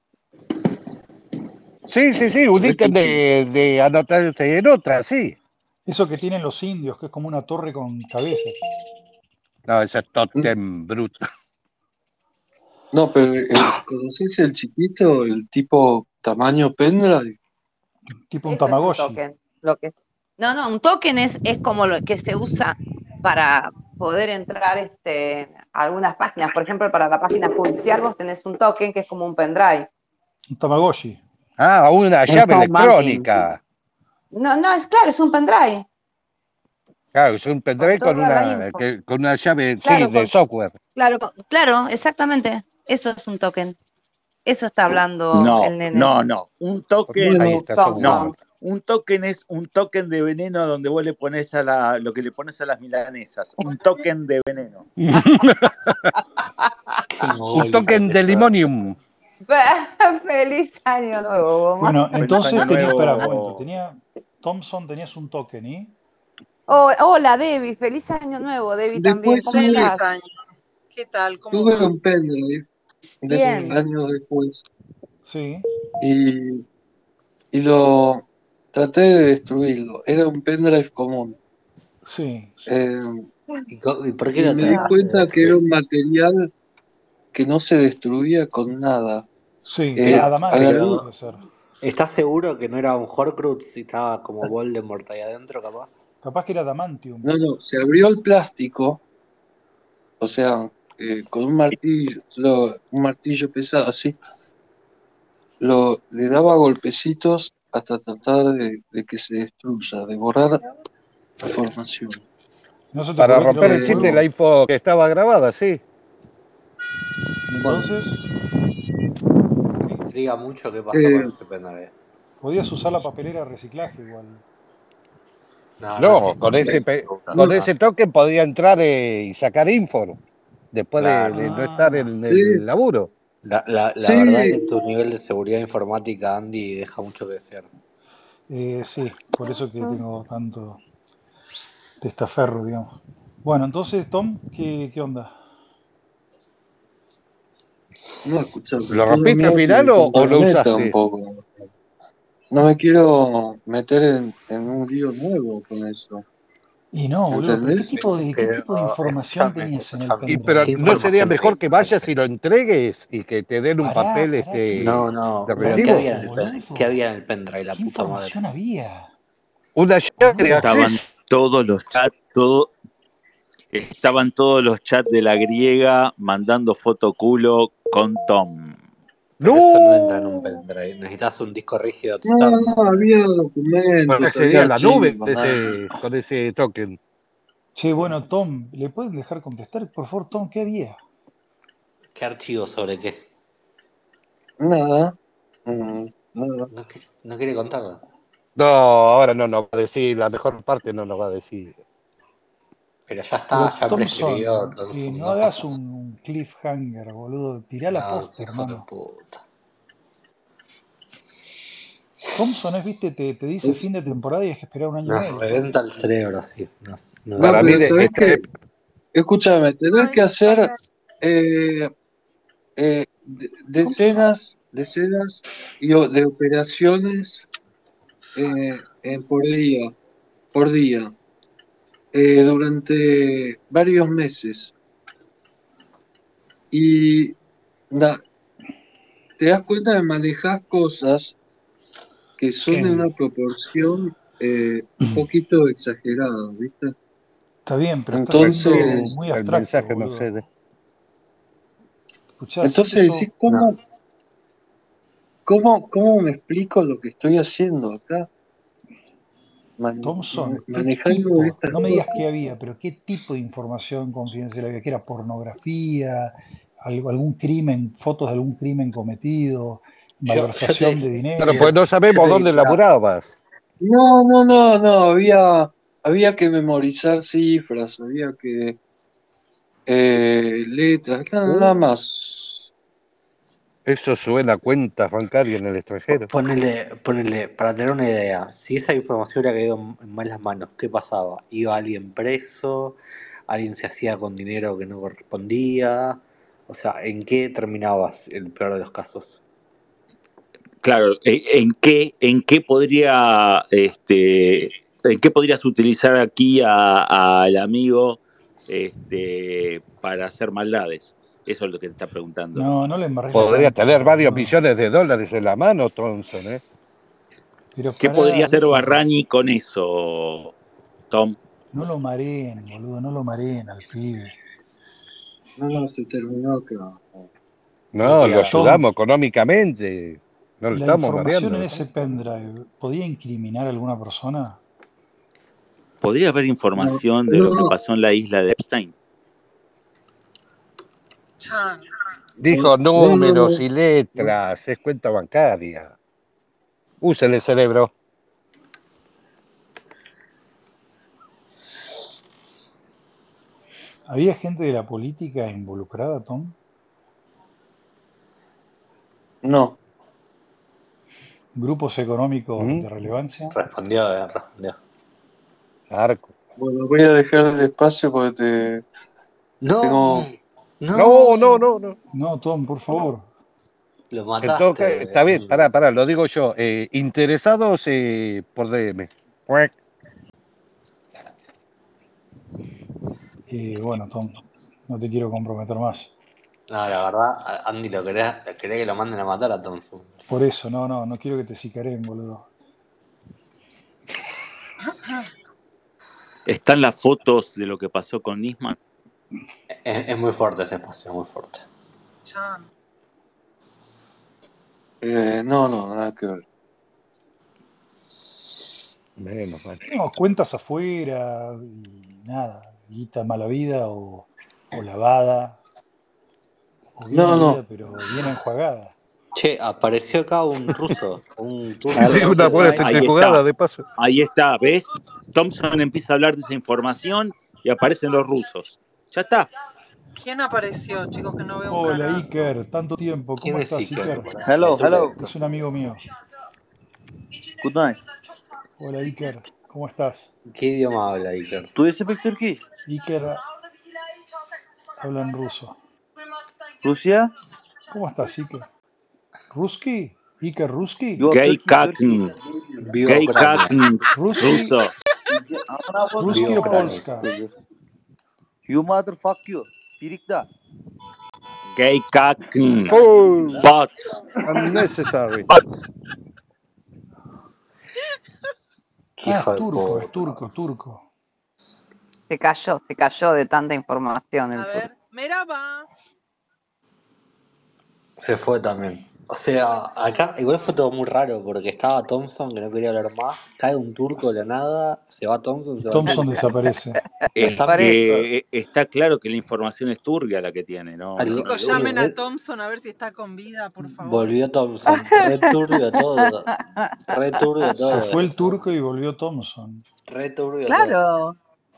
Sí, un ¿Sabés ítem qué es? de anotarse en otra, sí. Eso que tienen los indios, que es como una torre con cabeza. No, ese tótem bruto. No, pero ¿conocés el chiquito, el tipo tamaño pendrive? Tipo un Eso es un Tamagotchi. token. No, un token es como lo que se usa para poder entrar a algunas páginas. Por ejemplo, para la página judicial vos tenés un token que es como un pendrive. Un Tamagotchi. Ah, una llave electrónica. No, es un pendrive. Claro, es un pendrive Con toda la info. con una llave, Claro, sí, de software. Claro, exactamente. Eso es un token. Eso está hablando el nene. No. Un token, Ahí está, Thompson. un token es un token de veneno donde vos le pones lo que le pones a las milanesas. Un token de veneno. Un token de limonium. Feliz año nuevo. Bueno, entonces año tenías, espera, un nuevo. momento, Thompson, tenías un token, ¿y? Hola, Debbie. Feliz año nuevo, Debbie también. Después ¿Cómo Feliz estás? año. ¿Qué tal? ¿Cómo tuve va? un pendrive Bien. años después, Sí. y lo traté de destruirlo. Era un pendrive común. Sí. ¿Y por qué Y lo me di trataste de cuenta que era destruir? un material que no se destruía con nada. Sí, Pero, adamantium debe ser. ¿estás seguro que no era un Horcrux y estaba como Voldemort ahí adentro, capaz? Capaz que era adamantium. No, se abrió el plástico, o sea, con un martillo pesado así, le daba golpecitos hasta tratar de que se destruya, de borrar información. ¿No se te Para ocurrió romper tirarlo el al chip de fuego? la info que estaba grabada, sí. ¿Y entonces? Me intriga mucho qué pasó con ese pendrive. Podías usar la papelera de reciclaje igual. No, con ese token podía entrar y sacar info después de no estar en el laburo. La verdad que tu nivel de seguridad informática, Andy, deja mucho que desear. Sí, por eso que tengo tanto testaferro, digamos. Bueno, entonces, Tom, ¿qué onda? No, escuchame, ¿Lo rompiste al final o lo usaste? Tampoco. No me quiero meter en un lío nuevo con eso. Y no, boludo, pero ¿qué ¿Entendés? tipo de información tenías en el pendrive? Pero ¿no sería mejor que vayas y lo entregues y que te den un papel No, de pero recibo? ¿qué había en el pendrive, la ¿Qué puta madre? información había? Una llave de Estaban acceso. todos los chats, estaban todos los chats de la griega mandando fotoculo con Tom. Pero eso no entra en un pendrive, necesitas un disco rígido externo. No, había documentos, Accedía a la nube archivos, con ese token. Che, bueno, Tom, ¿le puedes dejar contestar? Por favor, Tom, ¿qué había? ¿Qué archivo sobre qué? nada. No quiere contarlo. No, ahora no nos va a decir, la mejor parte no nos va a decir. Pero ya está, ya prescribió. Thompson, no hagas un cliffhanger, boludo. Tirá la posta, hermano. Puta. Thompson es, viste, te dice Es- fin de temporada y hay que esperar un año y Nos medio. reventa el cerebro así. no, Para mí, pero ¿sabés qué? Escúchame, tenés Ay, que hacer para. decenas de operaciones por día, durante varios meses. Y na- te das cuenta de manejar cosas que son de Sí, una proporción un poquito exagerada, ¿viste? está bien, pero estás siendo Entonces, muy el abstracto, mensaje no boludo. cede. Escuchá, sé que entonces decís, sos No. ¿cómo me explico lo que estoy haciendo acá? Thompson. ¿Qué Manejando tipo? estas No me digas qué cosas. había, pero ¿qué tipo de información confidencial había? ¿Que era pornografía? ¿Algún crimen? ¿Fotos de algún crimen cometido? Yo ¿Malversación de Claro, yo, pues dinero? no yo sabemos te dónde diría, laburabas. No, había que memorizar cifras, había que letras, nada más. Eso suena a cuentas bancarias en el extranjero. ponele, para tener una idea, si esa información hubiera caído en malas manos, ¿qué pasaba? ¿Iba alguien preso? ¿Alguien se hacía con dinero que no correspondía? O sea, ¿en qué terminabas el peor de los casos? Claro, en qué podría, en qué podrías utilizar aquí al amigo para hacer maldades? Eso es lo que te está preguntando. No, no le embarrés la Podría cancha, tener varios boludo. millones de dólares en la mano, Thompson, ¿eh? Pero ¿Qué pará, podría hacer déjenlo. Barrani con eso, Tom? No lo mareen, boludo, no lo mareen al pibe. No, se terminó acá. No, lo Tom, ayudamos económicamente. No lo la estamos información en mareando. ese pendrive, ¿podía incriminar a alguna persona? ¿Podría haber No, información de lo que no, pasó en la isla de Epstein? Chan. Dijo números no. y letras, es cuenta bancaria. Usen el cerebro. ¿Había gente de la política involucrada, Tom? No. ¿Grupos económicos ¿Mm? de relevancia? Respondió. Arco. Bueno, voy a dejar el espacio porque tengo... No, no, no, no. No, Tom, por favor. Lo Entonces, mataste, está bien, amigo. pará, lo digo yo. Interesados por DM. Cuac. Bueno, Tom, no te quiero comprometer más. No, la verdad, Andy, quería que lo manden a matar a Thompson. Por eso, no quiero que te sicaren, boludo. ¿Están las fotos de lo que pasó con Nisman? Es muy fuerte ese espacio, muy fuerte. Chan. no, nada que ver. Menos mal. No, cuentas afuera y nada, guita mala vida o lavada, o bien No, habida, pero bien enjuagada. Che, apareció acá un ruso, un A turco. ver, Sí, una buena ahí centrifugada, está, de paso. ahí está, ¿ves? Thompson empieza a hablar de esa información y aparecen los rusos. Ya está. ¿Quién apareció, chicos, que no veo un Hola carajo? Iker, tanto tiempo, ¿Quién ¿cómo es estás Iker? Iker? Hello, hello. Es un amigo mío. Good night. Hola Iker, ¿cómo estás? ¿Qué idioma habla Iker? Do you speak Turkish? Iker habla en ruso. Russia? ¿Cómo estás Iker? ¿Ruski? ¿Iker Ruski? You are Gay Turkey. kakn, Viva gay Ucrania. kakn ¿Ruski? ruso, ¿Ruski Viva o Ucrania. Polska? You motherfuck you. Birikda. gay kakn, ¡Pum! bots, Unnecessary. bots. Qué Ah, hijo de es puta. turco. Se cayó de tanta información el A turco. ver, Meraba. Se fue también. O sea, acá igual fue todo muy raro porque estaba Thompson que no quería hablar más, cae un turco de la nada, se va Thompson, Y se va el Thompson turco. desaparece. Es Están Por eso. que está claro que la información es turbia la que tiene, no, no, no hay Chicos, duda. llamen a Thompson a ver si está con vida, por favor. volvió Thompson, re turbio todo, re turbio Se todo fue el esto, turco y volvió Thompson. re turbio todo. Claro.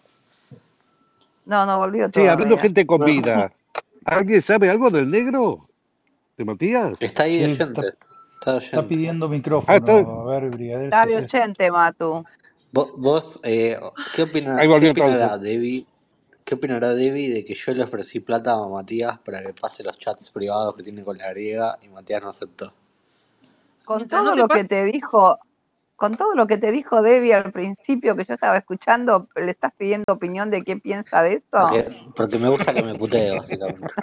No volvió Sí, hablando todavía. gente con vida. ¿Alguien sabe algo del negro? ¿De Matías? Está ahí de Sí, gente. Está Está oyente. pidiendo está. micrófono. A ver, Brigadier, Está si de haces. oyente, Matu. Vos, ¿qué Ahí opinará volvió Trauco. Debbie? ¿Qué opinará Debbie de que yo le ofrecí plata a Matías para que pase los chats privados que tiene con la griega y Matías no aceptó? Con Mientras no todo te lo que pase. te dijo, con todo lo que te dijo Debbie al principio que yo estaba escuchando, ¿le estás pidiendo opinión de qué piensa de esto? Porque me gusta que me putee, básicamente.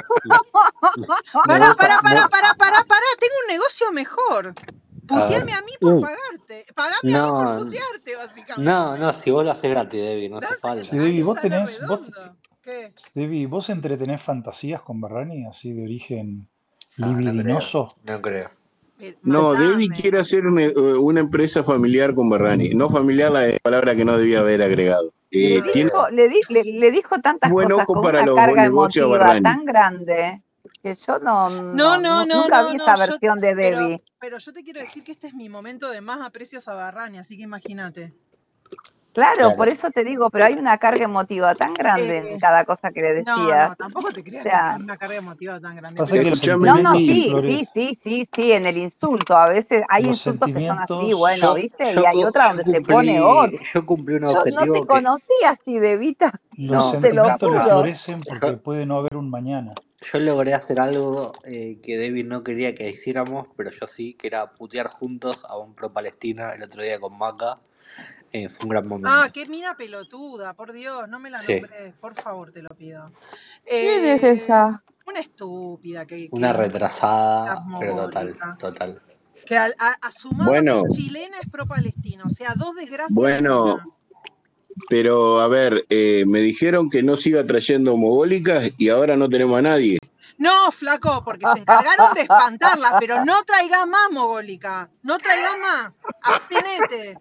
Me Pará, gusta. pará. Tengo un negocio mejor. A ver. Puteame a mí por pagarte. Pagame a mí por No, putearte, básicamente. no, si vos lo haces gratis, Debbie, no hace Si falta. Debbie, Ahí vos sale tenés. redondo. ¿Qué? Debbie, ¿vos entretenés fantasías con Berrani así de origen No, no creo. libidinoso? No creo. No, Debbie Matame. quiere hacer una empresa familiar con Berrani. No familiar, la palabra que no debía haber agregado. Le Ni Tiene dijo, pedo. le dijo tantas buen cosas ojo con para una los carga negocios a emotiva Berrani. tan grande que yo nunca vi esa versión de Debbie. Pero yo te quiero decir que este es mi momento de más aprecios a Barrani, así que imagínate. Claro, por eso te digo, pero hay una carga emotiva tan grande en cada cosa que le decías. No, tampoco te creas O sea, que hay una carga emotiva tan grande. Pasa que los Escuchame, no, sentimientos, sí, Flores, en el insulto. A veces hay los insultos que son así, sentimientos. bueno, ¿viste? Y hay otra donde se pone otro. Yo cumplí un Yo no te objetivo que. conocía así de Vita, Los No, te lo sentimientos le juro. florecen porque puede no haber un mañana. yo logré hacer algo que Debbie no quería que hiciéramos, pero yo sí, que era putear juntos a un pro Palestina el otro día con Maca. Fue un gran momento. Ah, qué mina pelotuda, por Dios, no me la Sí. nombres, por favor, te lo pido. ¿Quién es esa? Una estúpida que Una retrasada, la pero total, mogólica. total. Que sumado Bueno. que es chilena es pro palestina, o sea, dos desgracias. Bueno, en una. pero a ver, me dijeron que no siga trayendo mogólicas y ahora no tenemos a nadie. No, flaco, porque se encargaron de espantarla, pero no traiga más mogólica, no traiga más, abstenete.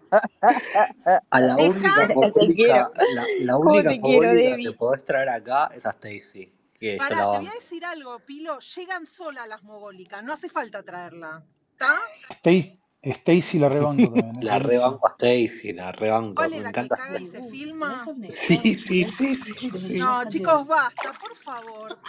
A la única mogólica, la ¿Cómo única te quiero, mogólica Debbie? que podés traer acá es a Stacy. Que yo Pará, la te voy banco. a decir algo, Pilo, llegan solas las mogólicas, no hace falta traerla, ¿está? Stacy la rebanco también. Es La buenísima. rebanco a Stacy, la rebanco. ¿Cuál Me es la encanta. que caga y se filma? Sí. No, chicos, basta, por favor,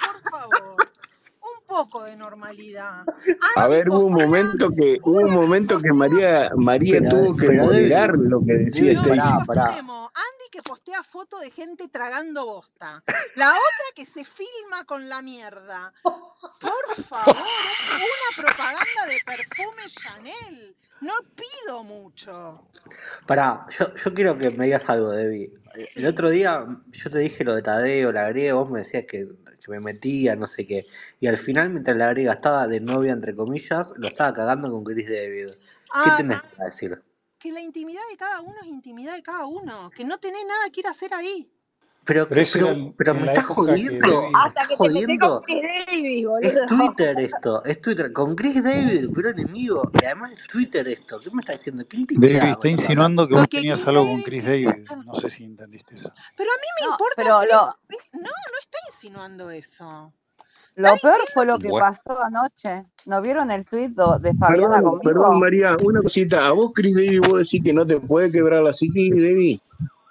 un poco de normalidad. A ver, hubo un momento que María tuvo que pero moderar lo que decía Debbie, Stacy. pará. Tenemos Andy que postea fotos de gente tragando bosta. La otra que se filma con la mierda. Por favor, una propaganda de perfume Chanel. No pido mucho. Pará, yo quiero que me digas algo, Debbie. El otro día yo te dije lo de Tadeo, la griega, vos me decías que me metía, no sé qué. Y al final, mientras la griega estaba de novia, entre comillas, lo estaba cagando con Chris David. ¿Qué tenés para decir? Que la intimidad de cada uno es intimidad de cada uno. Que no tenés nada que ir a hacer ahí. Pero me estás jodiendo. Hasta que te metés con Chris Davis, boludo. Es Twitter esto, es Twitter. Con Chris David, el peor enemigo. Y además es Twitter esto. ¿Qué me está diciendo? ¿Qué intimidad? Debbie está insinuando que vos tenías algo con Chris David. No sé si entendiste eso. Pero a mí me importa. Pero no está insinuando eso. lo peor fue lo que pasó anoche. ¿No vieron el tuit de Fabiana conmigo? Perdón, María, una cosita. ¿A vos, Chris Davis, vos decís que no te puede quebrar la psiquis, Davis?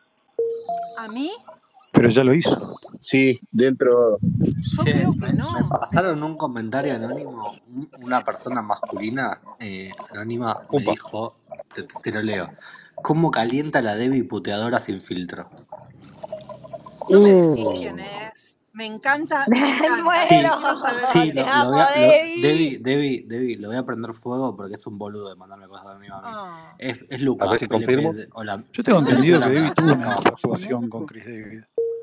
¿A mí? Pero ya lo hizo. Sí, dentro. Yo creo que no. Me pasaron un comentario anónimo. Una persona masculina anónima me dijo, te lo leo. ¿Cómo calienta la Debbie puteadora sin filtro? No me decís quién es. Me encanta. Sí, Debbie, lo voy a prender fuego porque es un boludo de mandarme cosas anónimas a mí. Es Lucas. A ver si confirmo. Yo tengo entendido que Debbie tuvo una infatuación con Chris David.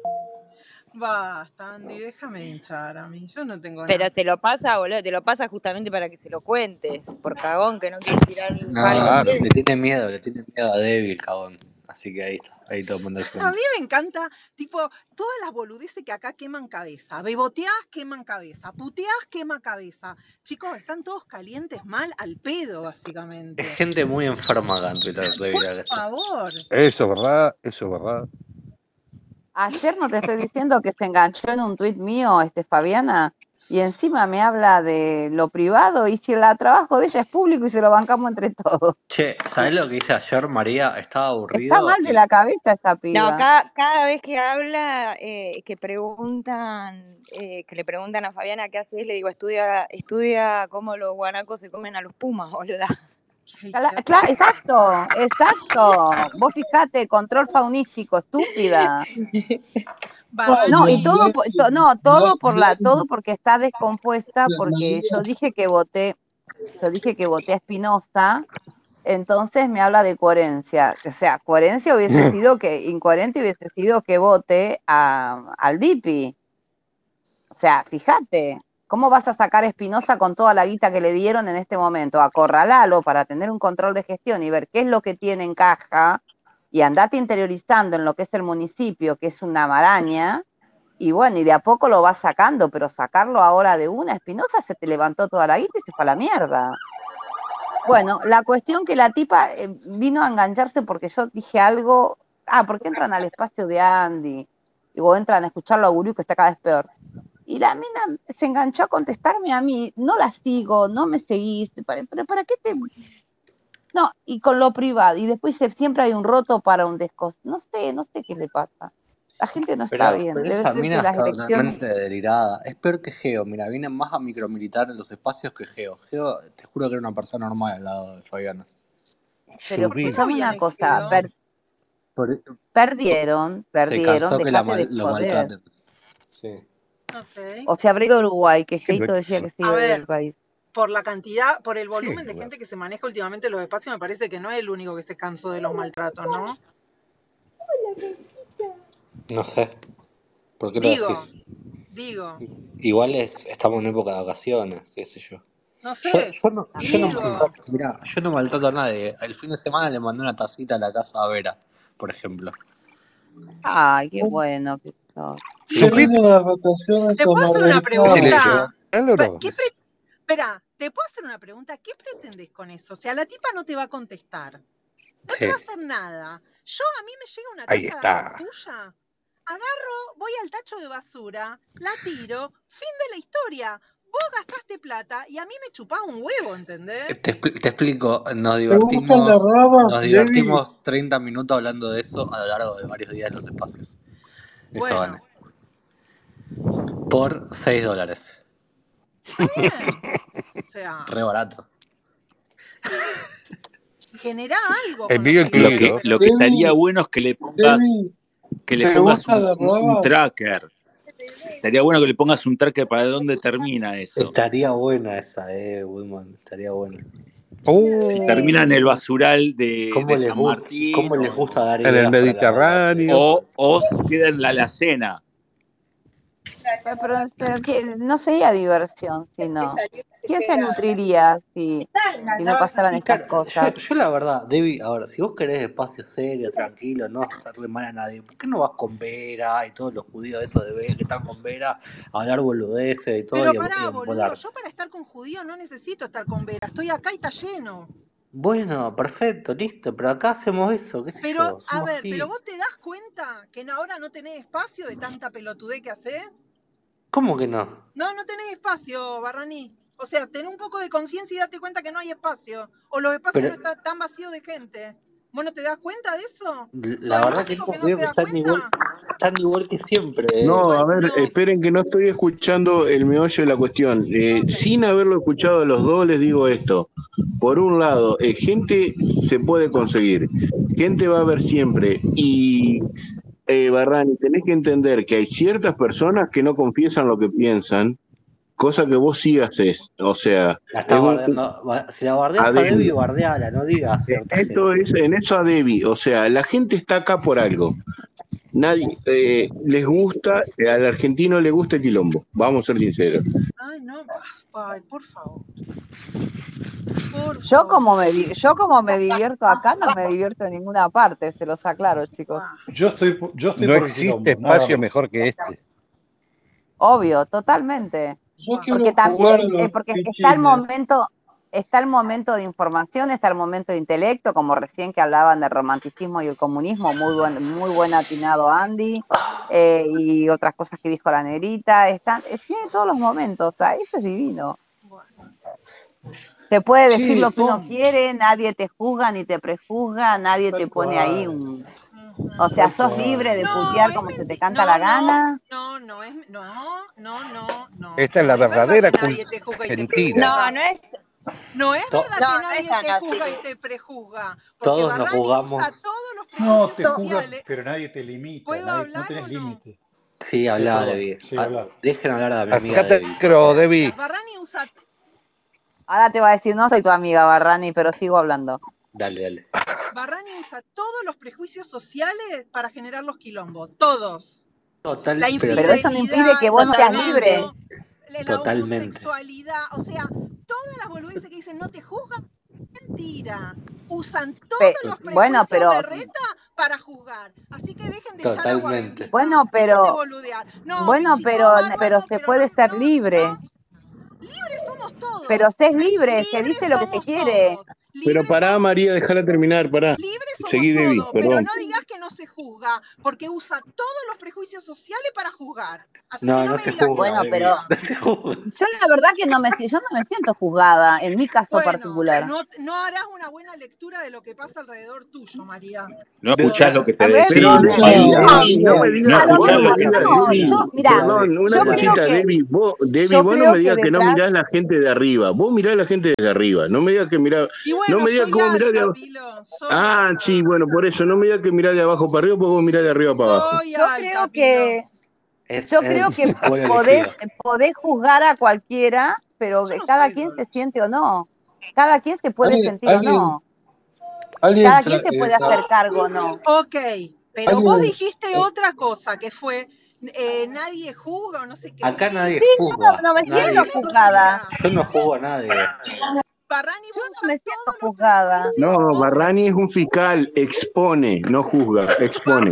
Basta, Andy, déjame hinchar a mí. Yo no tengo nada. Pero te lo pasa, boludo, te lo pasa justamente para que se lo cuentes. Por cagón que no quiere tirar un No, palo. le tiene miedo a Debbie, el cagón. Así que ahí está, ahí todo mandar A mí me encanta, tipo, todas las boludeces que acá queman cabeza. Beboteás, queman cabeza. Puteás, quema cabeza. Chicos, están todos calientes mal al pedo, básicamente. Es gente muy enferma acá en Twitter. Por favor. Eso es verdad. Ayer no te estoy diciendo que se enganchó en un tuit mío, Fabiana. Y encima me habla de lo privado y si el trabajo de ella es público y se lo bancamos entre todos. Che, ¿sabés lo que hice ayer, María? Estaba Está aburrido mal de y la cabeza esa No, piba. cada vez que habla, que le preguntan a Fabiana qué haces, le digo, estudia cómo los guanacos se comen a los pumas, boluda. Exacto. Vos fijate, control faunístico, estúpida. Barrani, No, y todo, todo María, porque está descompuesta, porque yo dije que voté a Espinosa, entonces me habla de coherencia. O sea, incoherente hubiese sido que vote al Dipi. O sea, fíjate, ¿cómo vas a sacar a Espinosa con toda la guita que le dieron en este momento? Acorralalo para tener un control de gestión y ver qué es lo que tiene en caja y andate interiorizando en lo que es el municipio, que es una maraña, y bueno, y de a poco lo vas sacando, pero sacarlo ahora de una, Espinosa se te levantó toda la guita y se fue a la mierda. Bueno, la cuestión que la tipa vino a engancharse porque yo dije algo, porque entran al espacio de Andy, o entran a escucharlo a Gurú, que está cada vez peor. Y la mina se enganchó a contestarme a mí, no la sigo, no me seguís, pero ¿para qué te...? No, y con lo privado, y después siempre hay un roto para un descos. No sé qué le pasa. La gente no está bien, pero debe esa ser mina que las está elecciones... totalmente delirada. Es peor que Geo, mira, viene más a micromilitar en los espacios que Geo. Geo, te juro que era una persona normal al lado de Fabiana. Pero Subilo. escuchame una viene cosa, Geo? perdieron, Se cansó que dejate de lo joder. maltraten. Sí. Ok. O se abrió Uruguay, que Sí, Heito pero- decía que se A iba ver, del país. por la cantidad, por el volumen Sí, de bueno. gente que se maneja últimamente en los espacios, me parece que no es el único que se cansó de los maltratos, ¿no? No sé. ¿Por qué lo decís? Digo, Igual estamos en época de vacaciones, qué sé yo. no Yo, sé, yo no, yo no digo. maltrato, mirá, yo no maltrato a nadie. El fin de semana le mandé una tacita a la casa a Vera, por ejemplo. Ay, qué bueno que sos. se ¿Supiste? vienen las vacaciones ¿Te puedo hacer una americanas. Silencio. pregunta? ¿no? Espera, ¿te puedo hacer una pregunta? ¿Qué pretendes con eso? O sea, la tipa no te va a contestar. No te Sí. va a hacer nada. A mí me llega una Ahí taza de agua está. tuya, agarro, voy al tacho de basura, la tiro, fin de la historia. Vos gastaste plata y a mí me chupás un huevo, ¿entendés? Te explico, nos ¿Te gustan las rabas, Debbie? divertimos 30 minutos hablando de eso a lo largo de varios días en los espacios. Eso Bueno, gané. Por $6. está bien. O sea, Re barato. generá algo El con mío los seguidores, incluido. pero Lo que estaría Debbie, bueno es que le Debbie, ¿te pongas gustan las un rabas? tracker. Estaría bueno que le pongas un tracker para dónde termina eso. Estaría buena esa, Woodman, estaría buena. Si termina en el basural de San ¿Cómo Martín les gusta dar En el ideas para la maldad a Mediterráneo. ustedes? o queda en la alacena. Pero que no sería diversión, sino. ¿Quién se nutriría si no pasaran estas Claro, cosas? yo la verdad, Debbie, ahora, si vos querés espacio serio, tranquilo, no vas a hacerle mal a nadie, ¿por qué no vas con Vera y todos los judíos esos de Vera que están con Vera a hablar boludeces y todo Pero y a pará, boludo, embolarte? yo para estar con judíos no necesito estar con Vera. Estoy acá y está lleno. Bueno, perfecto, listo, pero acá hacemos eso, qué sé Pero, yo, a somos ver, ¿pero así. vos te das cuenta que ahora no tenés espacio de tanta pelotudez que hacés? ¿Cómo que no? No tenés espacio, Barrani. O sea, ten un poco de conciencia y date cuenta que no hay espacio. O los espacios Pero no están tan vacíos de gente. ¿Vos no te das cuenta de eso? la ¿Sos el verdad que único no, que no veo se que da cuenta? están igual que siempre, No, a ver, No. esperen que no estoy escuchando el meollo de la cuestión. Sin haberlo escuchado a los dos, les digo esto. Por un lado, gente se puede conseguir, gente va a haber siempre. Y, Barrani, tenés que entender que hay ciertas personas que no confiesan lo que piensan, cosa que vos sí haces. O sea, La estás bardeando. Si la bardeas a Debbie, bardeala, no digas a cierta gente. en eso a Debbie. O sea, la gente está acá por algo. Nadie les gusta, al argentino le gusta el quilombo, vamos a ser sinceros. Ay, no. Ay, por favor. Yo como me divierto acá, no me divierto en ninguna parte, se los aclaro, chicos. Yo estoy No por el existe quilombo, nada espacio más. mejor que este. Obvio, totalmente. Yo Porque quiero jugar a los porque está el pichines. momento, está el momento de información, está el momento de intelecto, como recién que hablaban del romanticismo y el comunismo, muy buen atinado Andy, y otras cosas que dijo la negrita, tiene todos los momentos, o sea, eso es divino. Se puede decir Sí, lo que uno Tom, quiere, nadie te juzga ni te prejuzga, nadie tal te pone ahí cual, o sea, tal sos libre de cual. putear como se te canta la gana. No. Esta es No la es verdad verdadera que nadie te juzga y te Argentina. prejuzga. No es, No es To- verdad no, que no es nadie tan te juzga así. y te prejuzga. Porque todos nos Barrani jugamos. usa todos los No, prejuicios te juzga, sociales. pero nadie te limita, ¿Puedo no hablar tenés o no? límite. Sí, hablaba Perdón, Debbie. sí, habla. Dejen hablar a mi amiga Acércate Debbie. al micro, Debbie. Barrani usa. Ahora te va a decir, no soy tu amiga, Barrani, pero sigo hablando. Dale. Barrani usa todos los prejuicios sociales para generar los quilombos. Todos. Total, La Pero eso no impide que vos no seas libre. la Totalmente. homosexualidad, o sea, todas las boludeces que dicen no te juzgan, mentira. Usan todos los prejuicios Bueno, pero berreta para juzgar. Así que dejen de echar agua Totalmente. bendita. bueno, Dejen de pero boludear. No, bueno, Pichi, todo bárbaro, pero se pero puede ser libre. libres somos todos. Pero se es libre, se Libres dice lo que se somos quiere. todos. Pero Libres pará, somos María, déjala terminar, pará. Libres somos Seguí, Debbie, todos, pero perdón. no digas que no se juzga, porque usa todos los prejuicios sociales para juzgar. Así No, que no no me se digas que juzga, Bueno, no pero Debbie. juzga. yo la verdad que yo no me siento juzgada en mi caso Bueno, particular. no harás una buena lectura de lo que pasa alrededor tuyo, María. No escuchás lo que te A ver, Pero no, decimos, no, María. Debbie, no me a digas, lo vos escuchás no me lo mismo, que digas, te no, Debbie, yo, mira, perdón, una yo creo cosita, que, Debbie, vos yo no creo me que digas que no detrás, mirás la gente de arriba, vos mirás la gente de arriba, no me digas que mirás, Y no bueno, me digas soy que vos mirás de alta, abajo. Pilo, soy Ah, alta. sí, bueno, por eso, no me digas que mirás de abajo para arriba, porque vos mirás de arriba para abajo. Soy yo alta, creo Pilo. que, Es yo creo que pueblo podés elegido. juzgar a cualquiera, pero Yo no cada soy quien se Dolores. siente o no. Cada quien se puede ¿Alguien, sentir o no. Cada quien se puede hacer cargo o no. Ok, pero vos alguien- dijiste otra cosa, que fue nadie juzga o no sé qué. Acá nadie Sí, yo juzga. no me Nadie. siento juzgada. Yo no juzgo a nadie. Barrani, Yo vos no usás me siento todos los juzgada. prejuicios. No, Barrani es un fiscal, expone, no juzga, expone.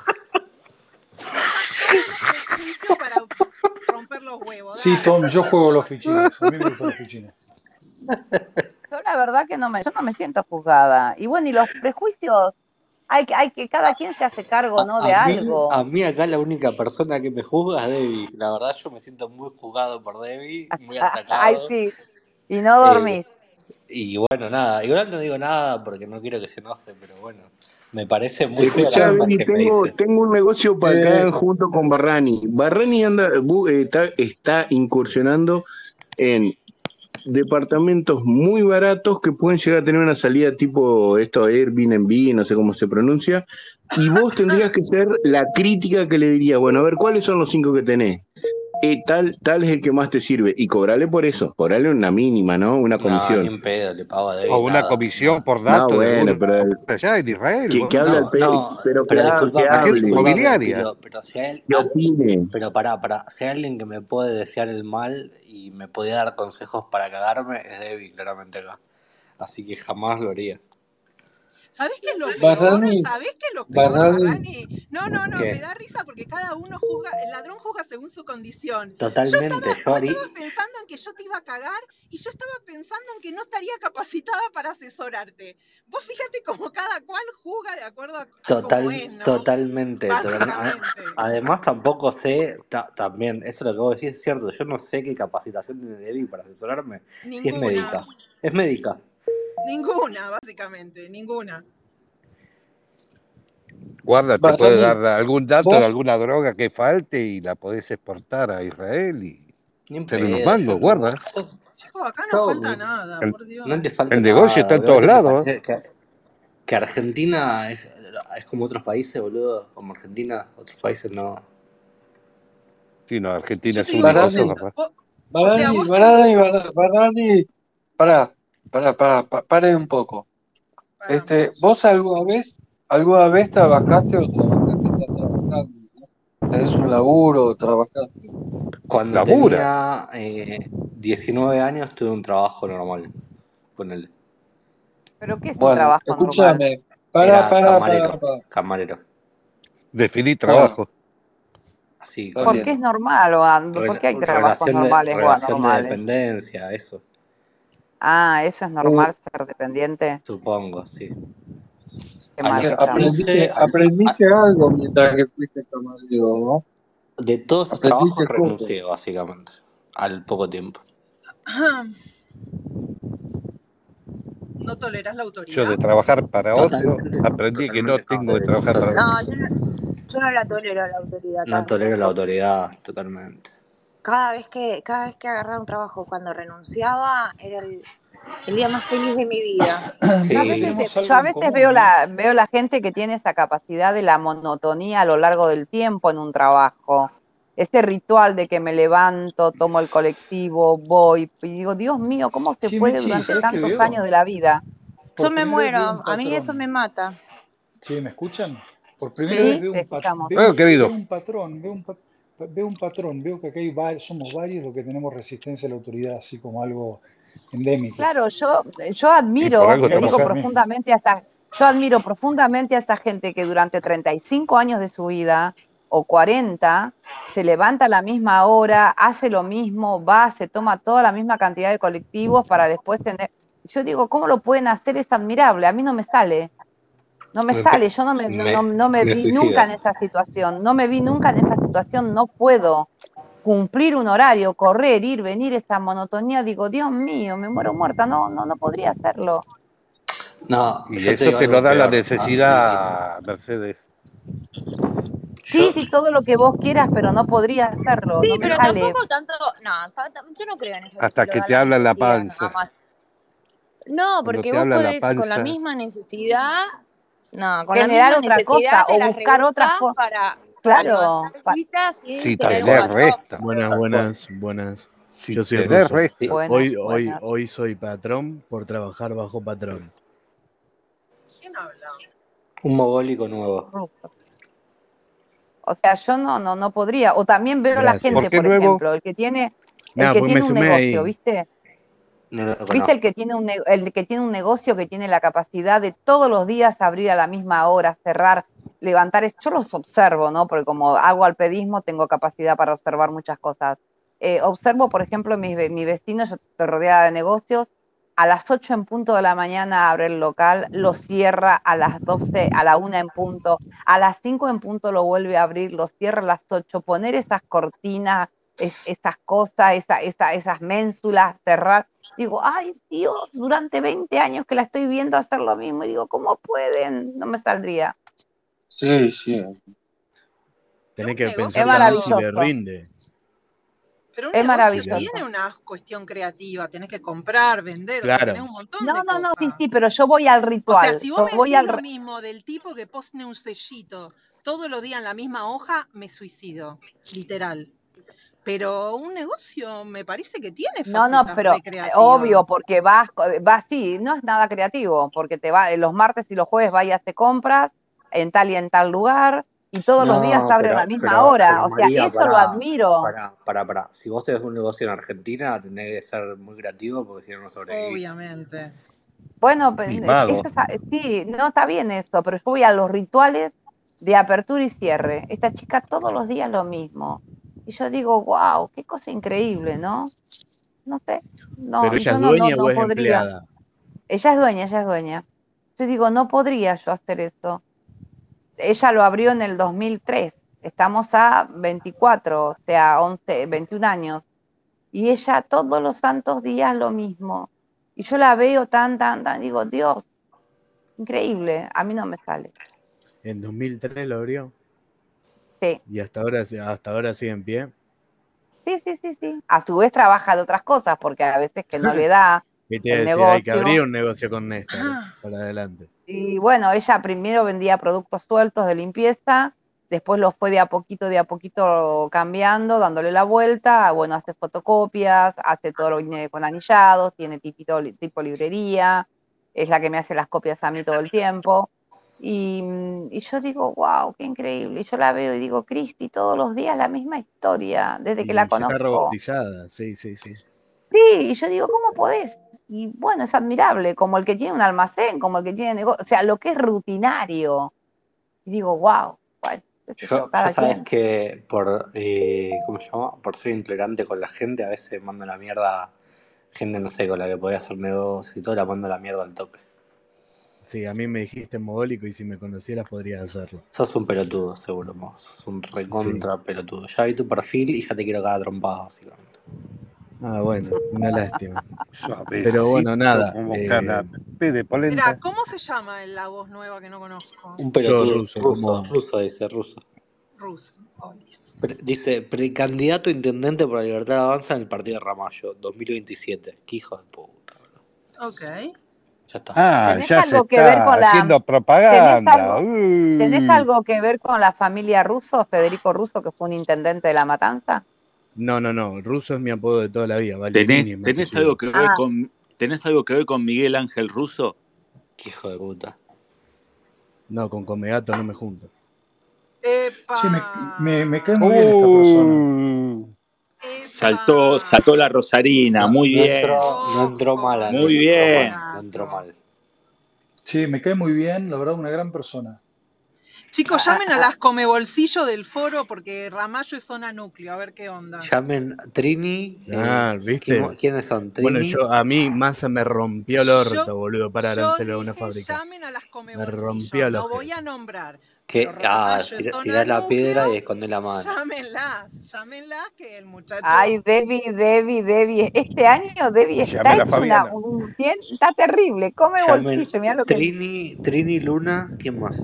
Todos los prejuicios para romper los huevos. Sí, Dale. Tom, yo juego los fichines. A mí me gustan los fichines. Yo la verdad que yo no me siento juzgada. Y bueno, y los prejuicios, hay que cada quien se hace cargo, ¿no? De algo. A mí acá la única persona que me juzga es Debbie. La verdad yo me siento muy juzgado por Debbie, muy Ay, atacado. sí. Y no dormís. Y bueno, nada, igual no digo nada porque no quiero que se enoje, pero bueno, me parece muy feo Escuchá, las cosas Debbie, que me dice. tengo un negocio para acá junto con Barrani. Barrani está incursionando en departamentos muy baratos que pueden llegar a tener una salida tipo esto Airbnb, no sé cómo se pronuncia, y vos tendrías que ser la crítica que le diría, bueno, a ver, ¿cuáles son los 5 que tenés? Tal es el que más te sirve, y cobrarle por eso, cobrarle una mínima, ¿no? Una No, comisión. ni en pedo, le pago a Debbie O una nada. comisión por No, datos de bueno, alguna pero allá en Israel. que Bueno. hable No, pero pero que disculpame, hable, Inmobiliaria. pero si hay, que opine. pero pará, si hay alguien que me puede desear el mal y me puede dar consejos para cagarme, es Debbie, claramente acá. Así que jamás lo haría. ¿Sabés qué es lo peor? Barrani, ¿Sabés qué es lo peor, Barrani, Barrani? No, ¿Qué? me da risa porque cada uno juzga, el ladrón juzga según su condición. Totalmente, Vos estabas pensando en que yo te iba a cagar y yo estaba pensando en que no estaría capacitada para asesorarte. Vos fíjate cómo cada cual juzga de acuerdo a cómo es, ¿no? Totalmente. Básicamente. Además tampoco sé, también, eso lo que vos decís es cierto, yo no sé qué capacitación tiene Debbie para asesorarme. Si es Ninguna. médica. Es médica. Ninguna, básicamente, ninguna. Guarda, te puede Barrani, dar algún dato vos, de alguna droga que falte y la podés exportar a Israel y Ni en tener unos pedo, mangos, guarda. Chicos, acá no falta nada, El, por Dios. No te falta el negocio está nada, en boludo. todos ¿Te pensás lados. que Argentina es como otros países, boludo? Como Argentina, otros países no. Sí, no, Argentina Yo es te digo una cosa. único. Barrani, pare un poco. ¿Vos alguna vez trabajaste o estás trabajando? ¿Tenés un laburo o trabajaste? Cuando Labura. tenía 19 años tuve un trabajo normal. Ponele. ¿Pero qué es un Bueno, trabajo normal? escúchame, Era camarero. Definí trabajo. Así, Está ¿Por bien. qué es normal? ¿Por qué hay trabajos normales o relación de anormales? dependencia, eso. Ah, eso es Eh, normal ser dependiente. Supongo, sí. Qué A mal los que estamos. 15, aprendiste algo mientras que fuiste camarero, ¿no? de todos esos Aprendiste trabajos cosas. renuncié, básicamente, al poco tiempo. ¿No tolerás la Yo autoridad? de trabajar para otro Totalmente, aprendí que no totalmente no, tengo que trabajar para mí. No, yo no la tolero la autoridad no tolero la tampoco. autoridad, totalmente. Cada vez que agarraba un trabajo, cuando renunciaba, era el día más feliz de mi vida. Yo a Sí, veces, Tenemos yo algo a en veces común, ¿eh? veo la gente que tiene esa capacidad de la monotonía a lo largo del tiempo en un trabajo. Ese ritual de que me levanto, tomo el colectivo, voy, y digo, Dios mío, ¿cómo se Sí, puede Mechi, durante ¿sabes qué tantos años veo? de la vida? Yo Por me primera vez veo muero, un a mí eso me patrón. mata. Sí, ¿me escuchan? Por primera vez Sí, ¿Sí? veo te un escuchamos. Bueno, querido, veo un patrón, veo un patrón, veo que acá somos varios los que tenemos resistencia a la autoridad, así como algo endémico. Claro, yo y por admiro, algo Me va a le digo estamos pasar a acá. mí. profundamente a esa, yo admiro profundamente a esa gente que durante 35 años de su vida o 40 se levanta a la misma hora, hace lo mismo, va, se toma toda la misma cantidad de colectivos para después tener. Yo digo, ¿cómo lo pueden hacer? Es admirable. A mí no me sale. No me me, sale, pe- yo no me me vi nunca en suicido. esa situación, no me vi nunca en esa situación, no puedo cumplir un horario, correr, ir, venir, esa monotonía, digo, Dios mío, me muero muerta, no podría hacerlo. No, Y yo te eso digo te lo algo da la peor. A mí, necesidad, Mercedes. Sí, yo, sí, todo lo que vos quieras, pero no podría hacerlo, Sí, no me pero sale. tampoco tanto, no, yo no creo en eso que te Hasta lo que da te la habla la necesidad nada panza. más. No, Cuando porque te vos habla la podés con la panza. misma necesidad, no, con la Generar misma otra necesidad cosa te o las buscar otra rebuscas forma, para claro, levantar guita sin Si tener tal un tenés cual, patrón. resta. Buenas, tal cual. buenas, buenas. Si Yo soy tenés ruso. resta. Sí. buenas. Hoy soy patrón por trabajar bajo patrón. ¿Quién habla? Un mogólico nuevo. Ruso. O sea, yo no podría. O también veo a la Gracias. ¿Por gente, qué por nuevo? ejemplo, el Nada, que pues me tiene un sumé negocio, ahí. ¿viste? No lo ¿Viste el conozco. que tiene el que tiene un negocio que tiene la capacidad de todos los días abrir a la misma hora, cerrar, levantar? Yo los observo, ¿no? Porque como hago alpedismo, tengo capacidad para observar muchas cosas. Observo, por ejemplo, mi vecino, yo estoy rodeada de negocios, a las 8 en punto de la mañana abre el local, lo cierra a las 12, a la 1 en punto, a las 5 en punto lo vuelve a abrir, lo cierra a las 8, poner esas cortinas, esas cosas, esas ménsulas, cerrar. Digo, ay Dios, durante 20 años que la estoy viendo hacer lo mismo y digo, ¿cómo pueden? No me saldría. Sí, sí. Tenés Un que Es pensar negocio, también si le maravilloso, rinde. pero un es negocio Si le... tiene maravilloso. una cuestión creativa, tenés que comprar, vender, o sea, tenés Claro. un montón No, de no, sí, cosas. sí, pero yo voy al O sea, ritual, si vos yo me voy decís al... lo mismo del tipo que pone un sellito todos los días en la misma hoja, me suicido, literal. Pero un negocio me parece que tiene No, facetas pero recreativas. obvio, porque vas, sí, no es nada creativo, porque los martes y los jueves vas y haces compras en tal y en tal lugar, y todos los días No, abre a la misma hora. pero O sea, María, eso lo admiro. pará. Si vos tenés un negocio en Argentina, tenés que ser muy creativo porque si no, no sobrevivís. Obviamente. Bueno, Y eso mago. sí, no está bien eso, pero yo voy a los rituales de apertura y cierre. Esta chica todos los días lo mismo. Y yo digo, wow, qué cosa increíble, ¿no? No sé, ¿Pero no, ella yo es dueña o no es podría. empleada? Ella es dueña. Yo digo, no podría yo hacer eso. Ella lo abrió en el 2003. Estamos a 24, o sea, 11, 21 años. Y ella todos los santos días lo mismo. Y yo la veo tan, digo, Dios, increíble, a mí no me sale. En 2003 lo abrió. Sí, Y hasta ahora sigue en pie. sí. A su vez trabaja de otras cosas, porque a veces que no le da ¿Qué te iba a el decir? Hay que abrir negocio. un negocio con Néstor para adelante. Y bueno, ella primero vendía productos sueltos de limpieza, después los fue de a poquito cambiando, dándole la vuelta. Bueno, hace fotocopias, hace todo lo que viene con anillados, tiene tipo librería, es la que me hace las copias a mí todo el tiempo. Y yo digo, wow, qué increíble. Y yo la veo y digo, Cristi, todos los días la misma historia, desde que la Y ya está conozco. robotizada, sí. Sí, y yo digo, ¿cómo podés? Y bueno, es admirable, como el que tiene un almacén, como el que tiene negocio, o sea, lo que es rutinario. Y digo, wow, bueno, qué sé yo, Yo cada sabes quien. que ¿cómo se llama? Por ser intolerante con la gente, a veces mando la mierda Gente, no sé, con la que podía hacer negocio y todo, la mando a la mierda al toque. Sí, a mí me dijiste mogólico y si me conocieras podrías hacerlo. Sos un pelotudo, seguro, vos. Sos un recontra pelotudo. Ya vi tu perfil y ya te quiero cagar a trompadas, básicamente. Ah, bueno, una lástima. Suavecito Pero bueno, nada. como canapé de polenta. Mira, ¿cómo se llama la voz nueva que no conozco? Un pelotudo. Ruso, como... Ruso dice, ruso. Ruso. Olis. Dice, precandidato a intendente por la Libertad Avanza en el partido de Ramallo, 2027. Qué hijo de puta, bro. Ok. Ya está. Ah, ¿Tenés ya se algo que ver está con haciendo ¿tenés propaganda. algo que ver con la familia Russo, Federico Russo, que fue un intendente de La Matanza? No, Ruso es mi apodo de toda la vida. Valderini es mi ¿Tenés apellido. algo que ver ¿Tenés algo que ver con Miguel Ángel Russo? Qué hijo de puta. No, con Comegato no me junto. Che, me cae muy bien esta persona. Saltó la Rosarina, muy bien. No entró mal, Muy bien. No entró mal. Sí, me cae muy bien, la verdad, una gran persona. Chicos, llamen a las comebolsillo del foro porque Ramallo es zona núcleo, a ver qué onda. Llamen Trini. ¿Viste? ¿Quiénes son? Bueno, Trini. a mí Massa me rompió el orto, boludo, para Arancelo de una fábrica. Llamen a las Me comebolsillo, rompió no los voy a nombrar. Que Ramallo es zona tirás la núcleo, piedra y escondés la mano. Llámenlas, que el muchacho... Ay, Debbie. Este año Debbie está hecho está terrible. Come Llamen bolsillo, mirá lo que... Trini, Luna, ¿quién más?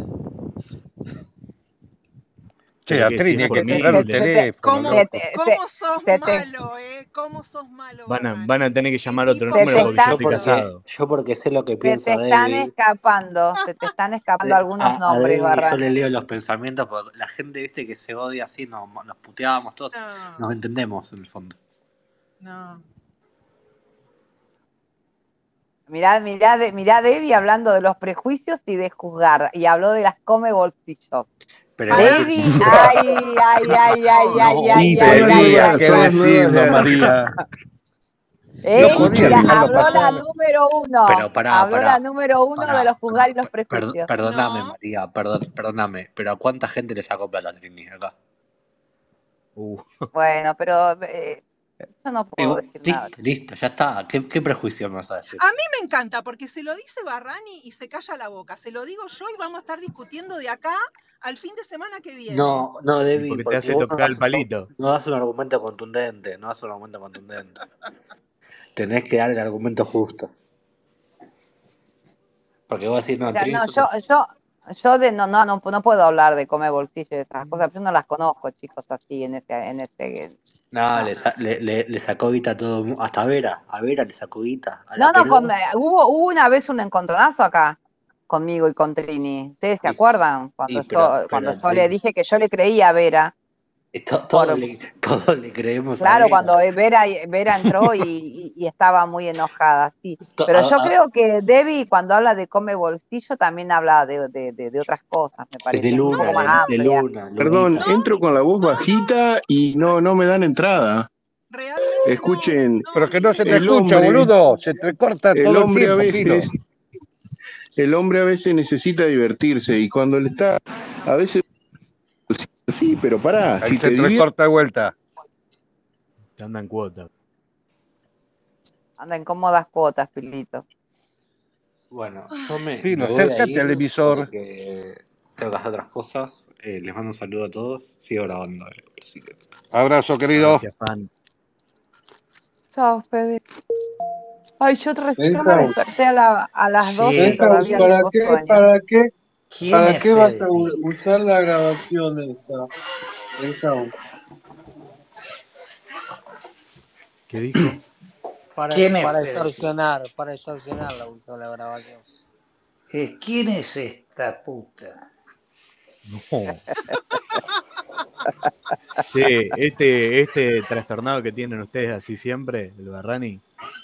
Che, a Trini hay que comprar un teléfono, loco. ¿Cómo sos malo, ¿Cómo sos malo? Van a tener que llamar otro número porque yo estoy casado. Yo porque sé lo que Se piensa te están Debbie. escapando, algunos nombres, Debbie Barrani. yo le leo los pensamientos porque la gente, viste, que se odia así, nos puteábamos todos, nos entendemos en el fondo. No. Mirá Debbie hablando de los prejuicios y de juzgar, y habló de las come bolsillos. Pero Debbie, ay. Tenía que decirlo, María. No podía dejarlo Habló la pasar. número uno. Pero pará, la número uno de los juzgar y los prejuicios. Perdóname, María, perdóname, pero ¿a cuánta gente le sacó plata a Trini acá? Bueno, pero yo no puedo decir nada. Listo, ya está. ¿Qué prejuicio me vas a decir? A mí me encanta porque se lo dice Barrani y se calla la boca. Se lo digo yo y vamos a estar discutiendo de acá al fin de semana que viene. No, Debbie, porque te hace tocar el palito. No das un argumento contundente, Tenés que dar el argumento justo. Porque vos decís, no, Trini... No puedo hablar de comer bolsillo y esas cosas, yo no las conozco, chicos, así en ese. No, le sacó guita a todo, hasta a Vera le sacó guita. Hubo una vez un encontronazo acá conmigo y con Trini. ¿Ustedes se acuerdan? Cuando yo le dije que yo le creía a Vera. Todos le creemos claro, a Vera. Cuando Vera entró y estaba muy enojada, sí. Pero yo creo que Debbie, cuando habla de come bolsillo, también habla de otras cosas, me parece. De Luna, un poco más amplia. Perdón, entro con la voz bajita y no me dan entrada. Realmente escuchen. Pero que no se te escucha, boludo. Se te corta todo el tiempo, Pilo. El hombre a veces necesita divertirse y cuando le está, a veces sí, pero pará. Ahí se te corta de vuelta. Te anda en cuota. Anda en cómodas cuotas, Pilito. Bueno, yo me Pilo, voy a acércate ir al emisor. porque tengo que hacer otras cosas. Les mando un saludo a todos. Sigo grabando. Así que... Abrazo, querido. Gracias, fan. Chao, Fede. Ay, yo recién me desperté a las 12 todavía tengo sueño. ¿Para qué vas a usar la grabación esta? ¿Qué dijo? Para extorsionar la grabación. ¿Quién es esta puta? No. Sí, este trastornado que tienen ustedes así siempre, el Barrani.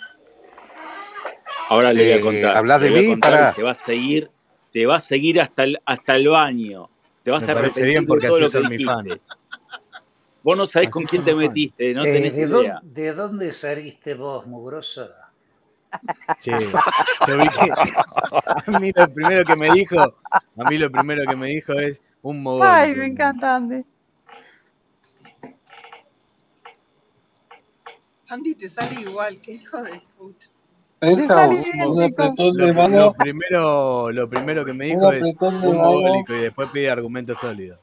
Ahora le voy a contar. ¿Hablas de mí? Pará. Te va a seguir hasta el baño. Te vas Me a parece arrepentir bien porque de todo así lo que son mi fan. dijiste. Vos no sabés Así con quién son te mi fan. metiste, no tenés idea. ¿De dónde saliste vos, mugroso? Che, yo vi que a mí lo primero que me dijo es un mogólico. Ay, me encanta, Andy. Andy, te sale igual, qué hijo de puta. Te sale Un idéntico. apretón de mano, Lo primero que me un dijo es apretón de un mano mogólico y después pide argumento sólido.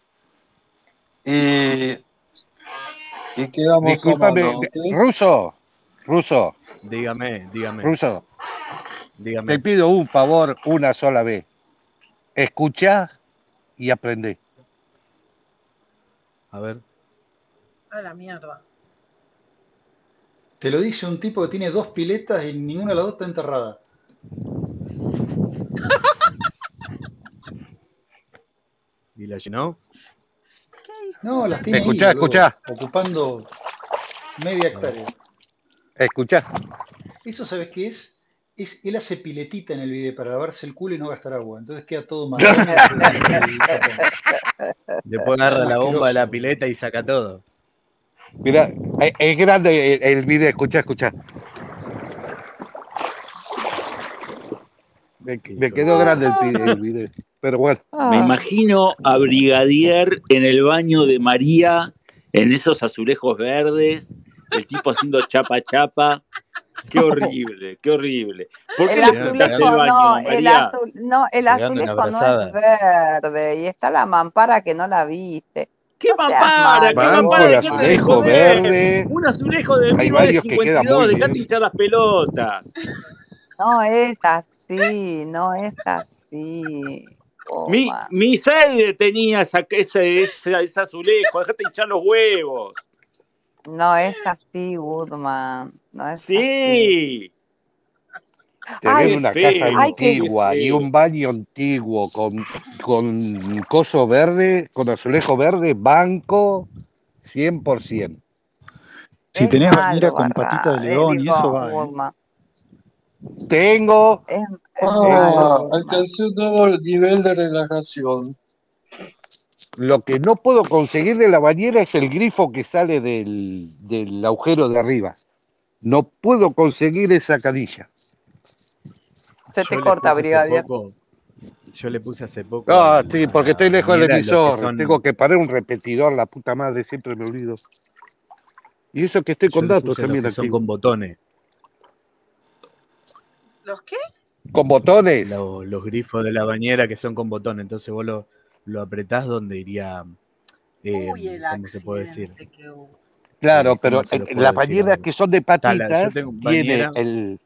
y quedamos a Discúlpame, mano, ¿ok? Ruso, Dígame, te pido un favor una sola vez. Escuchá y aprendé. A ver. A la mierda. Te lo dice un tipo que tiene 2 piletas y ninguna de las 2 está enterrada. ¿Y la llenó? No, las tiene ahí, Escuchá, boludo, escuchá, ocupando media hectárea. escuchá. ¿Eso sabes qué es? Él hace piletita en el video para lavarse el culo y no gastar agua. Entonces queda todo marrón y después el tapón. Después Es agarra un la bomba de la asqueroso. pileta y saca todo. Mira, es grande el video, escuchá. Me quedó grande el video, pero bueno. Me imagino a Brigadier en el baño de María, en esos azulejos verdes, el tipo haciendo chapa. Qué horrible, qué horrible. ¿Por qué El le preguntaste el azulejo, baño, no, María? el Pegando una azulejo no es abrazada. verde y está la mampara que no la viste. ¿Qué No seas mampara? ¿Qué malo, Banco mampara? el Dejate de azulejo joder. verde. Un azulejo de Hay varios que quedan 1952, muy dejate bien. hinchar las pelotas. no es así, no es así. Goma. Mi Seide tenía ese azulejo, dejate hinchar los huevos. No es así, Woodman. No es así. Sí. Tener Ay, una Qué casa feo, antigua qué y feo. un baño antiguo con coso verde, con azulejo verde, banco 100%. Si es tenés bañera malo, con patita de león y eso va, ¿eh? Woodman. Tengo, Es malo, Woodman. Alcancé un nuevo nivel de relajación. lo que no puedo conseguir de la bañera es el grifo que sale del agujero de arriba. No puedo conseguir esa canilla. Se te corta, Brigadier. Yo le puse hace poco Ah, a sí, porque la estoy lejos del bañera lo que emisor. son, Tengo que parar un repetidor, la puta madre, siempre me olvido. Y eso que estoy yo con le datos puse los también que son activos. con botones. ¿Los qué? ¿Con botones? Los grifos de la bañera que son con botones. Entonces vos lo apretás donde iría, Uy, el ¿cómo se puede decir? accidente que hubo. Claro, pero ¿Cómo se los puedo las decir bañeras ahora? que son de Yo patitas tengo tiene bañera, el...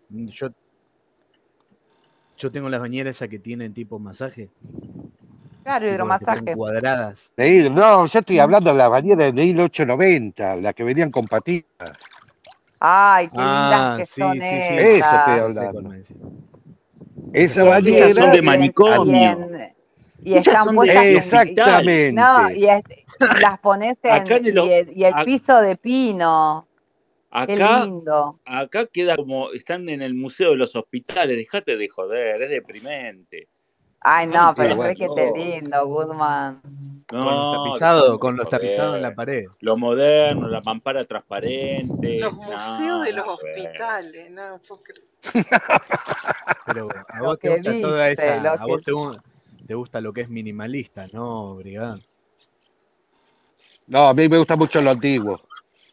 yo tengo las bañeras esas que tienen tipo masaje, Claro, tipo las que son hidromasaje. cuadradas. No, yo estoy hablando de las bañeras de 1890, las que venían con patitas. Ay, qué lindas que Sí, son sí. Eso estoy esas. Ya sé cuál hablando. me decís. Esa Esas son bañera... de manicomio. Y Esas están son de puestas en, Exactamente. no, y las pones Acá en, en y el piso de pino. Qué acá lindo. queda como, están en el Museo de los Hospitales, dejate de joder, es deprimente. Ay, Dejame no, hinchar pero las es requete pelotas. lindo, Goodman. No, Con los dejame tapizados en la joder. pared. Lo moderno, la mampara transparente. Los museos de los nada que ver. hospitales, no puedo creer. Pero a Lo vos te que gusta toda dice, esa, a vos te gusta lo que es minimalista, ¿no, Brigada? No, a mí me gusta mucho lo antiguo.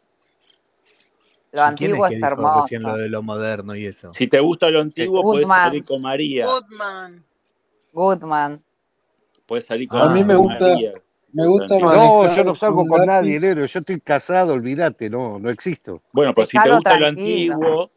Lo ¿Y quién es antiguo que es dijo recién lo hermoso. de lo moderno y eso? Si te gusta lo antiguo, puedes salir Goodman, con María. Goodman. Puedes salir A mí con me gusta, María. Si te me gusta lo gusta antiguo. No, manejar yo no salgo un con nadie, lápiz. Nero. Yo estoy casado, olvídate, no existo. Bueno, pues si te Dejalo gusta lo tranquilo. antiguo,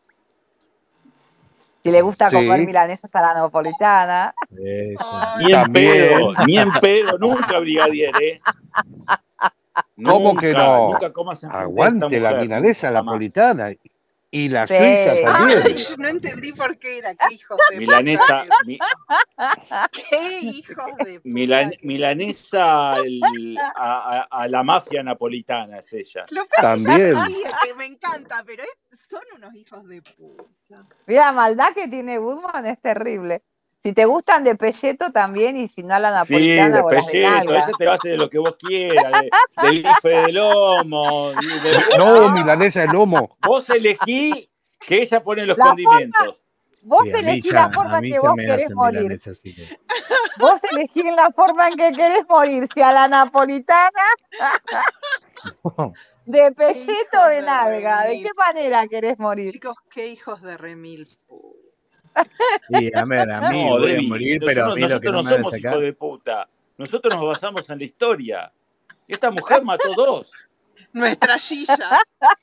Si le gusta comer Sí, milanesas a la napolitana. Esa. ni en también. pedo, nunca, Brigadier, ¿eh? ¿Cómo que no? Nunca comas enfrente de esta Aguante la mujer, milanesa nunca, jamás. napolitana y la Sí. suiza también. Ay, yo no entendí por qué era. Qué hijos de Milanesa, puta. Qué hijos de puta. milanesa a la mafia napolitana es ella. Lo peor es que También. ya te dije que me encanta, pero son unos hijos de puta. Mira, la maldad que tiene Goodman es terrible. Si te gustan de pelleto también, y si no a la Sí, napolitana de o las de pelleto, nalga. ella te va a hacer de lo que vos quieras, de bife de lomo, No, milanesa de lomo. Vos elegí que ella pone los La condimentos. Vos Sí, a mí elegís ya, la forma a en mí que ya vos me querés hacen morir. milanesa, así que. Vos elegís la forma en que querés morir. Si a la napolitana. De Qué pelleto hijos de de nalga. ¿De remil. qué manera querés morir? Chicos, qué hijos de remil. Y a ver, a mí No, voy a Debbie, morir, pero a mí lo que nosotros no no me van a somos hijos sacar. de puta. Nosotros nos basamos en la historia. Esta mujer mató 2. Nuestra Gilla.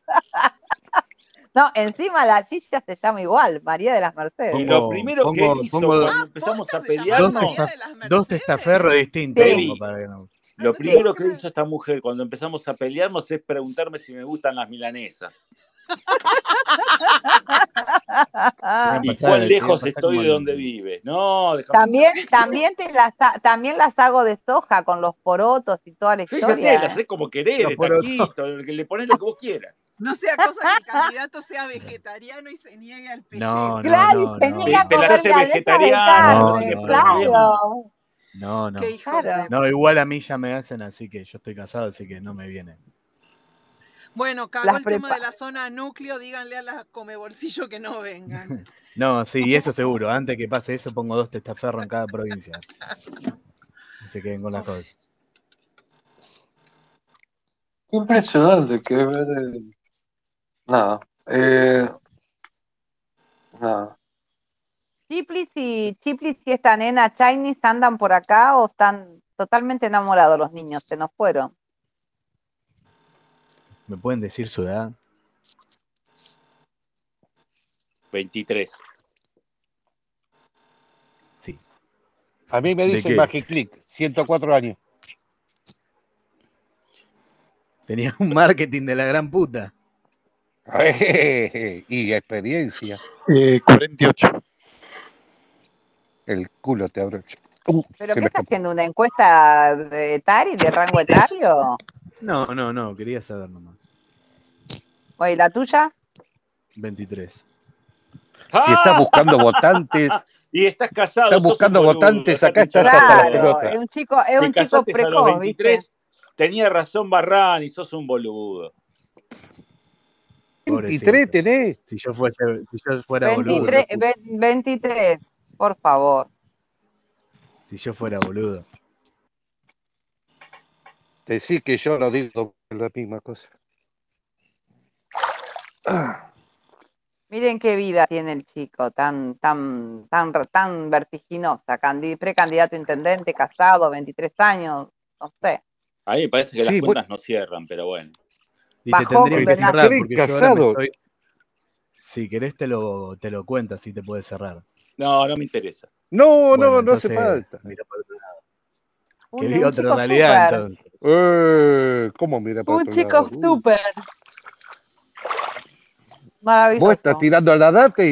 No, encima las chillas se llama igual, María de las Mercedes. Y lo primero que él hizo Pongo cuando empezamos a ¿Posta se llamaba pelearnos, María de las dos Mercedes? testaferros distintos Sí. pongo para que no. lo No primero sabía que que hizo esta mujer cuando empezamos a pelearnos es preguntarme si me gustan las milanesas. Querían Y pasar, cuán querían lejos pasar estoy como de donde vive. No, déjame. También las hago de soja con los porotos y toda la Sí, ya sé, historia. las sé como querer, Los de porotos. taquito, que le pones lo que vos quieras. No sea cosa que el candidato sea vegetariano y se niegue al pelleto. No, Claro, no, y se no, niega a Te las comer hace galetas de vegetariana, no no, carne, tiene no, problema. no, no. Qué hijos Claro. de... No, igual a mí ya me hacen así que yo estoy casado, así que no me viene. Bueno, cagó Las el tema prepa- de la zona núcleo, díganle a las come bolsillo que no vengan. No, sí, eso seguro. Antes que pase eso, pongo 2 testaferros en cada provincia. No se queden con las cosas. Impresionante que ver. Nada. Nada. Chiplis y esta nena Chinese andan por acá o están totalmente enamorados los niños, se nos fueron. ¿Me pueden decir su edad? 23. Sí. A mí me ¿De dicen qué? Magiclick, 104 años. Tenía un marketing de la gran puta. Y experiencia. 48. El culo te abrocha. ¿Pero Se qué me está escapó. haciendo? ¿Una encuesta de rango etario? No, quería saber nomás. Oye, ¿la tuya? 23. Si estás buscando votantes, Y estás casado, estás sos un buscando boludo. votantes, acá Dejate estás hinchar hasta las las Claro, pelotas. es pelotas. un Te chico casaste a los precoz, 23, ¿viste? tenía razón Barrán y sos un boludo. 23 tenés. Si yo fuera boludo. 23, por favor. Si yo fuera boludo. Decir que yo no digo la misma cosa. Miren qué vida tiene el chico, tan vertiginosa. Precandidato a intendente, casado, 23 años, no sé. A mí me parece que las Sí, cuentas no cierran, pero bueno. Y te Bajó tendrían con que Bernardo. cerrar, 23 porque yo ahora me casado. estoy. Si querés te lo cuento, así te puedes cerrar. No, no me interesa. No, Bueno, no entonces, hace falta. mira por otro lado. Un Que diga otra chico realidad, súper. entonces. ¿Cómo mira para Un otro chico lado? súper. Vos estás Maravilloso. tirando a la data y